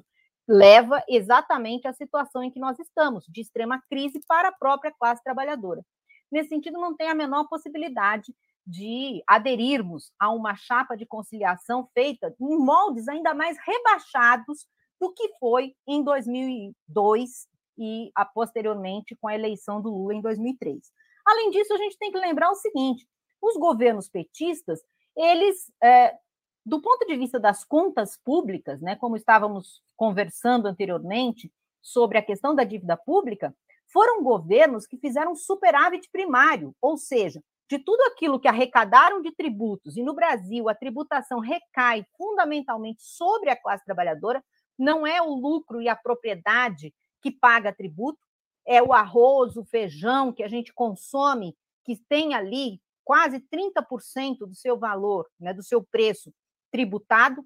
leva exatamente à situação em que nós estamos, de extrema crise para a própria classe trabalhadora. Nesse sentido, não tem a menor possibilidade de aderirmos a uma chapa de conciliação feita em moldes ainda mais rebaixados do que foi em dois mil e dois e, a, posteriormente, com a eleição do Lula em dois mil e três. Além disso, a gente tem que lembrar o seguinte, os governos petistas, eles, é, do ponto de vista das contas públicas, né, como estávamos conversando anteriormente sobre a questão da dívida pública, foram governos que fizeram superávit primário, ou seja, de tudo aquilo que arrecadaram de tributos, e no Brasil a tributação recai fundamentalmente sobre a classe trabalhadora, não é o lucro e a propriedade que paga tributo, é o arroz, o feijão que a gente consome, que tem ali quase trinta por cento do seu valor, né, do seu preço tributado,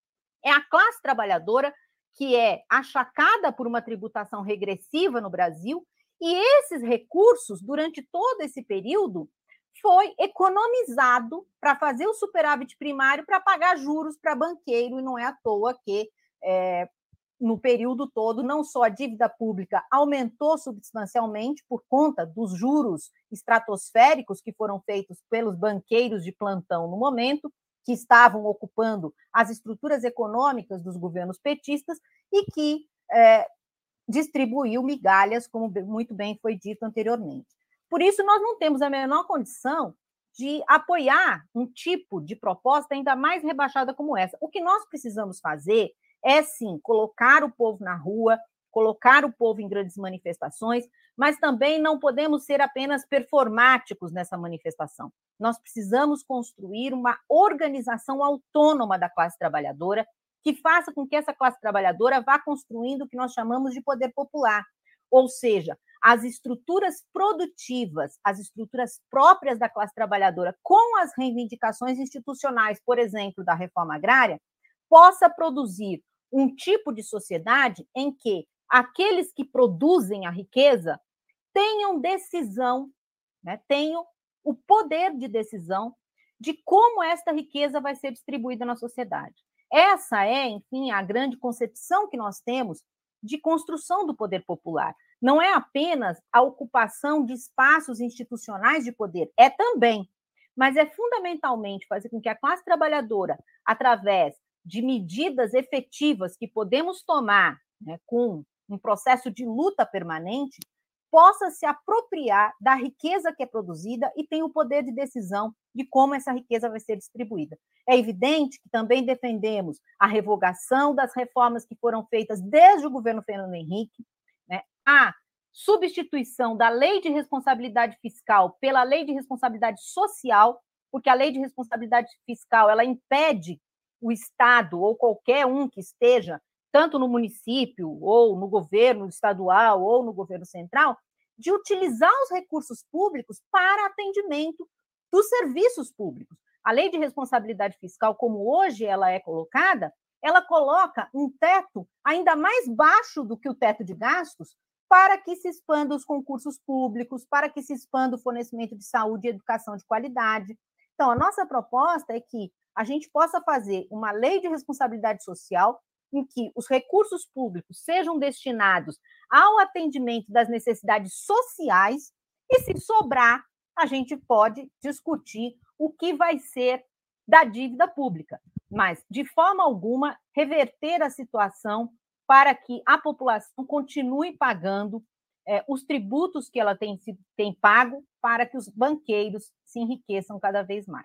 é a classe trabalhadora que é achacada por uma tributação regressiva no Brasil, e esses recursos, durante todo esse período, foi economizado para fazer o superávit primário para pagar juros para banqueiro, e não é à toa que, é, no período todo, não só a dívida pública aumentou substancialmente por conta dos juros estratosféricos que foram feitos pelos banqueiros de plantão no momento, que estavam ocupando as estruturas econômicas dos governos petistas e que é, distribuiu migalhas, como muito bem foi dito anteriormente. Por isso, nós não temos a menor condição de apoiar um tipo de proposta ainda mais rebaixada como essa. O que nós precisamos fazer é, sim, colocar o povo na rua, colocar o povo em grandes manifestações, mas também não podemos ser apenas performáticos nessa manifestação. Nós precisamos construir uma organização autônoma da classe trabalhadora que faça com que essa classe trabalhadora vá construindo o que nós chamamos de poder popular, ou seja, as estruturas produtivas, as estruturas próprias da classe trabalhadora, com as reivindicações institucionais, por exemplo, da reforma agrária, possa produzir um tipo de sociedade em que aqueles que produzem a riqueza tenham decisão, né, tenham o poder de decisão de como esta riqueza vai ser distribuída na sociedade. Essa é, enfim, a grande concepção que nós temos de construção do poder popular. Não é apenas a ocupação de espaços institucionais de poder, é também, mas é fundamentalmente fazer com que a classe trabalhadora, através de medidas efetivas que podemos tomar, né, com um processo de luta permanente, possa se apropriar da riqueza que é produzida e tenha o poder de decisão de como essa riqueza vai ser distribuída. É evidente que também defendemos a revogação das reformas que foram feitas desde o governo Fernando Henrique, né, a substituição da lei de responsabilidade fiscal pela lei de responsabilidade social, porque a lei de responsabilidade fiscal ela impede o Estado ou qualquer um que esteja tanto no município, ou no governo estadual, ou no governo central, de utilizar os recursos públicos para atendimento dos serviços públicos. A lei de responsabilidade fiscal, como hoje ela é colocada, ela coloca um teto ainda mais baixo do que o teto de gastos para que se expanda os concursos públicos, para que se expanda o fornecimento de saúde e educação de qualidade. Então, a nossa proposta é que a gente possa fazer uma lei de responsabilidade social em que os recursos públicos sejam destinados ao atendimento das necessidades sociais e, se sobrar, a gente pode discutir o que vai ser da dívida pública, mas, de forma alguma, reverter a situação para que a população continue pagando é, os tributos que ela tem, tem pago para que os banqueiros se enriqueçam cada vez mais.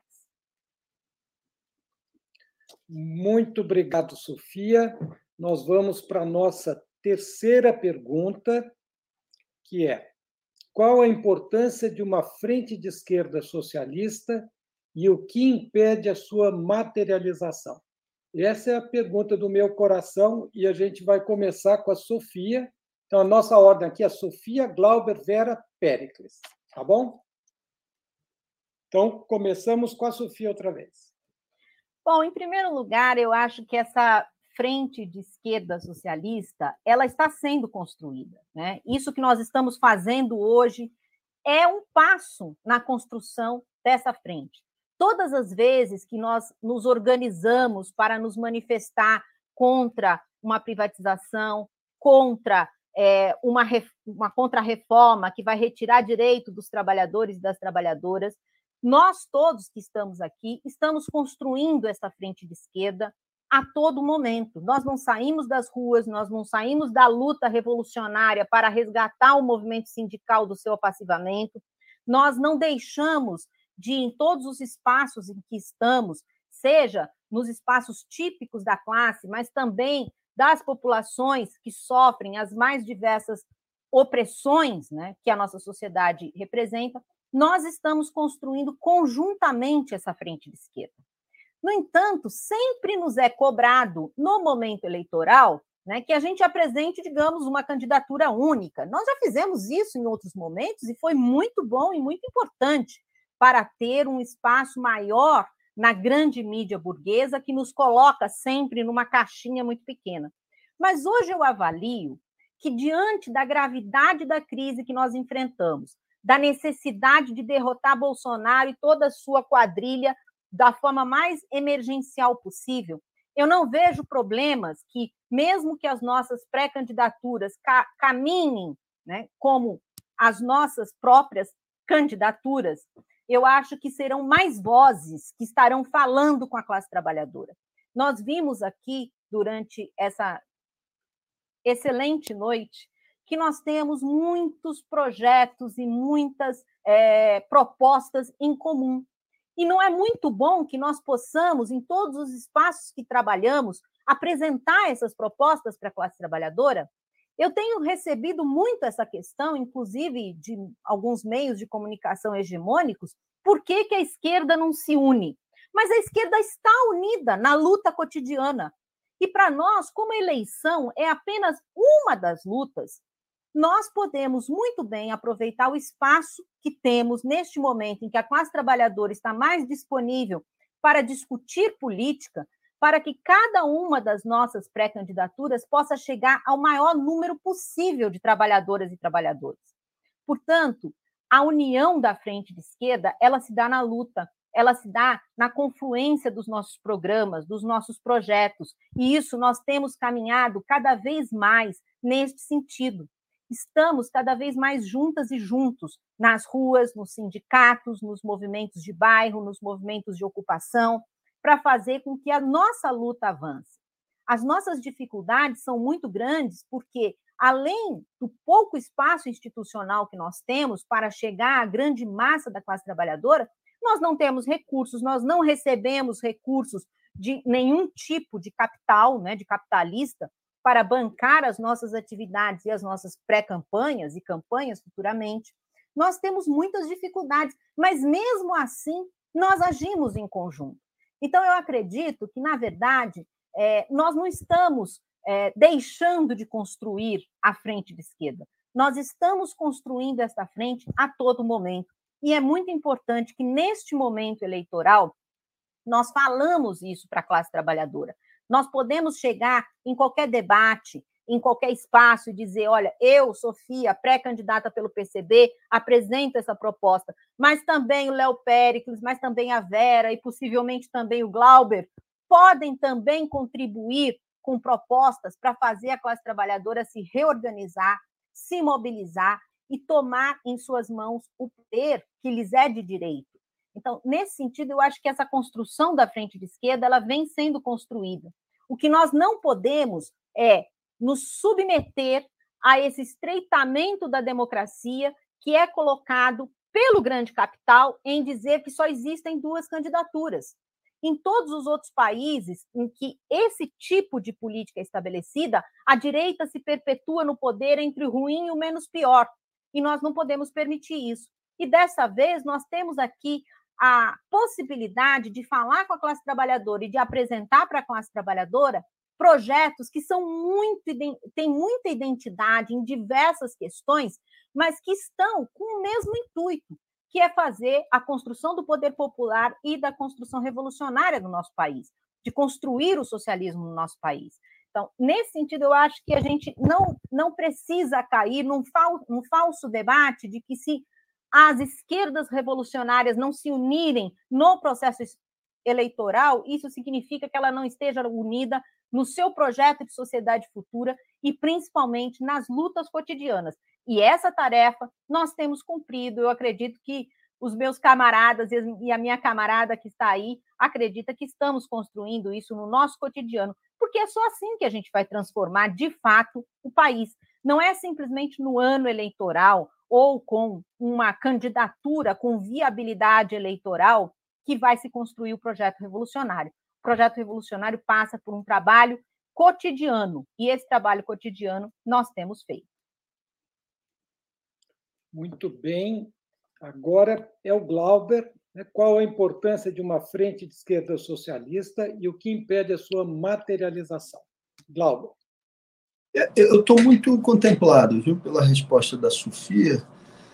Muito obrigado, Sofia. Nós vamos para a nossa terceira pergunta, que é: qual a importância de uma frente de esquerda socialista e o que impede a sua materialização? Essa é a pergunta do meu coração e a gente vai começar com a Sofia. Então, a nossa ordem aqui é Sofia, Glauber, Vera, Péricles. Tá bom? Então, começamos com a Sofia outra vez. Bom, em primeiro lugar, eu acho que essa frente de esquerda socialista, ela está sendo construída, né? Isso que nós estamos fazendo hoje é um passo na construção dessa frente. Todas as vezes que nós nos organizamos para nos manifestar contra uma privatização, contra é, uma, uma contra-reforma que vai retirar direito dos trabalhadores e das trabalhadoras. Nós todos que estamos aqui estamos construindo essa frente de esquerda a todo momento. Nós não saímos das ruas, nós não saímos da luta revolucionária para resgatar o movimento sindical do seu apassivamento, nós não deixamos de, em todos os espaços em que estamos, seja nos espaços típicos da classe, mas também das populações que sofrem as mais diversas opressões, né, que a nossa sociedade representa, nós estamos construindo conjuntamente essa frente de esquerda. No entanto, sempre nos é cobrado, no momento eleitoral, né, que a gente apresente, digamos, uma candidatura única. Nós já fizemos isso em outros momentos e foi muito bom e muito importante para ter um espaço maior na grande mídia burguesa, que nos coloca sempre numa caixinha muito pequena. Mas hoje eu avalio que, diante da gravidade da crise que nós enfrentamos, da necessidade de derrotar Bolsonaro e toda a sua quadrilha da forma mais emergencial possível, eu não vejo problemas que, mesmo que as nossas pré-candidaturas ca- caminhem, né, como as nossas próprias candidaturas, eu acho que serão mais vozes que estarão falando com a classe trabalhadora. Nós vimos aqui, durante essa excelente noite, que nós temos muitos projetos e muitas é, propostas em comum. E não é muito bom que nós possamos, em todos os espaços que trabalhamos, apresentar essas propostas para a classe trabalhadora? Eu tenho recebido muito essa questão, inclusive de alguns meios de comunicação hegemônicos, por que que a esquerda não se une? Mas a esquerda está unida na luta cotidiana. E para nós, como a eleição é apenas uma das lutas, nós podemos muito bem aproveitar o espaço que temos neste momento em que a classe trabalhadora está mais disponível para discutir política, para que cada uma das nossas pré-candidaturas possa chegar ao maior número possível de trabalhadoras e trabalhadores. Portanto, a união da frente de esquerda, ela se dá na luta, ela se dá na confluência dos nossos programas, dos nossos projetos, e isso nós temos caminhado cada vez mais neste sentido. Estamos cada vez mais juntas e juntos nas ruas, nos sindicatos, nos movimentos de bairro, nos movimentos de ocupação, para fazer com que a nossa luta avance. As nossas dificuldades são muito grandes porque, além do pouco espaço institucional que nós temos para chegar à grande massa da classe trabalhadora, nós não temos recursos, nós não recebemos recursos de nenhum tipo de capital, né, de capitalista, para bancar as nossas atividades e as nossas pré-campanhas e campanhas futuramente. Nós temos muitas dificuldades, mas mesmo assim, nós agimos em conjunto. Então, eu acredito que, na verdade, é, nós não estamos é, deixando de construir a frente de esquerda. Nós estamos construindo essa frente a todo momento. E é muito importante que, neste momento eleitoral, nós falamos isso para a classe trabalhadora. Nós podemos chegar em qualquer debate, em qualquer espaço e dizer, olha, eu, Sofia, pré-candidata pelo P C B, apresento essa proposta, mas também o Léo Péricles, mas também a Vera e possivelmente também o Glauber podem também contribuir com propostas para fazer a classe trabalhadora se reorganizar, se mobilizar e tomar em suas mãos o poder que lhes é de direito. Então, nesse sentido, eu acho que essa construção da frente de esquerda ela vem sendo construída. O que nós não podemos é nos submeter a esse estreitamento da democracia que é colocado pelo grande capital em dizer que só existem duas candidaturas. Em todos os outros países em que esse tipo de política é estabelecida, a direita se perpetua no poder entre o ruim e o menos pior. E nós não podemos permitir isso. E dessa vez nós temos aqui a possibilidade de falar com a classe trabalhadora e de apresentar para a classe trabalhadora projetos que são muito, têm muita identidade em diversas questões, mas que estão com o mesmo intuito, que é fazer a construção do poder popular e da construção revolucionária do nosso país, de construir o socialismo no nosso país. Então, nesse sentido, eu acho que a gente não, não precisa cair num, fal, num falso debate de que se as esquerdas revolucionárias não se unirem no processo eleitoral, isso significa que ela não esteja unida no seu projeto de sociedade futura e, principalmente, nas lutas cotidianas. E essa tarefa nós temos cumprido. Eu acredito que os meus camaradas e a minha camarada que está aí acredita que estamos construindo isso no nosso cotidiano, porque é só assim que a gente vai transformar, de fato, o país. Não é simplesmente no ano eleitoral ou com uma candidatura com viabilidade eleitoral que vai se construir o projeto revolucionário. O projeto revolucionário passa por um trabalho cotidiano, e esse trabalho cotidiano nós temos feito. Muito bem. Agora é o Glauber. Qual a importância de uma frente de esquerda socialista e o que impede a sua materialização? Glauber. Eu estou muito contemplado, viu, pela resposta da Sofia,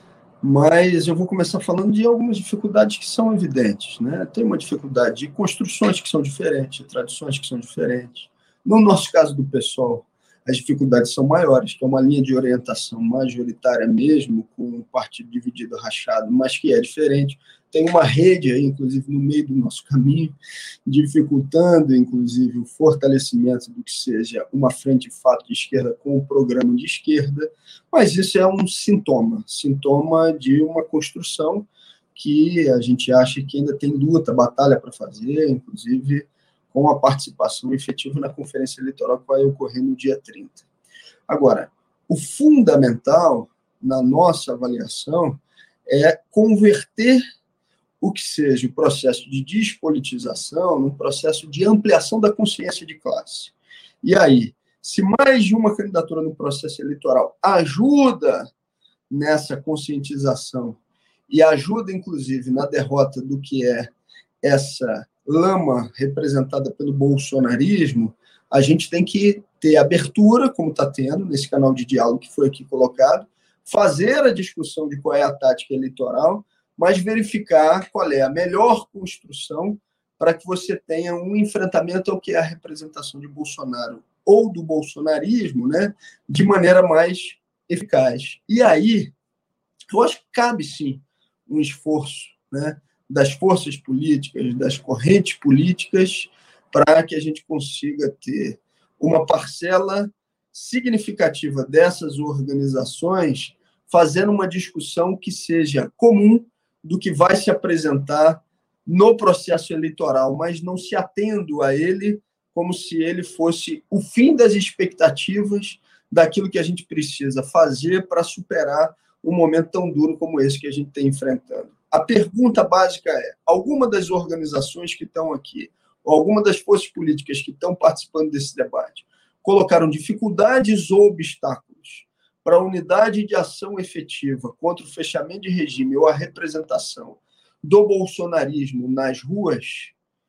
mas eu vou começar falando de algumas dificuldades que são evidentes, né? Tem uma dificuldade de construções que são diferentes, de tradições que são diferentes. No nosso caso do PSOL, as dificuldades são maiores, que é uma linha de orientação majoritária mesmo, com um partido dividido, rachado, mas que é diferente. Tem uma rede aí, inclusive, no meio do nosso caminho, dificultando, inclusive, o fortalecimento do que seja uma frente de fato de esquerda com um programa de esquerda, mas isso é um sintoma, sintoma de uma construção que a gente acha que ainda tem luta, batalha para fazer, inclusive com a participação efetiva na conferência eleitoral que vai ocorrer no dia trinta. Agora, o fundamental, na nossa avaliação, é converter o que seja o processo de despolitização num processo de ampliação da consciência de classe. E aí, se mais de uma candidatura no processo eleitoral ajuda nessa conscientização e ajuda, inclusive, na derrota do que é essa lama representada pelo bolsonarismo, a gente tem que ter abertura, como está tendo nesse canal de diálogo que foi aqui colocado, fazer a discussão de qual é a tática eleitoral, mas verificar qual é a melhor construção para que você tenha um enfrentamento ao que é a representação de Bolsonaro ou do bolsonarismo, né, de maneira mais eficaz. E aí, eu acho que cabe, sim, um esforço, né, das forças políticas, das correntes políticas, para que a gente consiga ter uma parcela significativa dessas organizações fazendo uma discussão que seja comum do que vai se apresentar no processo eleitoral, mas não se atendo a ele como se ele fosse o fim das expectativas daquilo que a gente precisa fazer para superar um momento tão duro como esse que a gente tem enfrentando. A pergunta básica é: alguma das organizações que estão aqui, ou alguma das forças políticas que estão participando desse debate, colocaram dificuldades ou obstáculos para a unidade de ação efetiva contra o fechamento de regime ou a representação do bolsonarismo nas ruas?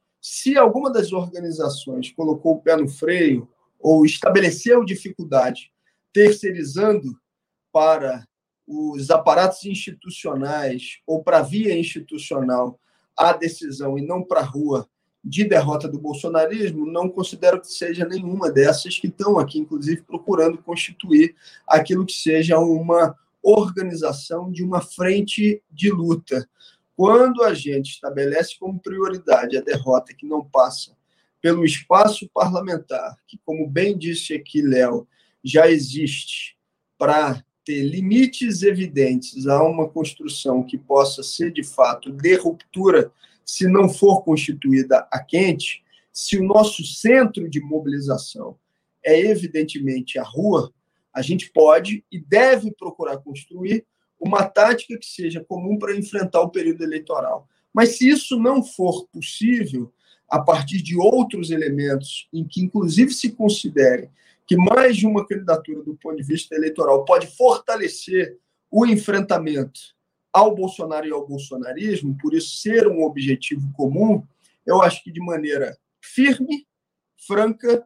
Se alguma das organizações colocou o pé no freio ou estabeleceu dificuldade terceirizando para os aparatos institucionais ou para a via institucional a decisão e não para a rua de derrota do bolsonarismo, não considero que seja nenhuma dessas que estão aqui, inclusive, procurando constituir aquilo que seja uma organização de uma frente de luta. Quando a gente estabelece como prioridade a derrota que não passa pelo espaço parlamentar, que, como bem disse aqui Léo, já existe para ter limites evidentes a uma construção que possa ser, de fato, de ruptura, se não for constituída a quente, se o nosso centro de mobilização é, evidentemente, a rua, a gente pode e deve procurar construir uma tática que seja comum para enfrentar o período eleitoral. Mas se isso não for possível, a partir de outros elementos em que, inclusive, se considere que mais de uma candidatura do ponto de vista eleitoral pode fortalecer o enfrentamento ao Bolsonaro e ao bolsonarismo, por isso ser um objetivo comum, eu acho que de maneira firme, franca,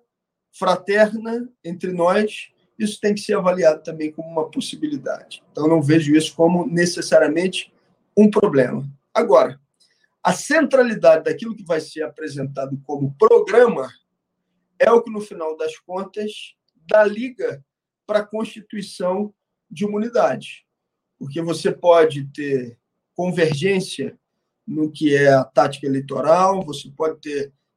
fraterna entre nós, isso tem que ser avaliado também como uma possibilidade. Então, não vejo isso como necessariamente um problema. Agora, a centralidade daquilo que vai ser apresentado como programa é o que, no final das contas, dá liga para a constituição de uma unidade. Porque você pode ter convergência no que é a tática eleitoral, você pode ter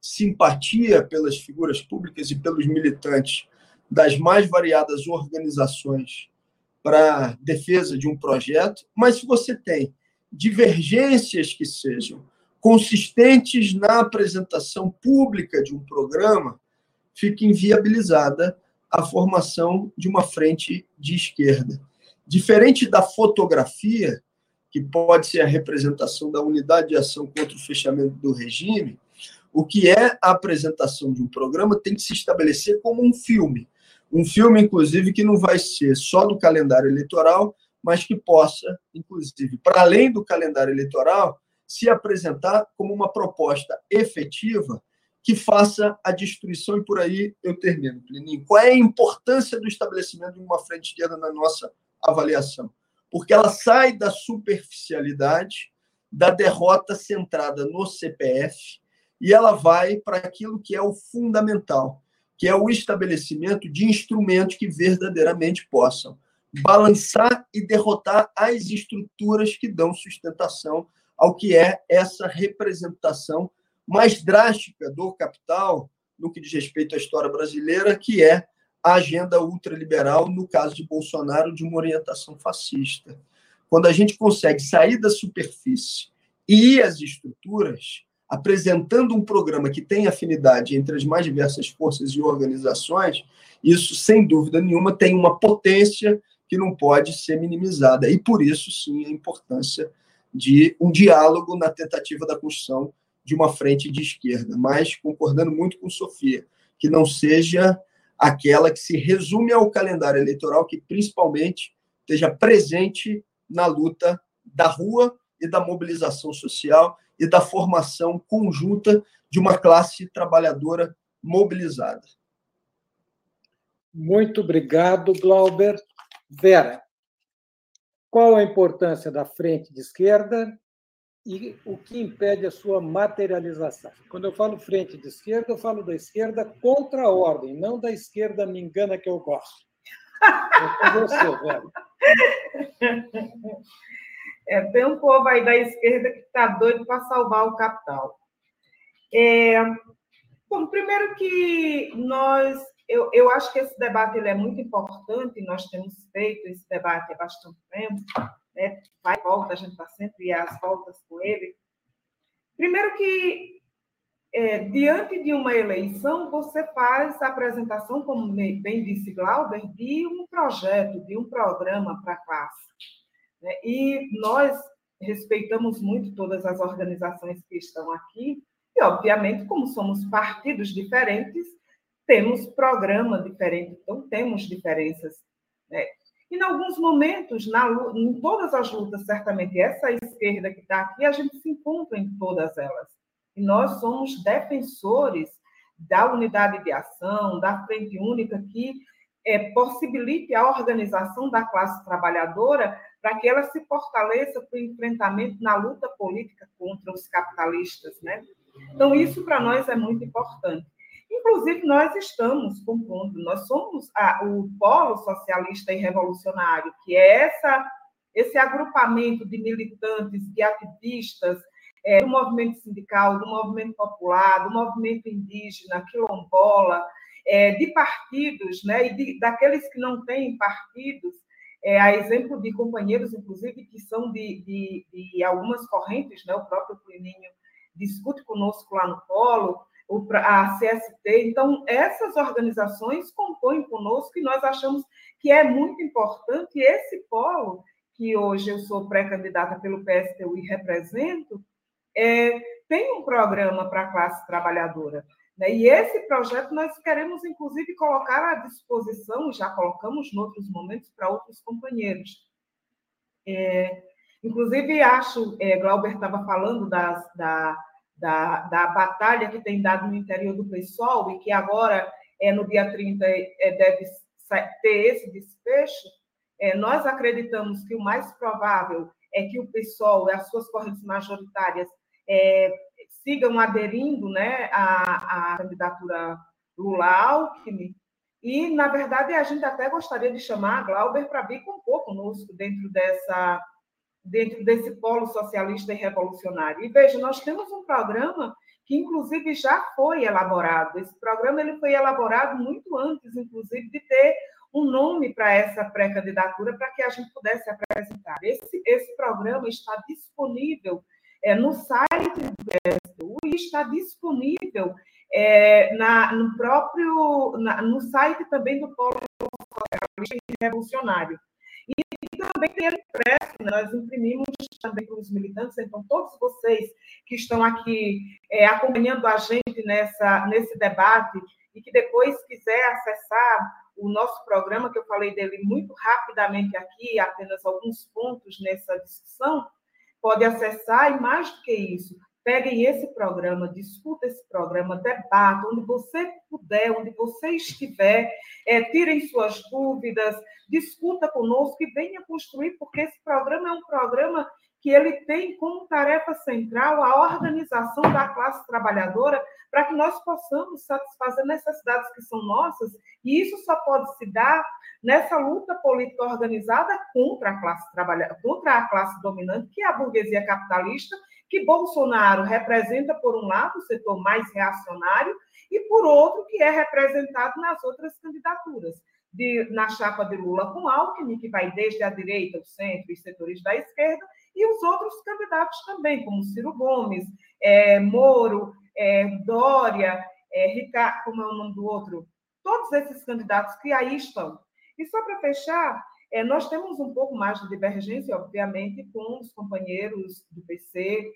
simpatia pelas figuras públicas e pelos militantes das mais variadas organizações para a defesa de um projeto, mas se você tem divergências que sejam consistentes na apresentação pública de um programa, fica inviabilizada a formação de uma frente de esquerda. Diferente da fotografia, que pode ser a representação da unidade de ação contra o fechamento do regime, o que é a apresentação de um programa tem que se estabelecer como um filme. Um filme, inclusive, que não vai ser só do calendário eleitoral, mas que possa, inclusive, para além do calendário eleitoral, se apresentar como uma proposta efetiva que faça a destruição, e por aí eu termino, Plininho. Qual é a importância do estabelecimento de uma frente esquerda na nossa avaliação? Porque ela sai da superficialidade, da derrota centrada no C P F, e ela vai para aquilo que é o fundamental, que é o estabelecimento de instrumentos que verdadeiramente possam balançar e derrotar as estruturas que dão sustentação ao que é essa representação mais drástica do capital no que diz respeito à história brasileira, que é a agenda ultraliberal, no caso de Bolsonaro, de uma orientação fascista. Quando a gente consegue sair da superfície e ir às estruturas, apresentando um programa que tem afinidade entre as mais diversas forças e organizações, isso, sem dúvida nenhuma, tem uma potência que não pode ser minimizada. E, por isso, sim, a importância de um diálogo na tentativa da construção de uma frente de esquerda, mas concordando muito com Sofia, que não seja aquela que se resume ao calendário eleitoral, que principalmente esteja presente na luta da rua e da mobilização social e da formação conjunta de uma classe trabalhadora mobilizada. Muito obrigado, Glauber. Vera, qual a importância da frente de esquerda e o que impede a sua materialização? Quando eu falo frente de esquerda, eu falo da esquerda contra a ordem, não da esquerda me engana que eu gosto. É com você, Vera. É, tem um povo aí da esquerda que está doido para salvar o capital. É, bom, primeiro que nós... Eu, eu acho que esse debate ele é muito importante, nós temos feito esse debate há bastante tempo, né? Vai e volta, a gente está sempre às voltas com ele. Primeiro que, é, diante de uma eleição, você faz a apresentação, como bem disse Glauber, de um projeto, de um programa para a classe. Né? E nós respeitamos muito todas as organizações que estão aqui, e, obviamente, como somos partidos diferentes, temos programa diferente, então temos diferenças. Né? E, em alguns momentos, na, em todas as lutas, certamente, essa esquerda que está aqui, a gente se encontra em todas elas. E nós somos defensores da unidade de ação, da frente única, que é, possibilite a organização da classe trabalhadora para que ela se fortaleça para o enfrentamento na luta política contra os capitalistas. Né? Então, isso para nós é muito importante. Inclusive, nós estamos compondo, nós somos a, o Polo Socialista e Revolucionário, que é essa, esse agrupamento de militantes, de ativistas, é, do movimento sindical, do movimento popular, do movimento indígena, quilombola, é, de partidos, né, e de, daqueles que não têm partidos, é, a exemplo de companheiros, inclusive, que são de, de, de algumas correntes, né, o próprio Plininho discute conosco lá no Polo, a C S T. Então, essas organizações compõem conosco e nós achamos que é muito importante esse polo, que hoje eu sou pré-candidata pelo P S T U e represento, é, tem um programa para a classe trabalhadora. Né? E esse projeto nós queremos, inclusive, colocar à disposição, já colocamos em outros momentos, para outros companheiros. É, inclusive, acho, é, Glauber estava falando das, da Da, da batalha que tem dado no interior do PSOL e que agora, é, no dia trinta, é, deve ter esse desfecho, é, nós acreditamos que o mais provável é que o PSOL e as suas correntes majoritárias é, sigam aderindo, né, à, à candidatura Lula-Alckmin, e, na verdade, a gente até gostaria de chamar a Glauber para vir compor conosco dentro dessa... dentro desse polo socialista e revolucionário. E veja, nós temos um programa que, inclusive, já foi elaborado. Esse programa ele foi elaborado muito antes, inclusive, de ter um nome para essa pré-candidatura, para que a gente pudesse apresentar. Esse, esse programa está disponível é, no site do P S T U e está disponível é, na, no próprio na, no site também do Polo Socialista e Revolucionário. E também tem ele impresso, né? Nós imprimimos também para os militantes, então todos vocês que estão aqui é, acompanhando a gente nessa, nesse debate e que depois quiser acessar o nosso programa, que eu falei dele muito rapidamente aqui, apenas alguns pontos nessa discussão, pode acessar, e mais do que isso, peguem esse programa, discuta esse programa, debata, onde você puder, onde você estiver, é, tirem suas dúvidas, discuta conosco e venha construir, porque esse programa é um programa que ele tem como tarefa central a organização da classe trabalhadora para que nós possamos satisfazer necessidades que são nossas, e isso só pode se dar nessa luta política organizada contra a classe trabalhadora, contra a classe dominante, que é a burguesia capitalista, que Bolsonaro representa, por um lado, o setor mais reacionário, e, por outro, que é representado nas outras candidaturas. De, na chapa de Lula com Alckmin, que vai desde a direita, o centro e setores da esquerda, e os outros candidatos também, como Ciro Gomes, é, Moro, é, Dória, é, Ricardo, como é o nome do outro? Todos esses candidatos que aí estão. E só para fechar, é, nós temos um pouco mais de divergência, obviamente, com os companheiros do P C,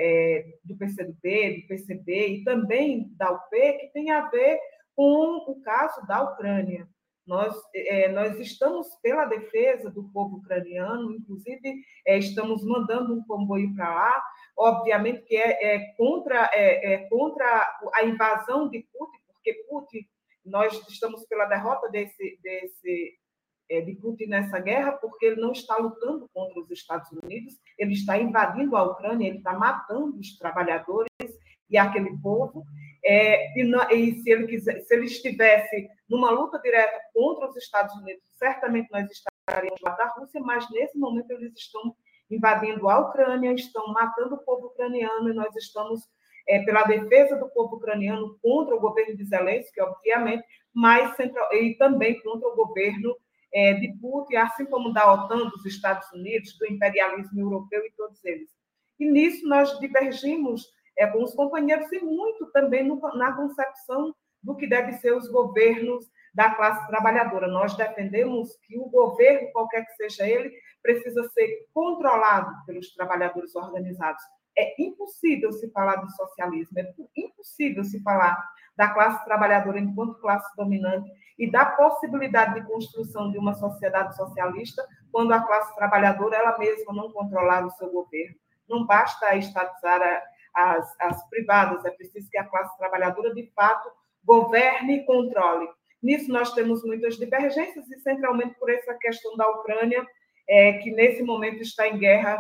é, do P C do B, do P C B e também da U P, que tem a ver com o caso da Ucrânia. Nós, é, nós estamos pela defesa do povo ucraniano, inclusive é, estamos mandando um comboio para lá, obviamente que é, é, contra, é, é contra a invasão de Putin, porque Putin, nós estamos pela derrota desse, desse, é, de Putin nessa guerra, porque ele não está lutando contra os Estados Unidos, ele está invadindo a Ucrânia, ele está matando os trabalhadores e aquele povo. É, e, não, e se, ele quiser, se ele estivesse numa luta direta contra os Estados Unidos, certamente nós estaríamos lá da Rússia, mas nesse momento eles estão invadindo a Ucrânia, estão matando o povo ucraniano, e nós estamos é, pela defesa do povo ucraniano contra o governo de Zelensky, obviamente, mas central, e também contra o governo é, de Putin, assim como da OTAN, dos Estados Unidos, do imperialismo europeu e todos eles. E nisso nós divergimos É, com os companheiros e muito também no, na concepção do que devem ser os governos da classe trabalhadora. Nós defendemos que o governo, qualquer que seja ele, precisa ser controlado pelos trabalhadores organizados. É impossível se falar de socialismo, é impossível se falar da classe trabalhadora enquanto classe dominante e da possibilidade de construção de uma sociedade socialista quando a classe trabalhadora ela mesma não controlar o seu governo. Não basta estatizar a As, as privadas, é preciso que a classe trabalhadora, de fato, governe e controle. Nisso nós temos muitas divergências, e centralmente por essa questão da Ucrânia, é, que nesse momento está em guerra,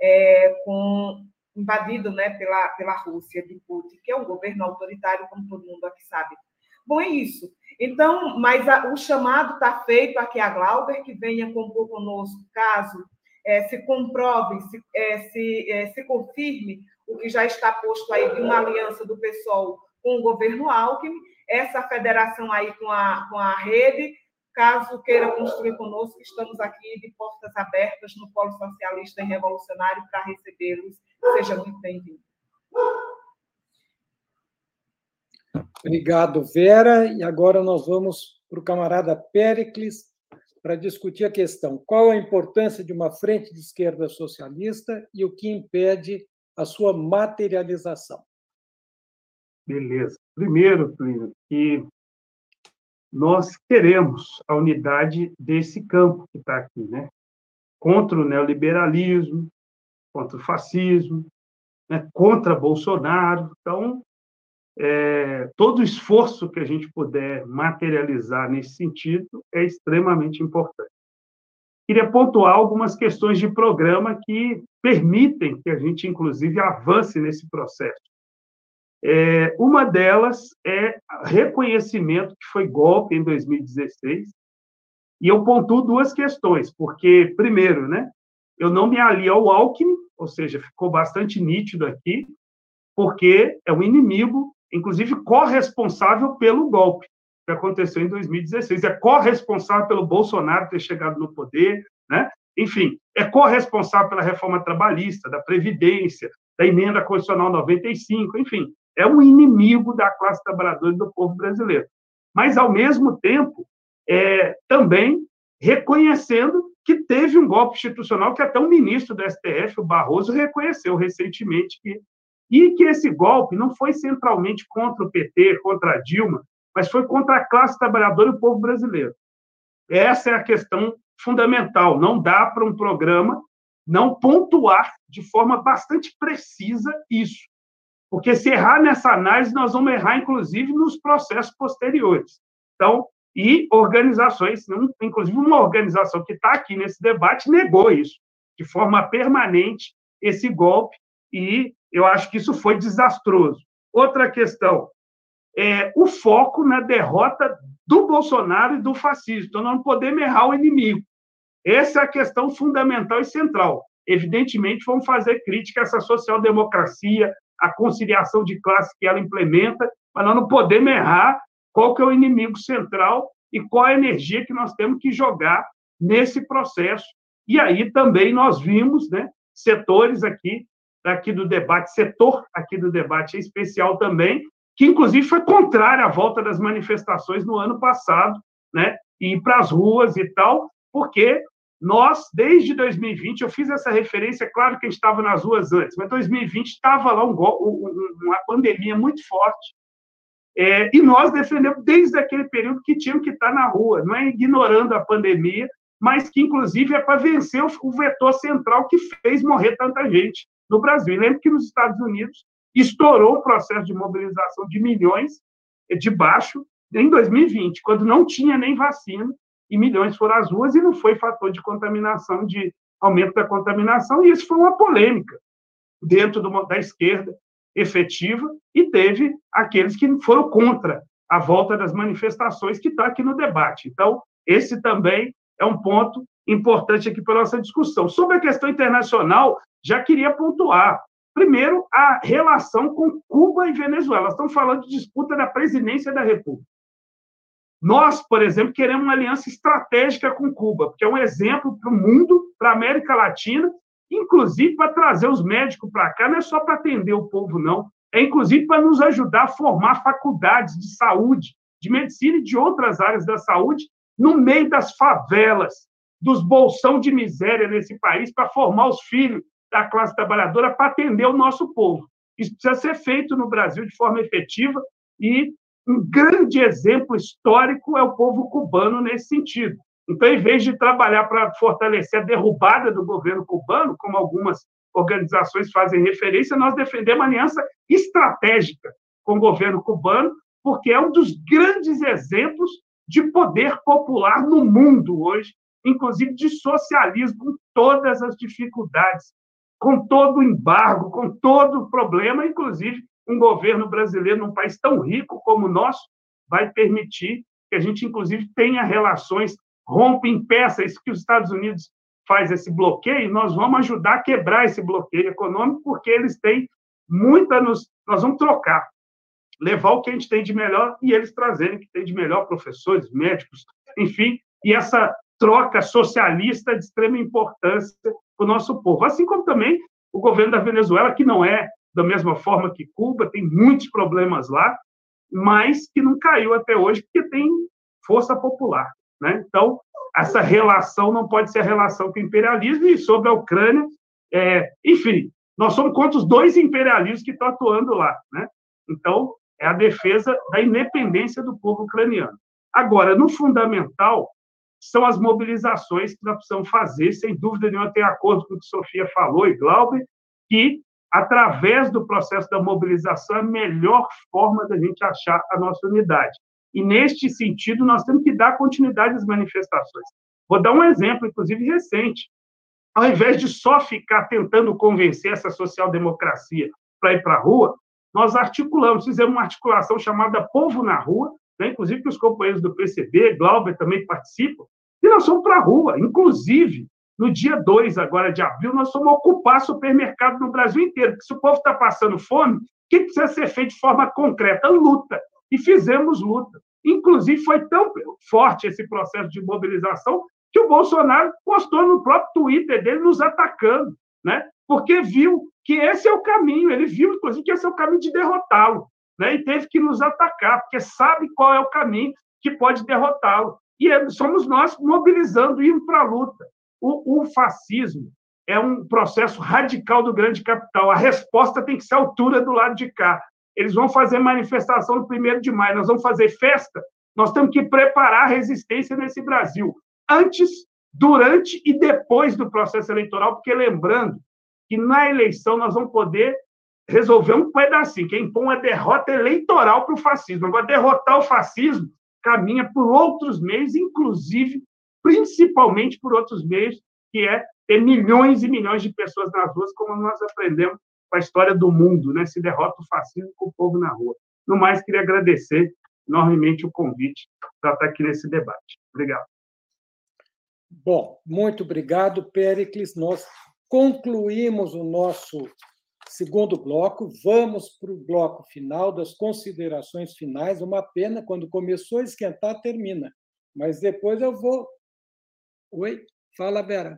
é, com, invadido né, pela, pela Rússia, de Putin, que é um governo autoritário, como todo mundo aqui sabe. Bom, é isso. Então, mas a, o chamado está feito aqui a Glauber, que venha compor conosco, caso é, se comprove, se, é, se, é, se confirme o que já está posto aí de uma aliança do PSOL com o governo Alckmin, essa federação aí com a, com a rede, caso queira construir conosco, estamos aqui de portas abertas no Polo Socialista e Revolucionário para recebê-los. Seja muito bem-vindo. Obrigado, Vera. E agora nós vamos para o camarada Péricles para discutir a questão: qual a importância de uma frente de esquerda socialista e o que impede a sua materialização? Beleza. Primeiro, Plínio, que nós queremos a unidade desse campo que está aqui, né? Contra o neoliberalismo, contra o fascismo, né? Contra Bolsonaro. Então, é, todo esforço que a gente puder materializar nesse sentido é extremamente importante. Queria pontuar algumas questões de programa que permitem que a gente, inclusive, avance nesse processo. É, uma delas é reconhecimento que foi golpe em dois mil e dezesseis, e eu pontuo duas questões, porque, primeiro, né, eu não me alio ao Alckmin, ou seja, ficou bastante nítido aqui, porque é um inimigo, inclusive corresponsável pelo golpe que aconteceu em dois mil e dezesseis, é corresponsável pelo Bolsonaro ter chegado no poder, né? Enfim, é corresponsável pela reforma trabalhista, da Previdência, da emenda constitucional noventa e cinco, enfim, é um inimigo da classe trabalhadora e do povo brasileiro. Mas, ao mesmo tempo, é, também reconhecendo que teve um golpe institucional que até o ministro do S T F, o Barroso, reconheceu recentemente que, e que esse golpe não foi centralmente contra o P T, contra a Dilma, mas foi contra a classe trabalhadora e o povo brasileiro. Essa é a questão fundamental. Não dá para um programa não pontuar de forma bastante precisa isso. Porque se errar nessa análise, nós vamos errar, inclusive, nos processos posteriores. Então, e organizações, inclusive uma organização que está aqui nesse debate, negou isso, de forma permanente, esse golpe, e eu acho que isso foi desastroso. Outra questão, é o foco na derrota do Bolsonaro e do fascismo. Então, nós não podemos errar o inimigo. Essa é a questão fundamental e central. Evidentemente, vamos fazer crítica a essa social-democracia, a conciliação de classe que ela implementa, mas nós não podemos errar qual que é o inimigo central e qual a energia que nós temos que jogar nesse processo. E aí também nós vimos, né, setores aqui, aqui do debate, setor aqui do debate especial também, que inclusive foi contrário à volta das manifestações no ano passado, né, e ir para as ruas e tal, porque nós, desde dois mil e vinte, eu fiz essa referência, claro que a gente estava nas ruas antes, mas dois mil e vinte estava lá um, um, uma pandemia muito forte, é, e nós defendemos desde aquele período que tinham que estar na rua, não é ignorando a pandemia, mas que, inclusive, é para vencer o, o vetor central que fez morrer tanta gente no Brasil. Lembro que nos Estados Unidos estourou o processo de mobilização de milhões de baixo em dois mil e vinte, quando não tinha nem vacina, e milhões foram às ruas, e não foi fator de contaminação, de aumento da contaminação, e isso foi uma polêmica dentro do, da esquerda efetiva, e teve aqueles que foram contra a volta das manifestações, que está aqui no debate. Então, esse também é um ponto importante aqui para a nossa discussão. Sobre a questão internacional, já queria pontuar. Primeiro, a relação com Cuba e Venezuela. Nós estamos falando de disputa da presidência da República. Nós, por exemplo, queremos uma aliança estratégica com Cuba, porque é um exemplo para o mundo, para a América Latina, inclusive para trazer os médicos para cá, não é só para atender o povo, não. É, inclusive, para nos ajudar a formar faculdades de saúde, de medicina e de outras áreas da saúde, no meio das favelas, dos bolsão de miséria nesse país, para formar os filhos da classe trabalhadora, para atender o nosso povo. Isso precisa ser feito no Brasil de forma efetiva, e um grande exemplo histórico é o povo cubano nesse sentido. Então, em vez de trabalhar para fortalecer a derrubada do governo cubano, como algumas organizações fazem referência, nós defendemos uma aliança estratégica com o governo cubano, porque é um dos grandes exemplos de poder popular no mundo hoje, inclusive de socialismo, com todas as dificuldades, com todo o embargo, com todo o problema, inclusive um governo brasileiro num país tão rico como o nosso vai permitir que a gente, inclusive, tenha relações, rompa em peça, isso que os Estados Unidos faz esse bloqueio, nós vamos ajudar a quebrar esse bloqueio econômico, porque eles têm muita nos... Nós vamos trocar, levar o que a gente tem de melhor e eles trazerem o que tem de melhor, professores, médicos, enfim, e essa troca socialista de extrema importância para o nosso povo. Assim como também o governo da Venezuela, que não é da mesma forma que Cuba, tem muitos problemas lá, mas que não caiu até hoje, porque tem força popular, né? Então, essa relação não pode ser a relação com o imperialismo, e sobre a Ucrânia, é, enfim, nós somos contra os dois imperialismos que estão atuando lá, né? Então, é a defesa da independência do povo ucraniano. Agora, no fundamental, são as mobilizações que nós precisamos fazer, sem dúvida nenhuma, eu tenho acordo com o que Sofia falou e Glauber, que, através do processo da mobilização, é a melhor forma da gente achar a nossa unidade. E, neste sentido, nós temos que dar continuidade às manifestações. Vou dar um exemplo, inclusive, recente. Ao invés de só ficar tentando convencer essa social-democracia para ir para a rua, nós articulamos, fizemos uma articulação chamada Povo na Rua, né? Inclusive que os companheiros do P C B, Glauber, também participam, e nós fomos para a rua. Inclusive, no dia dois agora de abril, nós fomos ocupar supermercado no Brasil inteiro, porque se o povo está passando fome, que precisa ser feito de forma concreta? Luta. E fizemos luta. Inclusive, foi tão forte esse processo de mobilização que o Bolsonaro postou no próprio Twitter dele nos atacando, né? Porque viu que esse é o caminho, ele viu, inclusive, que esse é o caminho de derrotá-lo, né? E teve que nos atacar, porque sabe qual é o caminho que pode derrotá-lo. E somos nós mobilizando, indo para a luta. O, o fascismo é um processo radical do grande capital. A resposta tem que ser à altura do lado de cá. Eles vão fazer manifestação no primeiro de maio, nós vamos fazer festa, nós temos que preparar a resistência nesse Brasil, antes, durante e depois do processo eleitoral, porque lembrando que na eleição nós vamos poder resolver um pedacinho, que impõe uma derrota eleitoral para o fascismo. Agora, derrotar o fascismo caminha por outros meios, inclusive, principalmente por outros meios, que é ter milhões e milhões de pessoas nas ruas, como nós aprendemos com a história do mundo, né? Se derrota o fascismo com o povo na rua. No mais, queria agradecer enormemente o convite para estar aqui nesse debate. Obrigado. Bom, muito obrigado, Péricles. Nós concluímos o nosso segundo bloco. Vamos para o bloco final das considerações finais. Uma pena, quando começou a esquentar, termina. Mas depois eu vou... Oi? Fala, Vera.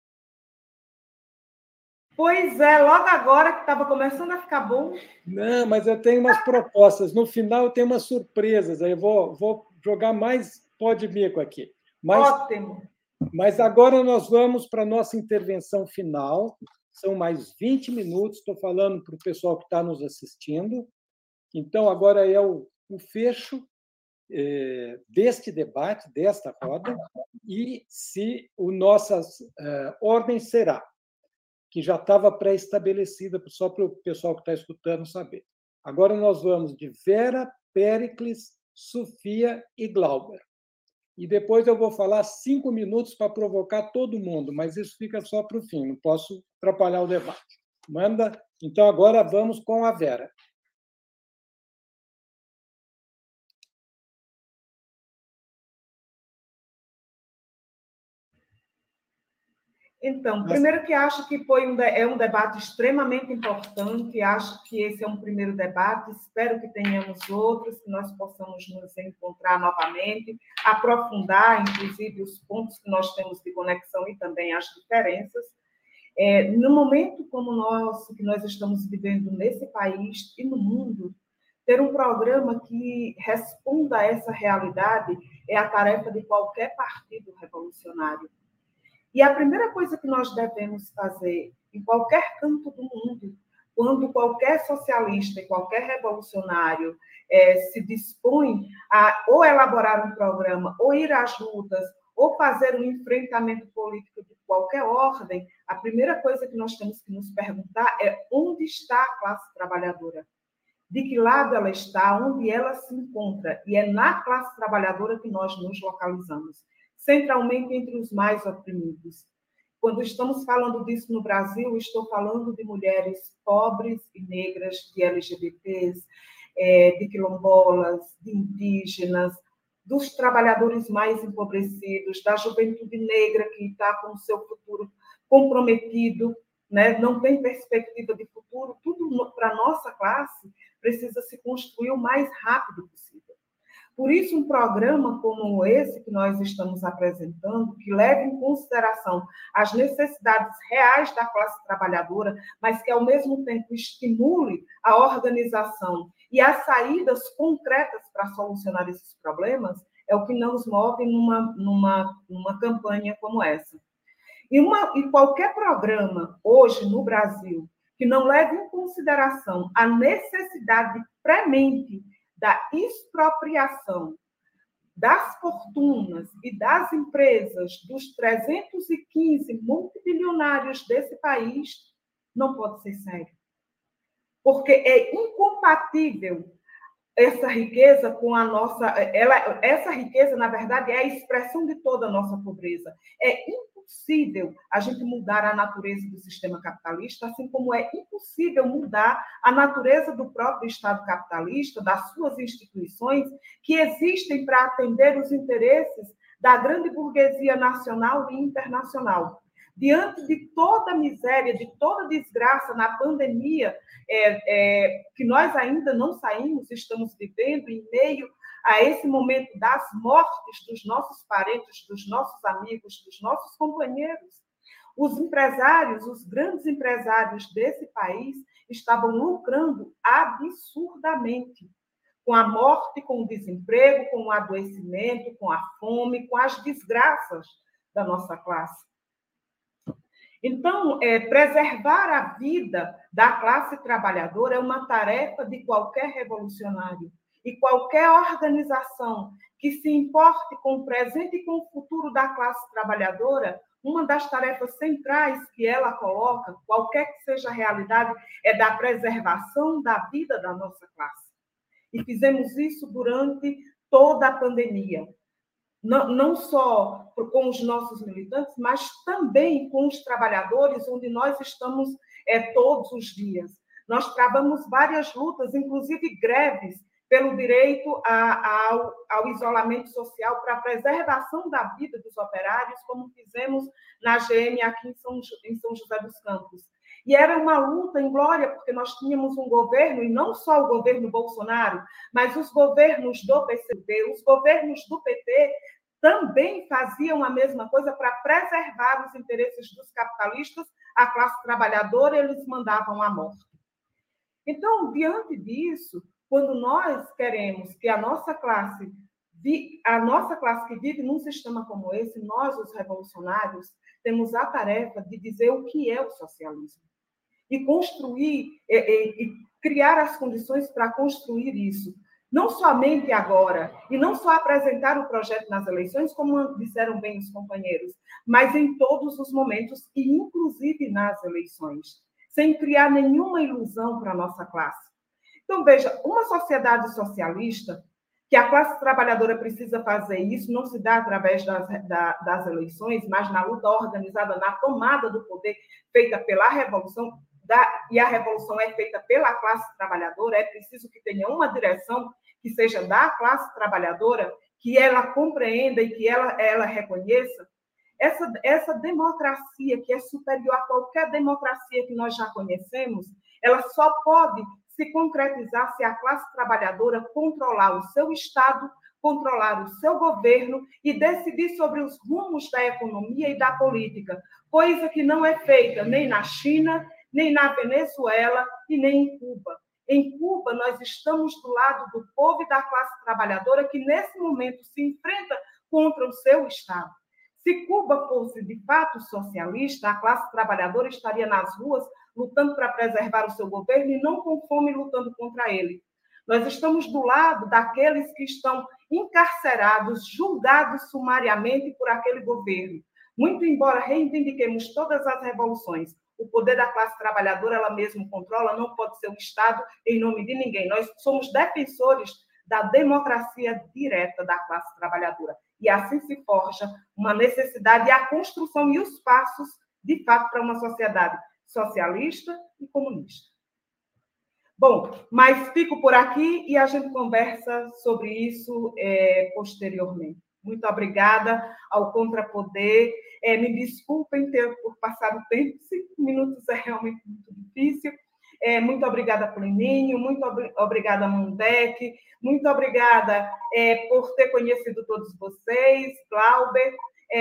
Pois é, logo agora que estava começando a ficar bom. Não, mas eu tenho umas propostas. No final eu tenho umas surpresas. Aí eu vou, vou jogar mais pó de mico aqui. Mas, Ótimo. Mas agora nós vamos para a nossa intervenção final. São mais vinte minutos. Estou falando para o pessoal que está nos assistindo. Então, agora é o, o fecho eh, deste debate, desta roda, e se o nossa eh, ordem será, que já estava pré-estabelecida, só para o pessoal que está escutando saber. Agora nós vamos de Vera, Péricles, Sofia e Glauber. E depois eu vou falar cinco minutos para provocar todo mundo, mas isso fica só para o fim, não posso atrapalhar o debate. Manda. Então, agora vamos com a Vera. Então, primeiro que acho que foi um, é um debate extremamente importante, acho que esse é um primeiro debate, espero que tenhamos outros, que nós possamos nos encontrar novamente, aprofundar, inclusive, os pontos que nós temos de conexão e também as diferenças. É, no momento como o nosso, que nós estamos vivendo nesse país e no mundo, ter um programa que responda a essa realidade é a tarefa de qualquer partido revolucionário. E a primeira coisa que nós devemos fazer em qualquer canto do mundo, quando qualquer socialista e qualquer revolucionário é, se dispõe a ou elaborar um programa, ou ir às lutas, ou fazer um enfrentamento político de qualquer ordem, a primeira coisa que nós temos que nos perguntar é onde está a classe trabalhadora? De que lado ela está, onde ela se encontra? E é na classe trabalhadora que nós nos localizamos, centralmente entre os mais oprimidos. Quando estamos falando disso no Brasil, estou falando de mulheres pobres e negras, de L G B Tês, de quilombolas, de indígenas, dos trabalhadores mais empobrecidos, da juventude negra que está com o seu futuro comprometido, né? Não tem perspectiva de futuro. Tudo para a nossa classe precisa se construir o mais rápido possível. Por isso, um programa como esse que nós estamos apresentando, que leve em consideração as necessidades reais da classe trabalhadora, mas que, ao mesmo tempo, estimule a organização e as saídas concretas para solucionar esses problemas, é o que nos move numa, numa, numa campanha como essa. E, uma, e qualquer programa, hoje, no Brasil, que não leve em consideração a necessidade premente da expropriação das fortunas e das empresas dos trezentos e quinze multibilionários desse país, não pode ser sério. Porque é incompatível essa riqueza com a nossa... Ela, essa riqueza, na verdade, é a expressão de toda a nossa pobreza. É impossível a gente mudar a natureza do sistema capitalista, assim como é impossível mudar a natureza do próprio Estado capitalista, das suas instituições, que existem para atender os interesses da grande burguesia nacional e internacional. diante de toda a miséria, de toda a desgraça na pandemia, é, é, que nós ainda não saímos, estamos vivendo em meio a esse momento das mortes dos nossos parentes, dos nossos amigos, dos nossos companheiros. Os empresários, os grandes empresários desse país estavam lucrando absurdamente com a morte, com o desemprego, com o adoecimento, com a fome, com as desgraças da nossa classe. Então, é, preservar a vida da classe trabalhadora é uma tarefa de qualquer revolucionário. E qualquer organização que se importe com o presente e com o futuro da classe trabalhadora, uma das tarefas centrais que ela coloca, qualquer que seja a realidade, é da preservação da vida da nossa classe. E fizemos isso durante toda a pandemia. Não, não só com os nossos militantes, mas também com os trabalhadores, onde nós estamos é, todos os dias. Nós travamos várias lutas, inclusive greves, pelo direito a, ao, ao isolamento social, para a preservação da vida dos operários, como fizemos na G M aqui em São, em São José dos Campos. E era uma luta em glória, porque nós tínhamos um governo, e não só o governo Bolsonaro, mas os governos do P C B, os governos do P T, também faziam a mesma coisa para preservar os interesses dos capitalistas, a classe trabalhadora, eles mandavam a morte. Então, diante disso, quando nós queremos que a nossa classe, a nossa classe que vive num sistema como esse, nós, os revolucionários, temos a tarefa de dizer o que é o socialismo e construir e, e, e criar as condições para construir isso. Não somente agora, e não só apresentar o projeto nas eleições, como disseram bem os companheiros, mas em todos os momentos, e inclusive nas eleições, sem criar nenhuma ilusão para a nossa classe. Então, veja, uma sociedade socialista, que a classe trabalhadora precisa fazer isso, não se dá através das, da, das eleições, mas na luta organizada, na tomada do poder feita pela revolução, da, e a revolução é feita pela classe trabalhadora, é preciso que tenha uma direção que seja da classe trabalhadora, que ela compreenda e que ela, ela reconheça. Essa, essa democracia, que é superior a qualquer democracia que nós já conhecemos, ela só pode se concretizar se a classe trabalhadora controlar o seu Estado, controlar o seu governo e decidir sobre os rumos da economia e da política, coisa que não é feita nem na China, nem na Venezuela e nem em Cuba. Em Cuba, nós estamos do lado do povo e da classe trabalhadora que, nesse momento, se enfrenta contra o seu Estado. Se Cuba fosse, de fato, socialista, a classe trabalhadora estaria nas ruas lutando para preservar o seu governo e não com fome lutando contra ele. Nós estamos do lado daqueles que estão encarcerados, julgados sumariamente por aquele governo. Muito embora reivindiquemos todas as revoluções, o poder da classe trabalhadora ela mesma controla, não pode ser o Estado em nome de ninguém. Nós somos defensores da democracia direta da classe trabalhadora. E assim se forja uma necessidade e a construção e os passos, de fato, para uma sociedade socialista e comunista. Bom, mas fico por aqui e a gente conversa sobre isso é, posteriormente. Muito obrigada ao Contrapoder. É, me desculpem ter, por passar o tempo, cinco minutos é realmente muito difícil. É, muito obrigada, Pleninho, muito ob obrigada, Mundec, muito obrigada é, por ter conhecido todos vocês, Glauber,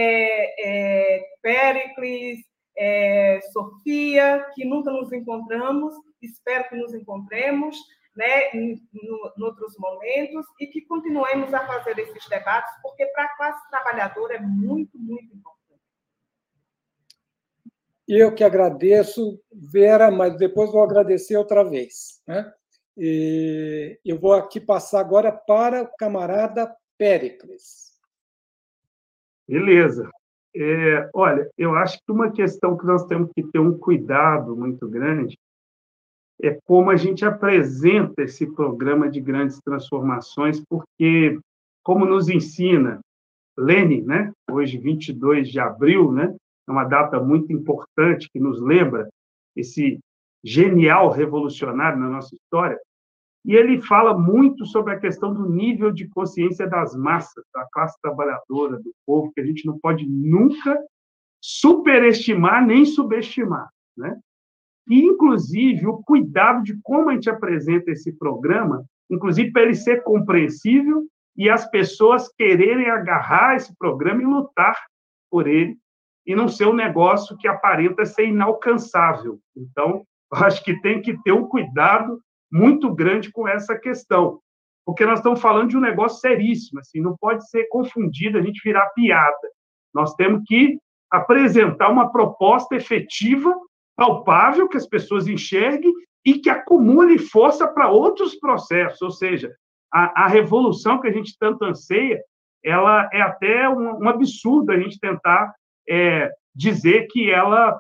é, é, Péricles, é, Sofia, que nunca nos encontramos, espero que nos encontremos, né, em, no, em outros momentos, e que continuemos a fazer esses debates, porque para a classe trabalhadora é muito, muito importante. Eu que agradeço, Vera, mas depois vou agradecer outra vez, né? E eu vou aqui passar agora para o camarada Péricles. Beleza. É, olha, eu acho que uma questão que nós temos que ter um cuidado muito grande é como a gente apresenta esse programa de grandes transformações, porque, como nos ensina Lenin, né, hoje, vinte e dois de abril, né, é uma data muito importante que nos lembra esse genial revolucionário na nossa história, e ele fala muito sobre a questão do nível de consciência das massas, da classe trabalhadora, do povo, que a gente não pode nunca superestimar nem subestimar, né? E, inclusive, o cuidado de como a gente apresenta esse programa, inclusive para ele ser compreensível e as pessoas quererem agarrar esse programa e lutar por ele, e não ser um negócio que aparenta ser inalcançável. Então, eu acho que tem que ter um cuidado muito grande com essa questão, porque nós estamos falando de um negócio seríssimo, assim, não pode ser confundido, a gente virar piada. Nós temos que apresentar uma proposta efetiva, palpável, que as pessoas enxerguem e que acumule força para outros processos, ou seja, a, a revolução que a gente tanto anseia, ela é até um, um absurdo a gente tentar é, dizer que ela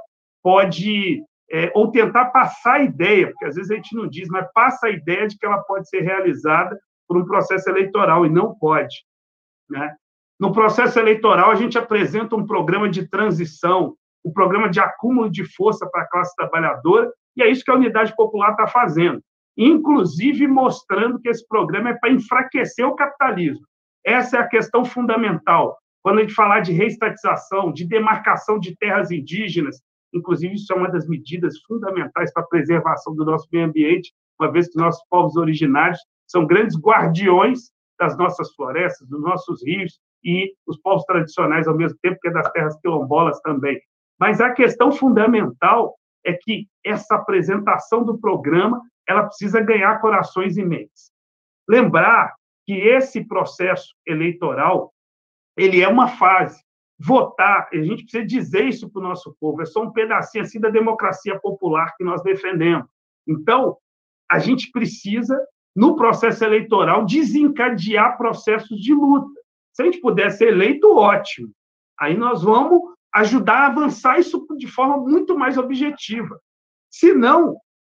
pode, é, ou tentar passar a ideia, porque às vezes a gente não diz, mas passa a ideia de que ela pode ser realizada por um processo eleitoral, e não pode, né? No processo eleitoral, a gente apresenta um programa de transição, um programa de acúmulo de força para a classe trabalhadora, e é isso que a Unidade Popular está fazendo, inclusive mostrando que esse programa é para enfraquecer o capitalismo. Essa é a questão fundamental. Quando a gente falar de reestatização, de demarcação de terras indígenas, inclusive isso é uma das medidas fundamentais para a preservação do nosso meio ambiente, uma vez que nossos povos originários são grandes guardiões das nossas florestas, dos nossos rios, e os povos tradicionais, ao mesmo tempo que é das terras quilombolas também. Mas a questão fundamental é que essa apresentação do programa ela precisa ganhar corações e mentes. Lembrar que esse processo eleitoral ele é uma fase. Votar, a gente precisa dizer isso para o nosso povo, é só um pedacinho assim da democracia popular que nós defendemos. Então, a gente precisa, no processo eleitoral, desencadear processos de luta. Se a gente puder ser eleito, ótimo. Aí nós vamos ajudar a avançar isso de forma muito mais objetiva. Se não,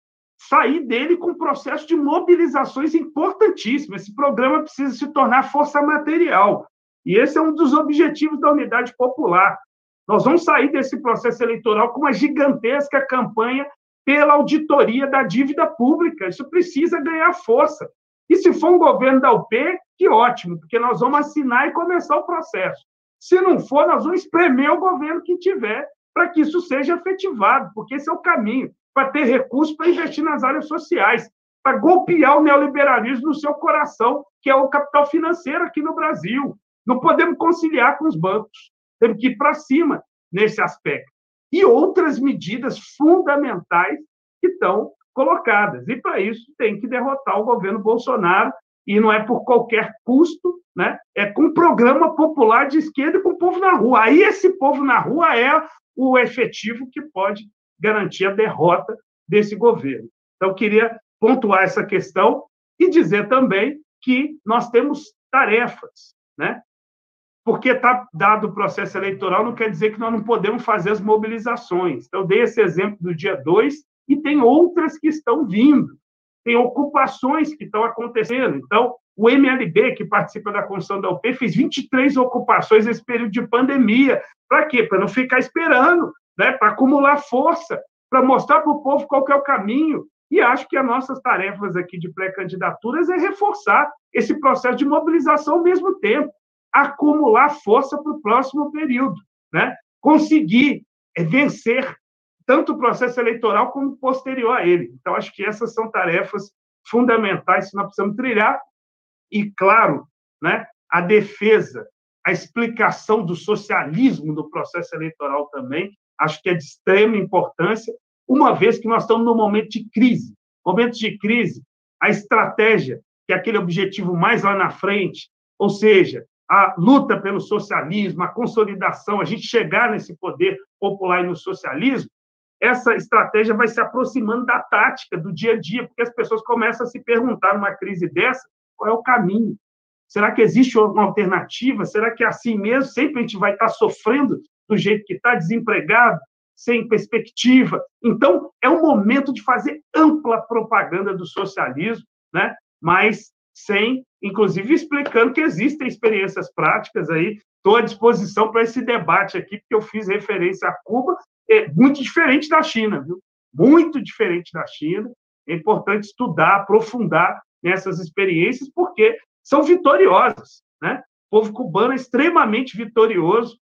sair dele com um processo de mobilizações importantíssimo. Esse programa precisa se tornar força material. E esse é um dos objetivos da Unidade Popular. Nós vamos sair desse processo eleitoral com uma gigantesca campanha pela auditoria da dívida pública. Isso precisa ganhar força. E se for um governo da U P, que ótimo, porque nós vamos assinar e começar o processo. Se não for, nós vamos espremer o governo que tiver para que isso seja efetivado, porque esse é o caminho, para ter recursos para investir nas áreas sociais, para golpear o neoliberalismo no seu coração, que é o capital financeiro aqui no Brasil. Não podemos conciliar com os bancos. Temos que ir para cima nesse aspecto. E outras medidas fundamentais que estão colocadas. E, para isso, tem que derrotar o governo Bolsonaro, e não é por qualquer custo, né? É com um programa popular de esquerda e com o povo na rua. Aí esse povo na rua é o efetivo que pode garantir a derrota desse governo. Então, eu queria pontuar essa questão e dizer também que nós temos tarefas, né? Porque está dado o processo eleitoral, não quer dizer que nós não podemos fazer as mobilizações. Então, eu dei esse exemplo do dia dois, e tem outras que estão vindo. Tem ocupações que estão acontecendo. Então, o M L B, que participa da construção da U P, fez vinte e três ocupações nesse período de pandemia. Para quê? Para não ficar esperando, né? Para acumular força, para mostrar para o povo qual que é o caminho. E acho que as nossas tarefas aqui de pré-candidaturas é reforçar esse processo de mobilização ao mesmo tempo, acumular força para o próximo período, né? Conseguir vencer tanto o processo eleitoral como posterior a ele. Então, acho que essas são tarefas fundamentais que nós precisamos trilhar. E, claro, né, a defesa, a explicação do socialismo no processo eleitoral também, acho que é de extrema importância, uma vez que nós estamos num momento de crise. Momento de crise, a estratégia, que é aquele objetivo mais lá na frente, ou seja, a luta pelo socialismo, a consolidação, a gente chegar nesse poder popular e no socialismo, essa estratégia vai se aproximando da tática, do dia a dia, porque as pessoas começam a se perguntar numa crise dessa, qual é o caminho? Será que existe uma alternativa? Será que é assim mesmo? Sempre a gente vai estar sofrendo do jeito que está, desempregado, sem perspectiva? Então, é um momento de fazer ampla propaganda do socialismo, né? Mas sem, inclusive, explicando que existem experiências práticas aí. Estou à disposição para esse debate aqui, porque eu fiz referência a Cuba, é muito diferente da China, viu? Muito diferente da China. É importante estudar, aprofundar nessas experiências, porque são vitoriosas, né? O povo cubano é extremamente vitorioso, né?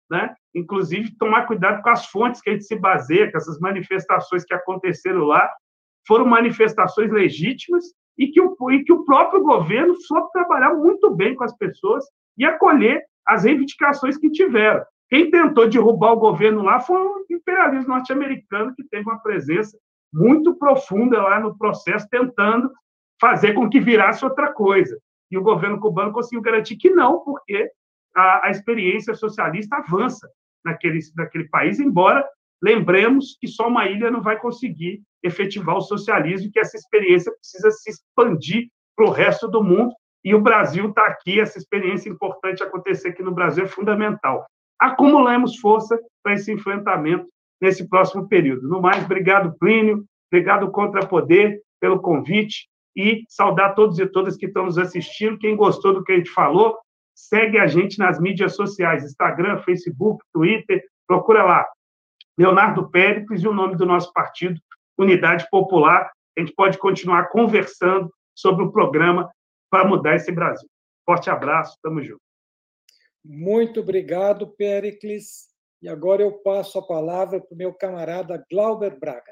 inclusive tomar cuidado com as fontes que a gente se baseia, que essas manifestações que aconteceram lá foram manifestações legítimas e que o, e que o próprio governo soube trabalhar muito bem com as pessoas e acolher as reivindicações que tiveram. Quem tentou derrubar o governo lá foi o imperialismo norte-americano, que teve uma presença muito profunda lá no processo, tentando fazer com que virasse outra coisa. E o governo cubano conseguiu garantir que não, porque a, a experiência socialista avança naquele, naquele país, embora lembremos que só uma ilha não vai conseguir efetivar o socialismo e que essa experiência precisa se expandir para o resto do mundo, e o Brasil está aqui, essa experiência importante acontecer aqui no Brasil é fundamental. Acumulemos força para esse enfrentamento nesse próximo período. No mais, obrigado, Plínio, obrigado, Contrapoder, pelo convite, e saudar todos e todas que estão nos assistindo. Quem gostou do que a gente falou, segue a gente nas mídias sociais, Instagram, Facebook, Twitter, procura lá, Leonardo Péricles, e o nome do nosso partido, Unidade Popular. A gente pode continuar conversando sobre o programa para mudar esse Brasil. Forte abraço, tamo junto. Muito obrigado, Péricles. E agora eu passo a palavra para o meu camarada Glauber Braga.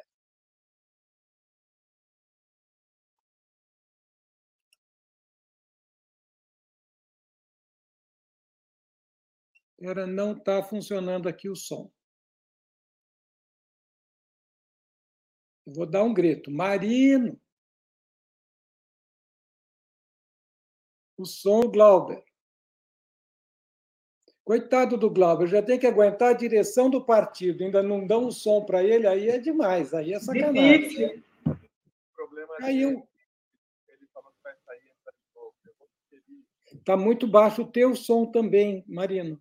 Agora não está funcionando aqui o som. Eu vou dar um grito. Marino! O som, Glauber. Coitado do Glauber, já tem que aguentar a direção do partido, ainda não dão um som para ele, aí é demais, aí é sacanagem. Difícil. Aí eu... Está muito baixo o teu som também, Marino.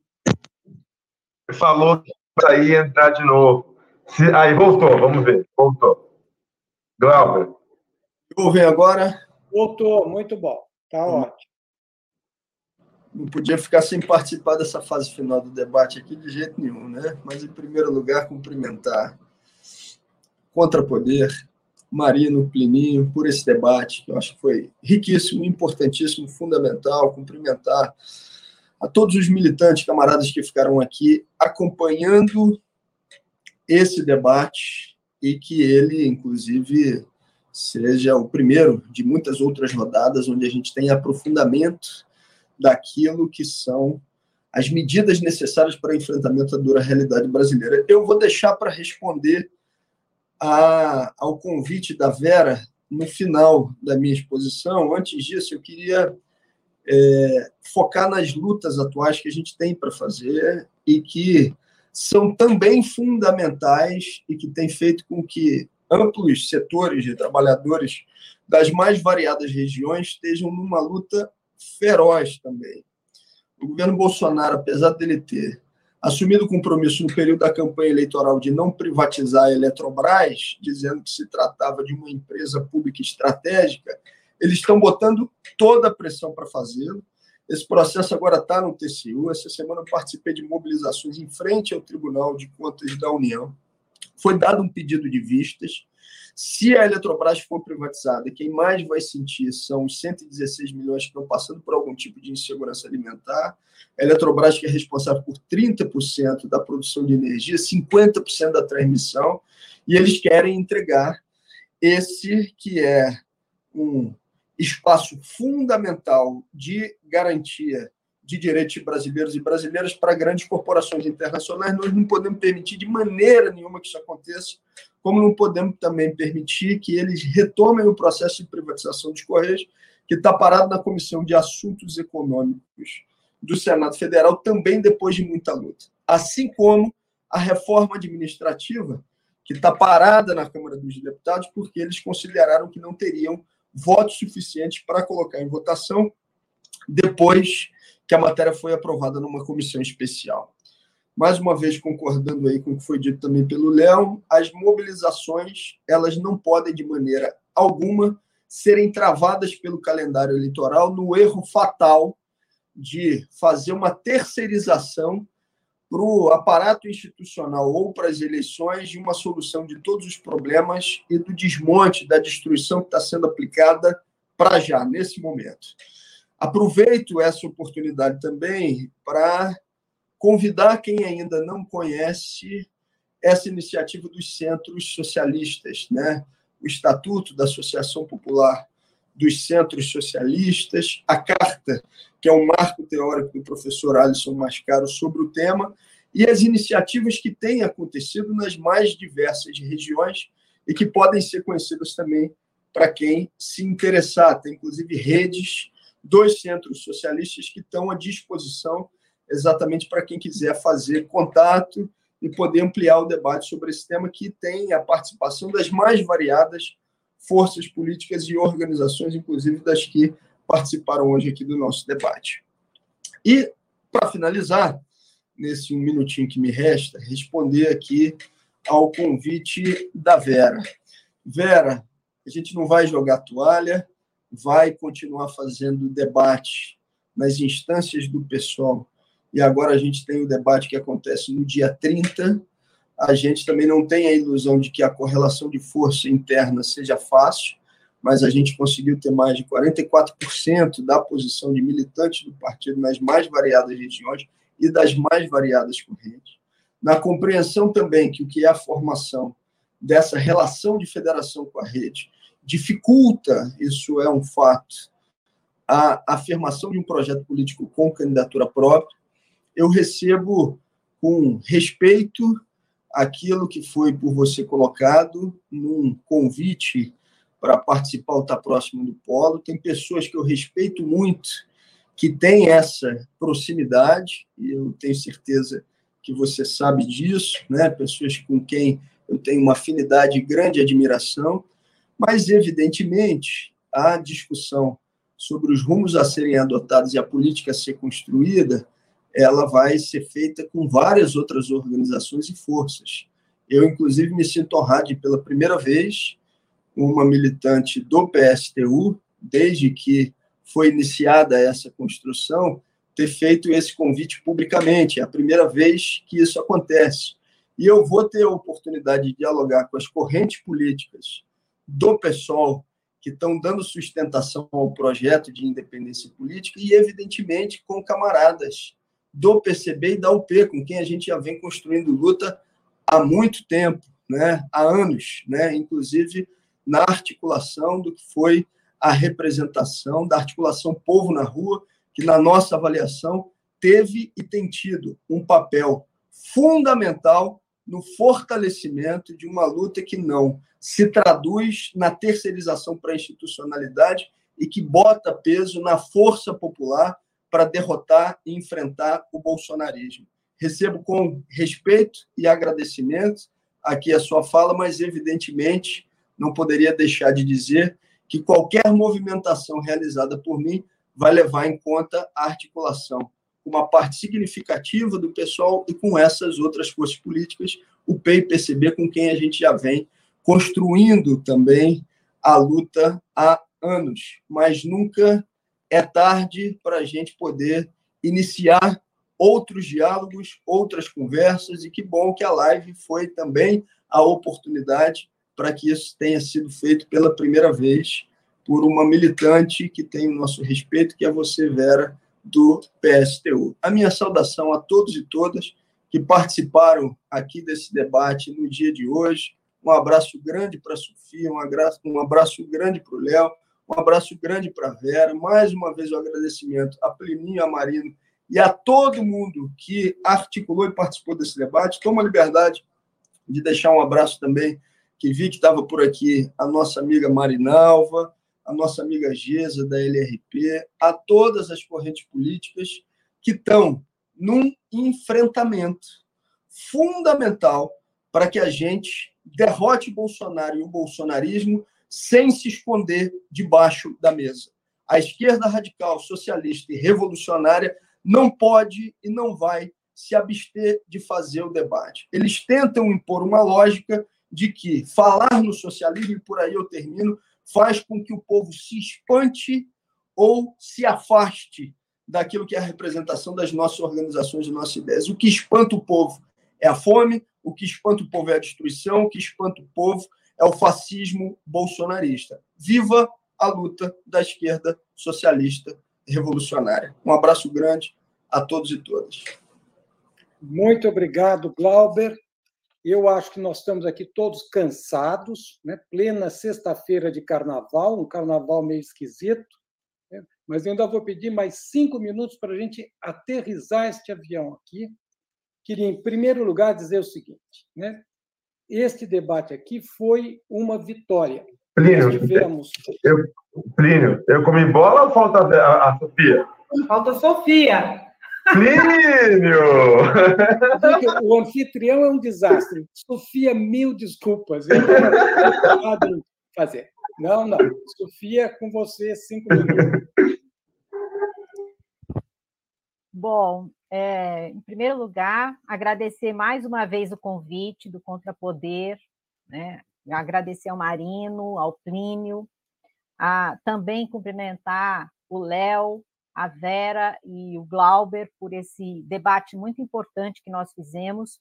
Ele falou para ir entrar de novo. Se... Aí, voltou, vamos ver, voltou. Glauber. Vou ver agora. Voltou, muito bom, está hum. ótimo. Não podia ficar sem participar dessa fase final do debate aqui de jeito nenhum, né? Mas, em primeiro lugar, cumprimentar Contrapoder, Marino, Plininho, por esse debate, que eu acho que foi riquíssimo, importantíssimo, fundamental. Cumprimentar a todos os militantes, camaradas que ficaram aqui acompanhando esse debate e que ele, inclusive, seja o primeiro de muitas outras rodadas onde a gente tem aprofundamento daquilo que são as medidas necessárias para o enfrentamento da dura realidade brasileira. Eu vou deixar para responder a, ao convite da Vera no final da minha exposição. Antes disso, eu queria é, focar nas lutas atuais que a gente tem para fazer e que são também fundamentais e que têm feito com que amplos setores de trabalhadores das mais variadas regiões estejam numa luta feroz também. O governo Bolsonaro, apesar dele ter assumido o compromisso no período da campanha eleitoral de não privatizar a Eletrobras, dizendo que se tratava de uma empresa pública estratégica, eles estão botando toda a pressão para fazê-lo. Esse processo agora está no T C U. Essa semana eu participei de mobilizações em frente ao Tribunal de Contas da União. Foi dado um pedido de vistas. Se a Eletrobras for privatizada, quem mais vai sentir são os cento e dezesseis milhões que estão passando por algum tipo de insegurança alimentar. A Eletrobras, que é responsável por trinta por cento da produção de energia, cinquenta por cento da transmissão, e eles querem entregar esse que é um espaço fundamental de garantia de direitos brasileiros e brasileiras para grandes corporações internacionais. Nós não podemos permitir de maneira nenhuma que isso aconteça, como não podemos também permitir que eles retomem o processo de privatização dos Correios, que está parado na Comissão de Assuntos Econômicos do Senado Federal, também depois de muita luta. Assim como a reforma administrativa, que está parada na Câmara dos Deputados, porque eles consideraram que não teriam votos suficientes para colocar em votação depois que a matéria foi aprovada numa comissão especial. Mais uma vez, concordando aí com o que foi dito também pelo Léo, as mobilizações, elas não podem, de maneira alguma, serem travadas pelo calendário eleitoral no erro fatal de fazer uma terceirização para o aparato institucional ou para as eleições de uma solução de todos os problemas e do desmonte, da destruição que está sendo aplicada para já, nesse momento. Aproveito essa oportunidade também para convidar quem ainda não conhece essa iniciativa dos centros socialistas, né? O Estatuto da Associação Popular dos Centros Socialistas, a Carta, que é um marco teórico do professor Alisson Mascaro sobre o tema, e as iniciativas que têm acontecido nas mais diversas regiões e que podem ser conhecidas também para quem se interessar. Tem, inclusive, redes dos centros socialistas que estão à disposição exatamente para quem quiser fazer contato e poder ampliar o debate sobre esse tema, que tem a participação das mais variadas forças políticas e organizações, inclusive das que participaram hoje aqui do nosso debate. E, para finalizar, nesse um minutinho que me resta, responder aqui ao convite da Vera. Vera, a gente não vai jogar toalha, vai continuar fazendo debate nas instâncias do pessoal. E agora a gente tem o debate que acontece no dia trinta. A gente também não tem a ilusão de que a correlação de força interna seja fácil, mas a gente conseguiu ter mais de quarenta e quatro por cento da posição de militantes do partido nas mais variadas regiões e das mais variadas correntes. Na compreensão também que o que é a formação dessa relação de federação com a rede dificulta, isso é um fato, a afirmação de um projeto político com candidatura própria. Eu recebo com respeito aquilo que foi por você colocado num convite para participar ou estar próximo do Polo. Tem pessoas que eu respeito muito, que têm essa proximidade, e eu tenho certeza que você sabe disso, né? Pessoas com quem eu tenho uma afinidade e grande admiração, mas, evidentemente, a discussão sobre os rumos a serem adotados e a política a ser construída, ela vai ser feita com várias outras organizações e forças. Eu, inclusive, me sinto honrado de, pela primeira vez, uma militante do P S T U, desde que foi iniciada essa construção, ter feito esse convite publicamente. É a primeira vez que isso acontece. E eu vou ter a oportunidade de dialogar com as correntes políticas do PSOL, que estão dando sustentação ao projeto de independência política, e, evidentemente, com camaradas do P C B e da U P, com quem a gente já vem construindo luta há muito tempo, né? Há anos, né? Inclusive na articulação do que foi a representação da articulação Povo na Rua, que, na nossa avaliação, teve e tem tido um papel fundamental no fortalecimento de uma luta que não se traduz na terceirização para a institucionalidade e que bota peso na força popular para derrotar e enfrentar o bolsonarismo. Recebo com respeito e agradecimento aqui a sua fala, mas, evidentemente, não poderia deixar de dizer que qualquer movimentação realizada por mim vai levar em conta a articulação com uma parte significativa do pessoal e com essas outras forças políticas, o P e P C B, com quem a gente já vem construindo também a luta há anos. Mas nunca é tarde para a gente poder iniciar outros diálogos, outras conversas, e que bom que a live foi também a oportunidade para que isso tenha sido feito pela primeira vez por uma militante que tem o nosso respeito, que é você, Vera, do P S T U. A minha saudação a todos e todas que participaram aqui desse debate no dia de hoje. Um abraço grande para a Sofia, um abraço, um abraço grande para o Léo, um abraço grande para a Vera. Mais uma vez o agradecimento a Plininho, a Marino e a todo mundo que articulou e participou desse debate. Tomo a liberdade de deixar um abraço também, que vi que estava por aqui, a nossa amiga Marinalva, a nossa amiga Gesa, da L R P, a todas as correntes políticas que estão num enfrentamento fundamental para que a gente derrote Bolsonaro e o bolsonarismo sem se esconder debaixo da mesa. A esquerda radical, socialista e revolucionária não pode e não vai se abster de fazer o debate. Eles tentam impor uma lógica de que falar no socialismo, e por aí eu termino, faz com que o povo se espante ou se afaste daquilo que é a representação das nossas organizações e nossas ideias. O que espanta o povo é a fome, o que espanta o povo é a destruição, o que espanta o povo é o fascismo bolsonarista. Viva a luta da esquerda socialista revolucionária. Um abraço grande a todos e todas. Muito obrigado, Glauber. Eu acho que nós estamos aqui todos cansados, né? Plena sexta-feira de carnaval, um carnaval meio esquisito, né? Mas eu ainda vou pedir mais cinco minutos para a gente aterrissar este avião aqui. Queria, em primeiro lugar, dizer o seguinte, né? Este debate aqui foi uma vitória. Plínio, nós tivemos... eu, Plínio, eu comi bola ou falta a, a Sofia? Falta a Sofia. Plínio! O anfitrião é um desastre. Sofia, mil desculpas. Eu estava errado em fazer. Não, não. Sofia, com você, cinco minutos. Bom, é, em primeiro lugar, agradecer mais uma vez o convite do Contrapoder, né? Agradecer ao Marino, ao Plínio, a, também cumprimentar o Léo, a Vera e o Glauber por esse debate muito importante que nós fizemos.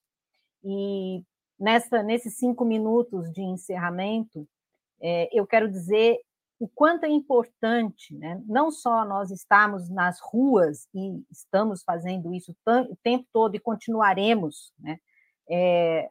E nessa, nesses cinco minutos de encerramento, é, eu quero dizer o quanto é importante, né? Não só nós estarmos nas ruas, e estamos fazendo isso o tempo todo e continuaremos, né? É,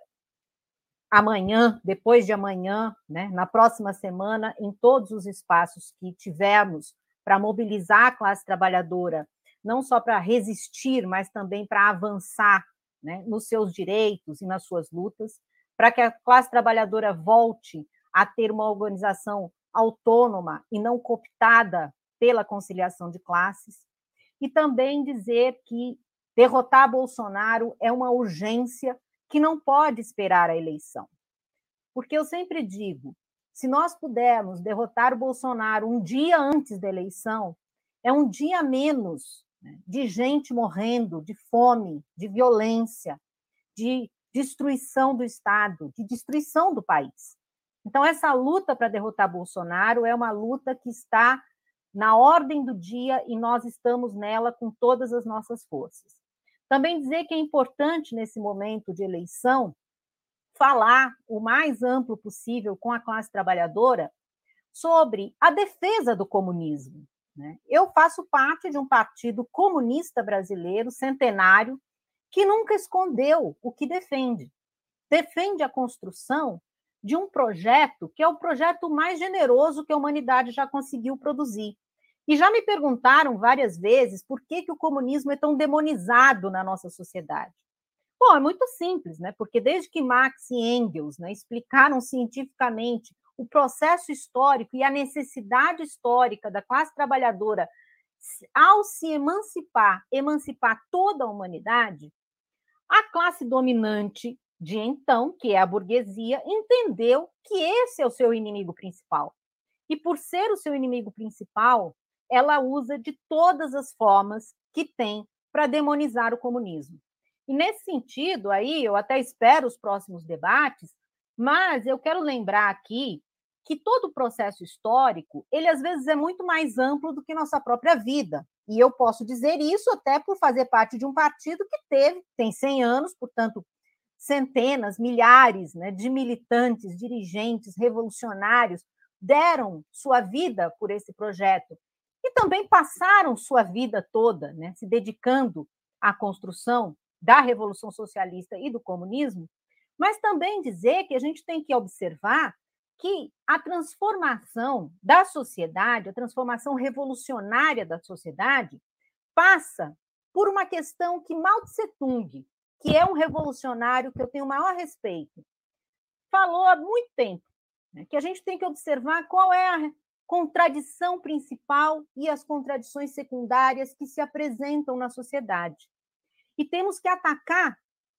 amanhã, depois de amanhã, né? Na próxima semana, em todos os espaços que tivermos para mobilizar a classe trabalhadora, não só para resistir, mas também para avançar, né, nos seus direitos e nas suas lutas, para que a classe trabalhadora volte a ter uma organização autônoma e não cooptada pela conciliação de classes, e também dizer que derrotar Bolsonaro é uma urgência que não pode esperar a eleição. Porque eu sempre digo, se nós pudermos derrotar o Bolsonaro um dia antes da eleição, é um dia menos, né, de gente morrendo de fome, de violência, de destruição do Estado, de destruição do país. Então, essa luta para derrotar Bolsonaro é uma luta que está na ordem do dia e nós estamos nela com todas as nossas forças. Também dizer que é importante, nesse momento de eleição, falar o mais amplo possível com a classe trabalhadora sobre a defesa do comunismo, né? Eu faço parte de um partido comunista brasileiro, centenário, que nunca escondeu o que defende. Defende a construção de um projeto que é o projeto mais generoso que a humanidade já conseguiu produzir. E já me perguntaram várias vezes por que, que o comunismo é tão demonizado na nossa sociedade. Bom, é muito simples, né? Porque desde que Marx e Engels, né, explicaram cientificamente o processo histórico e a necessidade histórica da classe trabalhadora ao se emancipar, emancipar toda a humanidade, a classe dominante de então, que é a burguesia, entendeu que esse é o seu inimigo principal. E por ser o seu inimigo principal, ela usa de todas as formas que tem para demonizar o comunismo. E nesse sentido, aí, eu até espero os próximos debates, mas eu quero lembrar aqui que todo o processo histórico, ele às vezes é muito mais amplo do que nossa própria vida. E eu posso dizer isso até por fazer parte de um partido que teve, tem cem anos, portanto, centenas, milhares, né, de militantes, dirigentes, revolucionários, deram sua vida por esse projeto e também passaram sua vida toda, né, se dedicando à construção da Revolução Socialista e do comunismo, mas também dizer que a gente tem que observar que a transformação da sociedade, a transformação revolucionária da sociedade, passa por uma questão que Mao Tse-tung, que é um revolucionário que eu tenho o maior respeito, falou há muito tempo, né, que a gente tem que observar qual é a contradição principal e as contradições secundárias que se apresentam na sociedade. E temos que atacar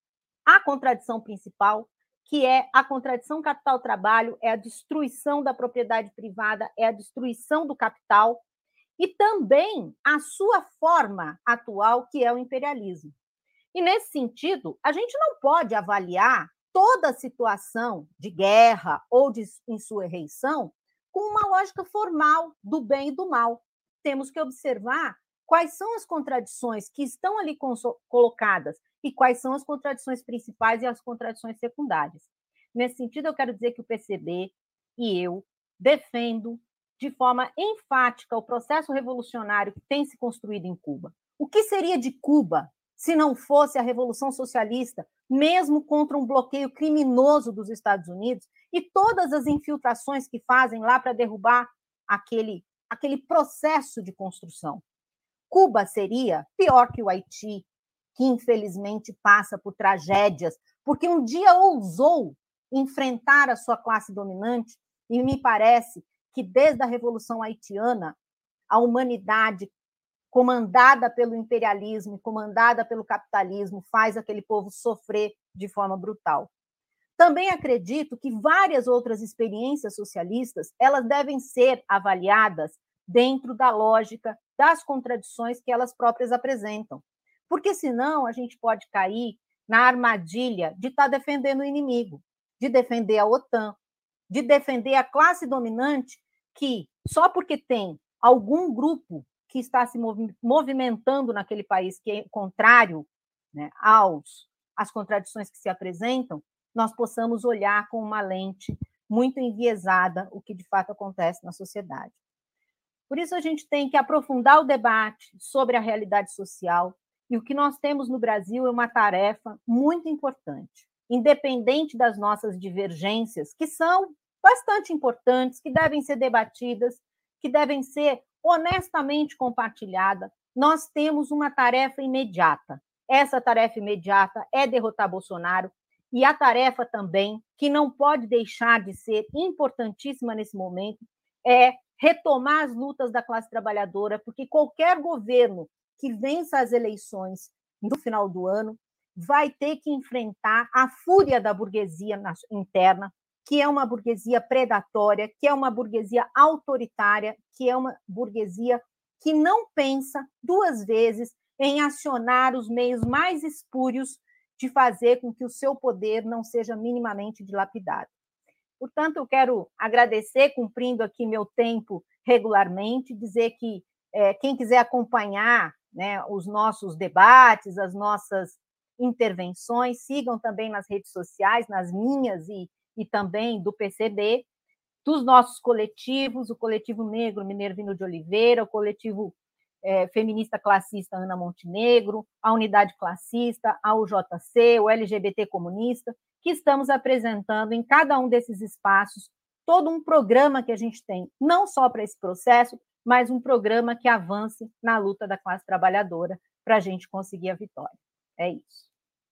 a contradição principal, que é a contradição capital-trabalho, é a destruição da propriedade privada, é a destruição do capital, e também a sua forma atual, que é o imperialismo. E, nesse sentido, a gente não pode avaliar toda a situação de guerra ou de insurreição com uma lógica formal do bem e do mal. Temos que observar quais são as contradições que estão ali colocadas e quais são as contradições principais e as contradições secundárias. Nesse sentido, eu quero dizer que o P C B e eu defendo de forma enfática o processo revolucionário que tem se construído em Cuba. O que seria de Cuba se não fosse a Revolução Socialista, mesmo contra um bloqueio criminoso dos Estados Unidos e todas as infiltrações que fazem lá para derrubar aquele, aquele processo de construção. Cuba seria pior que o Haiti, que infelizmente passa por tragédias, porque um dia ousou enfrentar a sua classe dominante, e me parece que desde a Revolução Haitiana, a humanidade, comandada pelo imperialismo, comandada pelo capitalismo, faz aquele povo sofrer de forma brutal. Também acredito que várias outras experiências socialistas, elas devem ser avaliadas dentro da lógica das contradições que elas próprias apresentam. Porque senão a gente pode cair na armadilha de estar defendendo o inimigo, de defender a OTAN, de defender a classe dominante que, só porque tem algum grupo que está se movimentando naquele país que é contrário, né, aos, às contradições que se apresentam, nós possamos olhar com uma lente muito enviesada o que de fato acontece na sociedade. Por isso, a gente tem que aprofundar o debate sobre a realidade social, e o que nós temos no Brasil é uma tarefa muito importante, independente das nossas divergências, que são bastante importantes, que devem ser debatidas, que devem ser honestamente compartilhadas. Nós temos uma tarefa imediata. Essa tarefa imediata é derrotar Bolsonaro, e a tarefa também, que não pode deixar de ser importantíssima nesse momento, é retomar as lutas da classe trabalhadora, porque qualquer governo que vença as eleições no final do ano vai ter que enfrentar a fúria da burguesia interna, que é uma burguesia predatória, que é uma burguesia autoritária, que é uma burguesia que não pensa duas vezes em acionar os meios mais espúrios de fazer com que o seu poder não seja minimamente dilapidado. Portanto, eu quero agradecer, cumprindo aqui meu tempo regularmente, dizer que é, quem quiser acompanhar, né, os nossos debates, as nossas intervenções, sigam também nas redes sociais, nas minhas e, e também do P C B, dos nossos coletivos, o Coletivo Negro Minervino de Oliveira, o Coletivo é, Feminista Classista Ana Montenegro, a Unidade Classista, a U J C, o L G B T Comunista, que estamos apresentando em cada um desses espaços todo um programa que a gente tem, não só para esse processo, mas um programa que avance na luta da classe trabalhadora para a gente conseguir a vitória. É isso.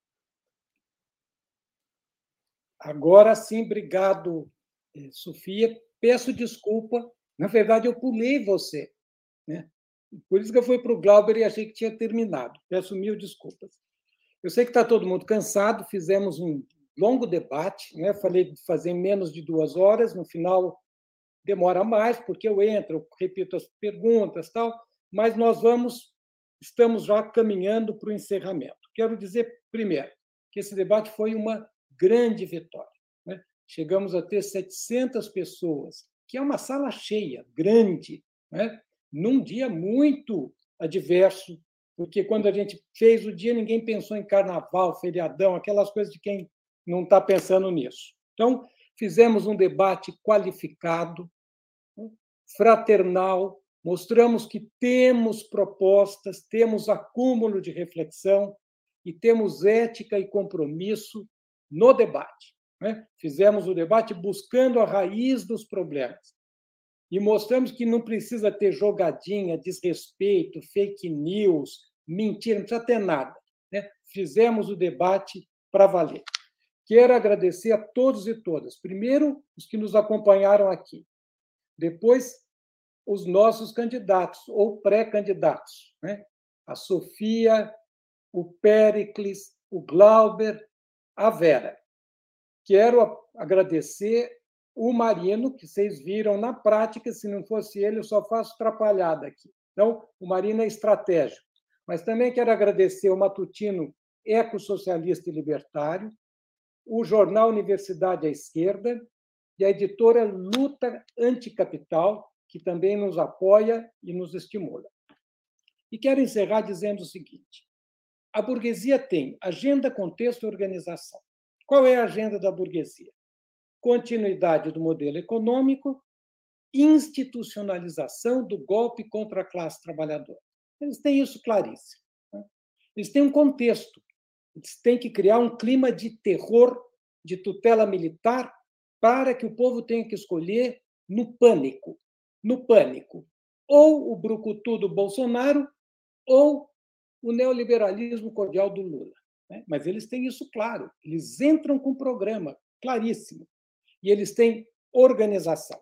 Agora sim, obrigado, Sofia. Peço desculpa, na verdade eu pulei você, né? Por isso que eu fui para o Glauber e achei que tinha terminado. Peço mil desculpas. Eu sei que está todo mundo cansado, fizemos um longo debate, né? Falei de fazer em menos de duas horas, no final demora mais, porque eu entro, eu repito as perguntas, tal, mas nós vamos, estamos já caminhando para o encerramento. Quero dizer, primeiro, que esse debate foi uma grande vitória, né? Chegamos a ter setecentas pessoas, que é uma sala cheia, grande, né? Num dia muito adverso, porque quando a gente fez o dia, ninguém pensou em carnaval, feriadão, aquelas coisas de quem não está pensando nisso. Então, fizemos um debate qualificado, fraternal, mostramos que temos propostas, temos acúmulo de reflexão e temos ética e compromisso no debate, né? Fizemos o debate buscando a raiz dos problemas e mostramos que não precisa ter jogadinha, desrespeito, fake news, mentira, não precisa ter nada, né? Fizemos o debate para valer. Quero agradecer a todos e todas. Primeiro, os que nos acompanharam aqui. Depois, os nossos candidatos ou pré-candidatos, né? A Sofia, o Péricles, o Glauber, a Vera. Quero agradecer o Marino, que vocês viram na prática, se não fosse ele, eu só faço atrapalhada aqui. Então, o Marino é estratégico. Mas também quero agradecer o Matutino Ecossocialista e Libertário, o jornal Universidade à Esquerda e a editora Luta Anticapital, que também nos apoia e nos estimula. E quero encerrar dizendo o seguinte: a burguesia tem agenda, contexto e organização. Qual é a agenda da burguesia? Continuidade do modelo econômico, institucionalização do golpe contra a classe trabalhadora. Eles têm isso claríssimo, né? Eles têm um contexto. Eles têm que criar um clima de terror, de tutela militar, para que o povo tenha que escolher no pânico. No pânico. Ou o brucutu do Bolsonaro, ou o neoliberalismo cordial do Lula. Mas eles têm isso claro. Eles entram com um programa claríssimo. E eles têm organização.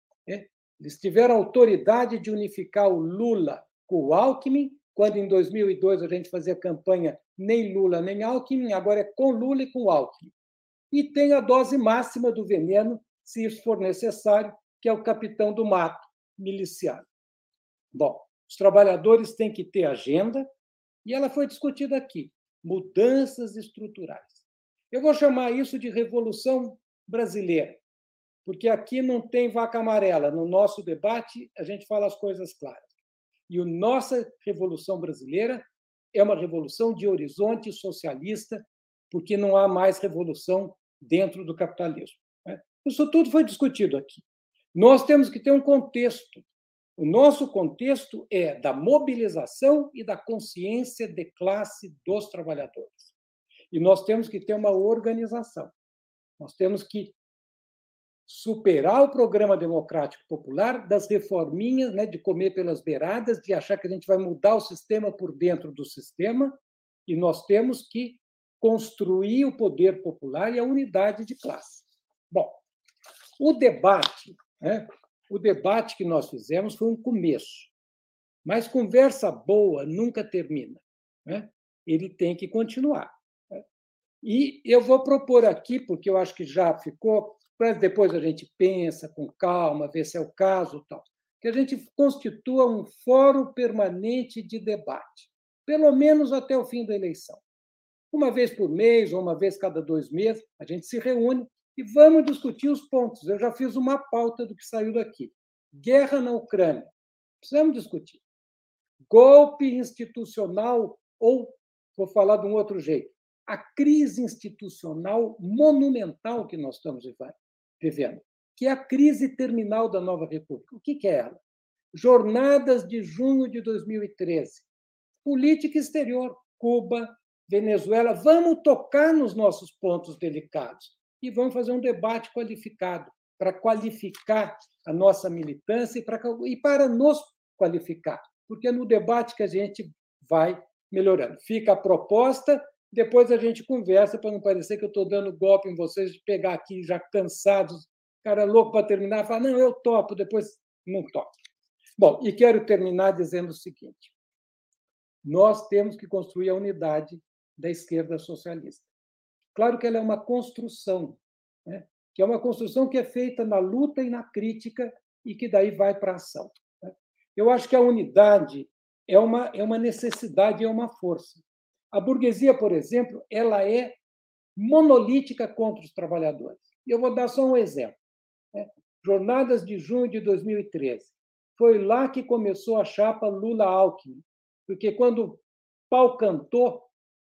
Eles tiveram a autoridade de unificar o Lula com o Alckmin, quando em dois mil e dois a gente fazia campanha nem Lula nem Alckmin, agora é com Lula e com Alckmin. E tem a dose máxima do veneno, se isso for necessário, que é o capitão do mato, miliciano. Bom, os trabalhadores têm que ter agenda, e ela foi discutida aqui, mudanças estruturais. Eu vou chamar isso de revolução brasileira, porque aqui não tem vaca amarela. No nosso debate, a gente fala as coisas claras. E a nossa revolução brasileira é uma revolução de horizonte socialista, porque não há mais revolução dentro do capitalismo. Isso tudo foi discutido aqui. Nós temos que ter um contexto. O nosso contexto é da mobilização e da consciência de classe dos trabalhadores. E nós temos que ter uma organização. Nós temos que superar o programa democrático popular das reforminhas, né, de comer pelas beiradas, de achar que a gente vai mudar o sistema por dentro do sistema, e nós temos que construir o poder popular e a unidade de classe. Bom, o debate, né, o debate que nós fizemos foi um começo, mas conversa boa nunca termina, né? Ele tem que continuar. Né? E eu vou propor aqui, porque eu acho que já ficou, para depois a gente pensa com calma, ver se é o caso, tal, que a gente constitua um fórum permanente de debate, pelo menos até o fim da eleição. Uma vez por mês ou uma vez cada dois meses, a gente se reúne e vamos discutir os pontos. Eu já fiz uma pauta do que saiu daqui. Guerra na Ucrânia. Precisamos discutir. Golpe institucional, ou, vou falar de um outro jeito, a crise institucional monumental que nós estamos vivendo, que é a crise terminal da nova república. O que é ela? Jornadas de junho de dois mil e treze. Política exterior. Cuba, Venezuela. Vamos tocar nos nossos pontos delicados e vamos fazer um debate qualificado para qualificar a nossa militância e para, e para nos qualificar, porque é no debate que a gente vai melhorando. Fica a proposta, depois a gente conversa, para não parecer que eu estou dando golpe em vocês, de pegar aqui já cansados, cara louco para terminar, falar, não, eu topo, depois não topo. Bom, e quero terminar dizendo o seguinte, nós temos que construir a unidade da esquerda socialista. Claro que ela é uma construção, né? Que é uma construção que é feita na luta e na crítica e que daí vai para a ação. Né? Eu acho que a unidade é uma, é uma necessidade, é uma força. A burguesia, por exemplo, ela é monolítica contra os trabalhadores. E eu vou dar só um exemplo. Né? Jornadas de junho de dois mil e treze. Foi lá que começou a chapa Lula-Alckmin, porque quando o pau cantou,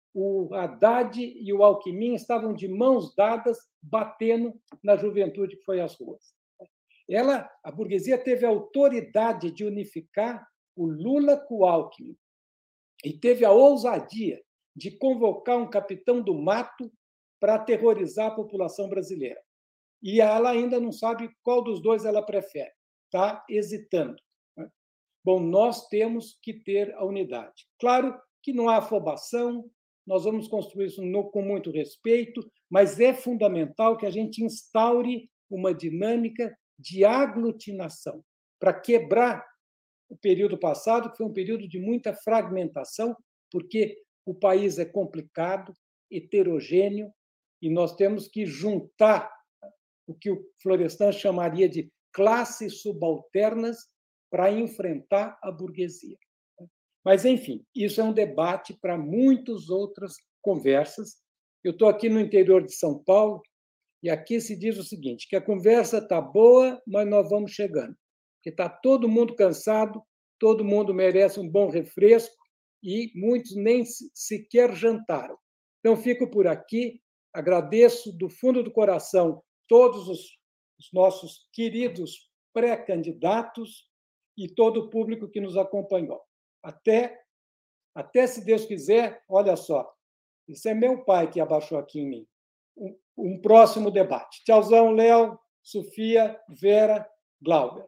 o Haddad e o Alckmin estavam de mãos dadas, batendo na juventude que foi às ruas. Ela, a burguesia teve a autoridade de unificar o Lula com o Alckmin e teve a ousadia de convocar um capitão do mato para aterrorizar a população brasileira. E ela ainda não sabe qual dos dois ela prefere. Está hesitando. Bom, nós temos que ter a unidade. Claro que não há afobação, nós vamos construir isso com muito respeito, mas é fundamental que a gente instaure uma dinâmica de aglutinação para quebrar o período passado, que foi um período de muita fragmentação, porque o país é complicado, heterogêneo, e nós temos que juntar o que o Florestan chamaria de classes subalternas para enfrentar a burguesia. Mas, enfim, isso é um debate para muitas outras conversas. Eu estou aqui no interior de São Paulo e aqui se diz o seguinte, que a conversa está boa, mas nós vamos chegando, porque está todo mundo cansado, todo mundo merece um bom refresco e muitos nem sequer jantaram. Então, fico por aqui, agradeço do fundo do coração todos os, os nossos queridos pré-candidatos e todo o público que nos acompanhou. Até Até se Deus quiser, olha só, isso é meu pai que abaixou aqui em mim. Um, um próximo debate. Tchauzão, Léo, Sofia, Vera, Glauber.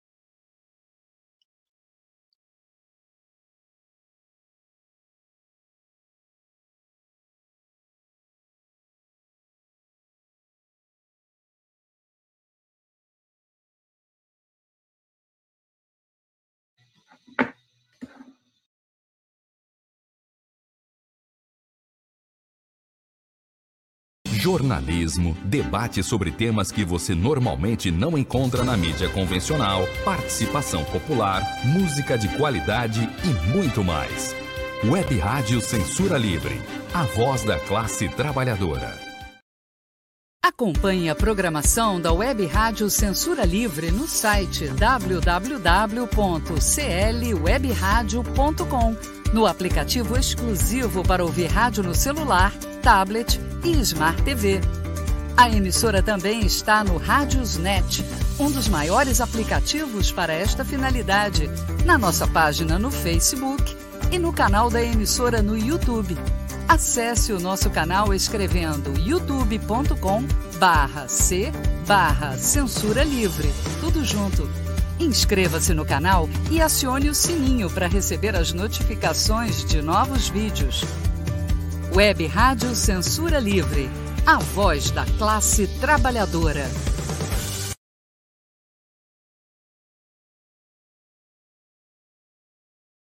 Jornalismo, debate sobre temas que você normalmente não encontra na mídia convencional, participação popular, música de qualidade e muito mais. Web Rádio Censura Livre, a voz da classe trabalhadora. Acompanhe a programação da Web Rádio Censura Livre no site w w w ponto c l web radio ponto com, no aplicativo exclusivo para ouvir rádio no celular, tablet e Smart T V. A emissora também está no Radiosnet, um dos maiores aplicativos para esta finalidade, na nossa página no Facebook e no canal da emissora no YouTube. Acesse o nosso canal escrevendo youtube ponto com barra c barra censura livre, tudo junto. Inscreva-se no canal e acione o sininho para receber as notificações de novos vídeos. Web Rádio Censura Livre, a voz da classe trabalhadora.